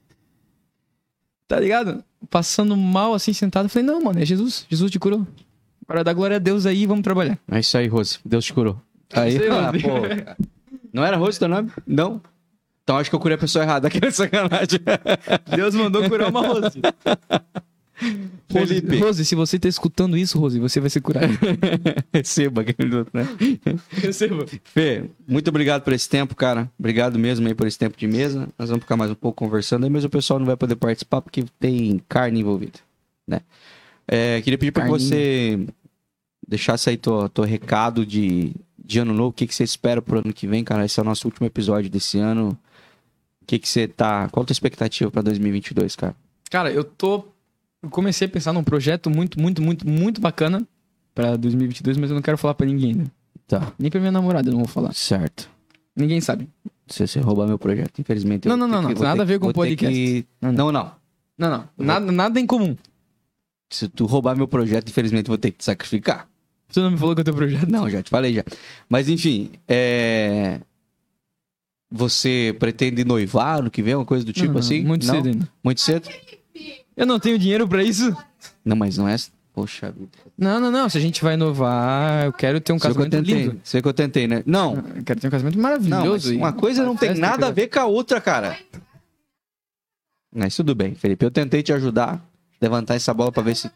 [SPEAKER 1] Tá ligado? Passando mal, assim, sentado. Eu falei, não, mano, é Jesus. Jesus te curou. Agora dá glória a Deus aí e vamos trabalhar.
[SPEAKER 2] É isso aí, Rose. Deus te curou. Aí,
[SPEAKER 1] Sei,
[SPEAKER 2] ah,
[SPEAKER 1] Rose.
[SPEAKER 2] pô. Não era Rose teu nome? Não? Então acho que eu curei a pessoa errada. Aquela sacanagem.
[SPEAKER 1] Deus mandou curar uma Rose.
[SPEAKER 2] Felipe.
[SPEAKER 1] Rose, se você tá escutando isso, Rose, você vai ser curado.
[SPEAKER 2] Receba aquele outro, né?
[SPEAKER 1] Receba.
[SPEAKER 2] Fê, muito obrigado por esse tempo, cara. Obrigado mesmo aí por esse tempo de mesa. Nós vamos ficar mais um pouco conversando aí, mas o pessoal não vai poder participar porque tem carne envolvida, né? É, queria pedir para que
[SPEAKER 1] Carninha.
[SPEAKER 2] você deixasse aí teu, teu recado de, de ano novo. O que, que você espera pro ano que vem, cara? Esse é o nosso último episódio desse ano. O que, que você tá... Qual a tua expectativa para dois mil e vinte e dois, cara?
[SPEAKER 1] Cara, eu tô... Eu comecei a pensar num projeto muito, muito, muito, muito bacana pra dois mil e vinte e dois, mas eu não quero falar pra ninguém ainda.
[SPEAKER 2] Tá.
[SPEAKER 1] Nem pra minha namorada eu não vou falar.
[SPEAKER 2] Certo.
[SPEAKER 1] Ninguém sabe.
[SPEAKER 2] Se você roubar meu projeto, infelizmente...
[SPEAKER 1] Não,
[SPEAKER 2] eu
[SPEAKER 1] não,
[SPEAKER 2] vou
[SPEAKER 1] não,
[SPEAKER 2] ter
[SPEAKER 1] não.
[SPEAKER 2] que-
[SPEAKER 1] Nada
[SPEAKER 2] vou
[SPEAKER 1] a
[SPEAKER 2] ter
[SPEAKER 1] ver com
[SPEAKER 2] que- vou ter
[SPEAKER 1] podcast.
[SPEAKER 2] que-
[SPEAKER 1] Não, não.
[SPEAKER 2] Não, não.
[SPEAKER 1] Não, não. Nada, nada em comum.
[SPEAKER 2] Se tu roubar meu projeto, infelizmente eu vou ter que te sacrificar.
[SPEAKER 1] Você não me falou que é o teu projeto?
[SPEAKER 2] Não, já te falei já. Mas enfim, é... Você pretende noivar ano que vem, uma coisa do tipo
[SPEAKER 1] Não, não,
[SPEAKER 2] assim?
[SPEAKER 1] Muito
[SPEAKER 2] Não?
[SPEAKER 1] cedo ainda.
[SPEAKER 2] Muito cedo?
[SPEAKER 1] Eu não tenho dinheiro pra isso.
[SPEAKER 2] Não, mas não é... Poxa vida.
[SPEAKER 1] Não, não, não. Se a gente vai inovar, eu quero ter um
[SPEAKER 2] Sei que eu
[SPEAKER 1] casamento
[SPEAKER 2] tentei.
[SPEAKER 1] lindo.
[SPEAKER 2] Sei que eu tentei, né? Não.
[SPEAKER 1] Eu quero ter um casamento
[SPEAKER 2] Não, mas
[SPEAKER 1] maravilhoso. e
[SPEAKER 2] uma coisa não tem
[SPEAKER 1] festa
[SPEAKER 2] nada a
[SPEAKER 1] que-
[SPEAKER 2] ver com a outra, cara. Mas tudo bem, Felipe. Eu tentei te ajudar, levantar essa bola pra ver se...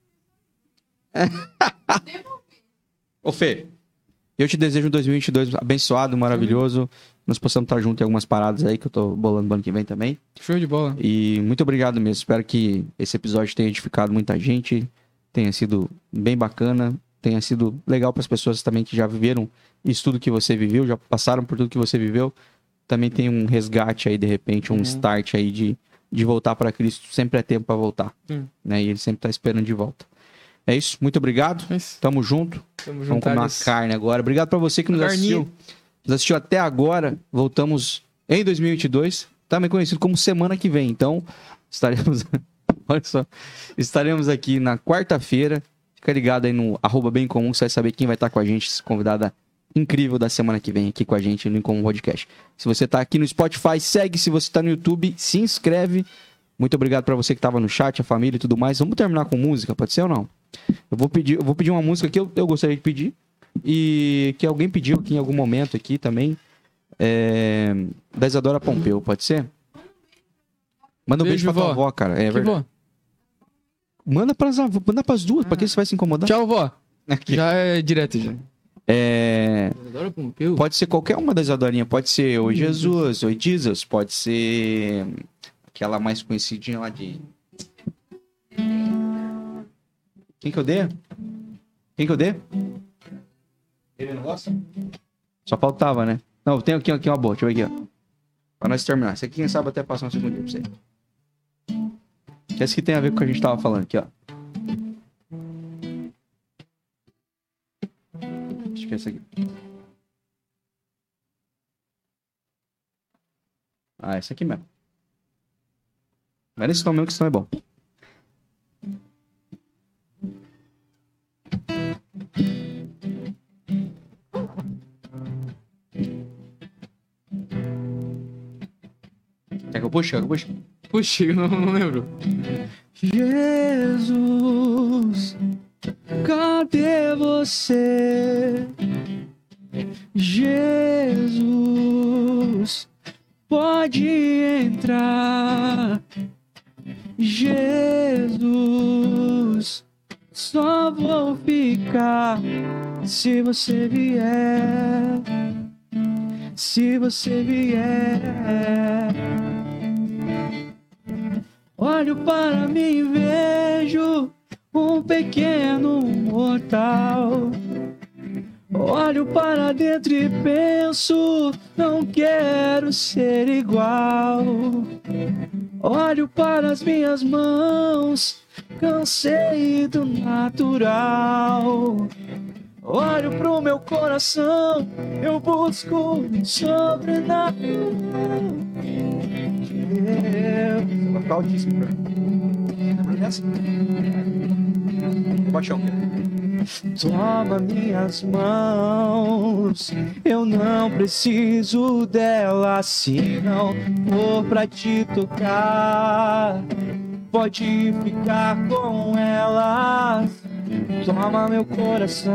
[SPEAKER 2] Ô, Fê, eu te desejo um dois mil e vinte e dois abençoado, maravilhoso. Nós possamos estar juntos em algumas paradas aí que eu tô bolando no ano que vem também.
[SPEAKER 1] Show de bola.
[SPEAKER 2] E muito obrigado mesmo. Espero que esse episódio tenha edificado muita gente, tenha sido bem bacana, tenha sido legal para as pessoas também que já viveram isso tudo que você viveu, já passaram por tudo que você viveu. Também tem um resgate aí, de repente, um
[SPEAKER 1] Uhum.
[SPEAKER 2] start aí de, de voltar para Cristo. Sempre é tempo para voltar,
[SPEAKER 1] Hum.
[SPEAKER 2] né? E ele sempre tá esperando de volta. É isso. Muito obrigado.
[SPEAKER 1] Mas,
[SPEAKER 2] Tamo junto.
[SPEAKER 1] tamo
[SPEAKER 2] Vamos comer uma
[SPEAKER 1] juntados.
[SPEAKER 2] carne agora. Obrigado pra você que nos
[SPEAKER 1] Carninha.
[SPEAKER 2] assistiu. Nos assistiu até agora. Voltamos em dois mil e vinte e dois. Também conhecido como semana que vem. Então, estaremos... Olha só. Estaremos aqui na quarta-feira. Fica ligado aí no arroba bem comum. Você vai saber quem vai estar com a gente. Essa convidada incrível da semana que vem aqui com a gente no Incomum Podcast. Se você tá aqui no Spotify, segue. Se você tá no YouTube, se inscreve. Muito obrigado pra você que tava no chat, a família e tudo mais. Vamos terminar com música, pode ser ou não? Eu vou pedir, eu vou pedir uma música que eu, eu gostaria de pedir. E que alguém pediu aqui em algum momento aqui também. É, da Isadora Pompeu, pode ser? Manda um beijo,
[SPEAKER 1] Beijo,
[SPEAKER 2] pra tua
[SPEAKER 1] vó.
[SPEAKER 2] avó, cara. É
[SPEAKER 1] Que
[SPEAKER 2] verdade.
[SPEAKER 1] bom.
[SPEAKER 2] Manda pras, avó- manda pras duas, pra que você vai se incomodar?
[SPEAKER 1] Tchau, vó.
[SPEAKER 2] Aqui.
[SPEAKER 1] Já é direto, já.
[SPEAKER 2] É,
[SPEAKER 1] Adoro Pompeu.
[SPEAKER 2] pode ser qualquer uma das Isadorinhas. Pode ser Oi Jesus, Oi Jesus. Pode ser aquela mais conhecidinha lá de... Quem que eu dei? Quem que eu dei? Ele não gosta? Só faltava, né? Não, tem aqui, aqui uma boa. Deixa eu ver aqui, ó. Pra nós terminar. Esse aqui, quem sabe, até passar um segundinho pra você. Esse que tem a ver com o que a gente tava falando aqui, ó. Acho que é essa aqui. Ah, essa aqui mesmo. Vai nesse tom mesmo que esse tom é bom. Quer que eu puxe? Quer que eu puxe?
[SPEAKER 1] Puxa, eu não, não lembro.
[SPEAKER 2] Jesus, cadê você? Jesus, pode entrar. Jesus, só vou ficar se você vier. Se você vier. Olho para mim e vejo um pequeno mortal,
[SPEAKER 4] Olho para dentro e penso, não quero ser igual. Olho para as minhas mãos, cansei do natural. Olho pro meu coração, eu busco sobrenatural. Vai ficar altíssimo, cara. Baixão. Toma minhas mãos, eu não preciso dela se não for pra te tocar. Pode ficar com ela. Toma meu coração,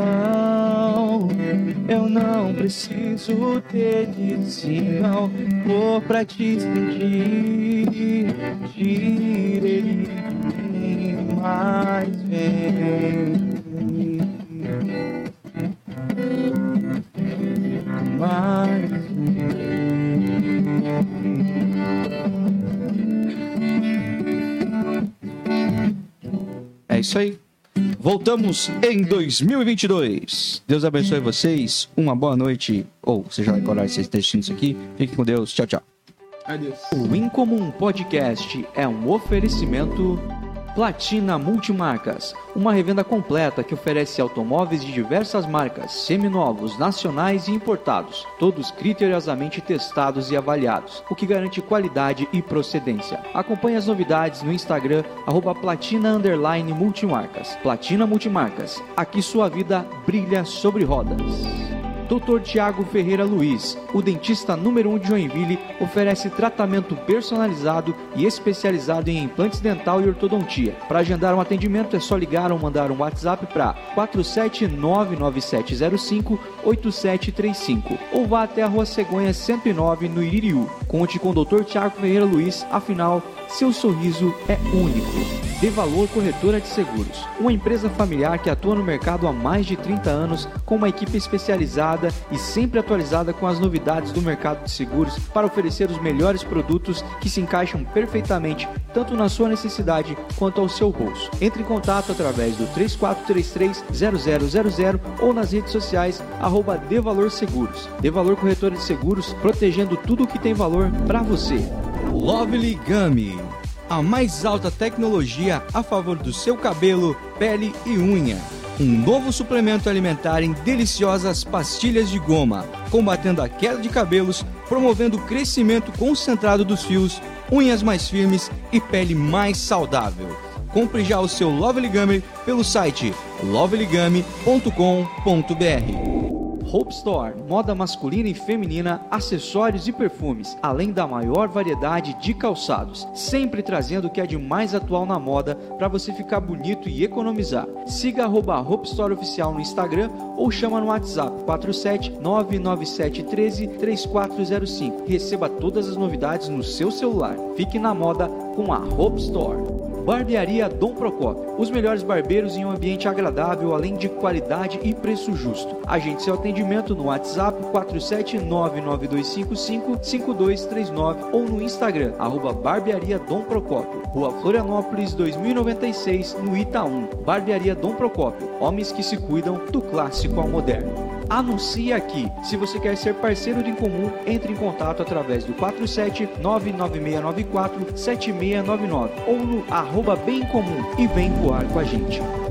[SPEAKER 4] eu não preciso dele se não for pra te sentir. Tirei, mas vem. Mas
[SPEAKER 2] é isso aí. Voltamos em dois mil e vinte e dois. Deus abençoe vocês. Uma boa noite. Ou seja lá qual hora vocês estão assistindo isso aqui. Fiquem com Deus. Tchau, tchau.
[SPEAKER 1] Adeus.
[SPEAKER 4] O Incomum Podcast é um oferecimento Platina Multimarcas, uma revenda completa que oferece automóveis de diversas marcas, seminovos, nacionais e importados, todos criteriosamente testados e avaliados, o que garante qualidade e procedência. Acompanhe as novidades no Instagram, arroba platina underline multimarcas. Platina Multimarcas, aqui sua vida brilha sobre rodas. doutor Tiago Ferreira Luiz, o dentista número um de Joinville, oferece tratamento personalizado e especializado em implantes dental e ortodontia. Para agendar um atendimento é só ligar ou mandar um WhatsApp para quatro sete nove nove sete zero cinco oito sete três cinco ou vá até a Rua Cegonha cento e nove no Iririú. Conte com o doutor Tiago Ferreira Luiz, afinal, seu sorriso é único. De Valor Corretora de Seguros, uma empresa familiar que atua no mercado há mais de trinta anos, com uma equipe especializada e sempre atualizada com as novidades do mercado de seguros para oferecer os melhores produtos que se encaixam perfeitamente tanto na sua necessidade quanto ao seu bolso. Entre em contato através do três quatro três três zero zero zero zero ou nas redes sociais arroba De Valor Seguros. De Valor Corretora de Seguros, protegendo tudo o que tem valor para você.
[SPEAKER 2] Lovely Gummy, a mais alta tecnologia a favor do seu cabelo, pele e unha. Um novo suplemento alimentar em deliciosas pastilhas de goma, combatendo a queda de cabelos, promovendo o crescimento concentrado dos fios, unhas mais firmes e pele mais saudável. Compre já o seu Lovely Gummy pelo site lovely gummy ponto com ponto b r.
[SPEAKER 4] Hope Store, moda masculina e feminina, acessórios e perfumes, além da maior variedade de calçados, sempre trazendo o que é de mais atual na moda para você ficar bonito e economizar. Siga arroba Hope Store Oficial no Instagram ou chama no WhatsApp quatro sete nove nove sete um três três quatro zero cinco e receba todas as novidades no seu celular. Fique na moda com a Hope Store. Barbearia Dom Procópio, os melhores barbeiros em um ambiente agradável, além de qualidade e preço justo. Agende seu atendimento no WhatsApp quatro sete nove nove dois cinco cinco cinco dois três nove ou no Instagram, arroba Barbearia Dom Procópio, Rua Florianópolis dois mil e noventa e seis, no Itaú. Barbearia Dom Procópio, homens que se cuidam do clássico ao moderno. Anuncie aqui. Se você quer ser parceiro do Incomum, entre em contato através do quatro sete nove nove seis nove quatro sete seis nove nove ou no arroba Bem Incomum e vem voar com a gente.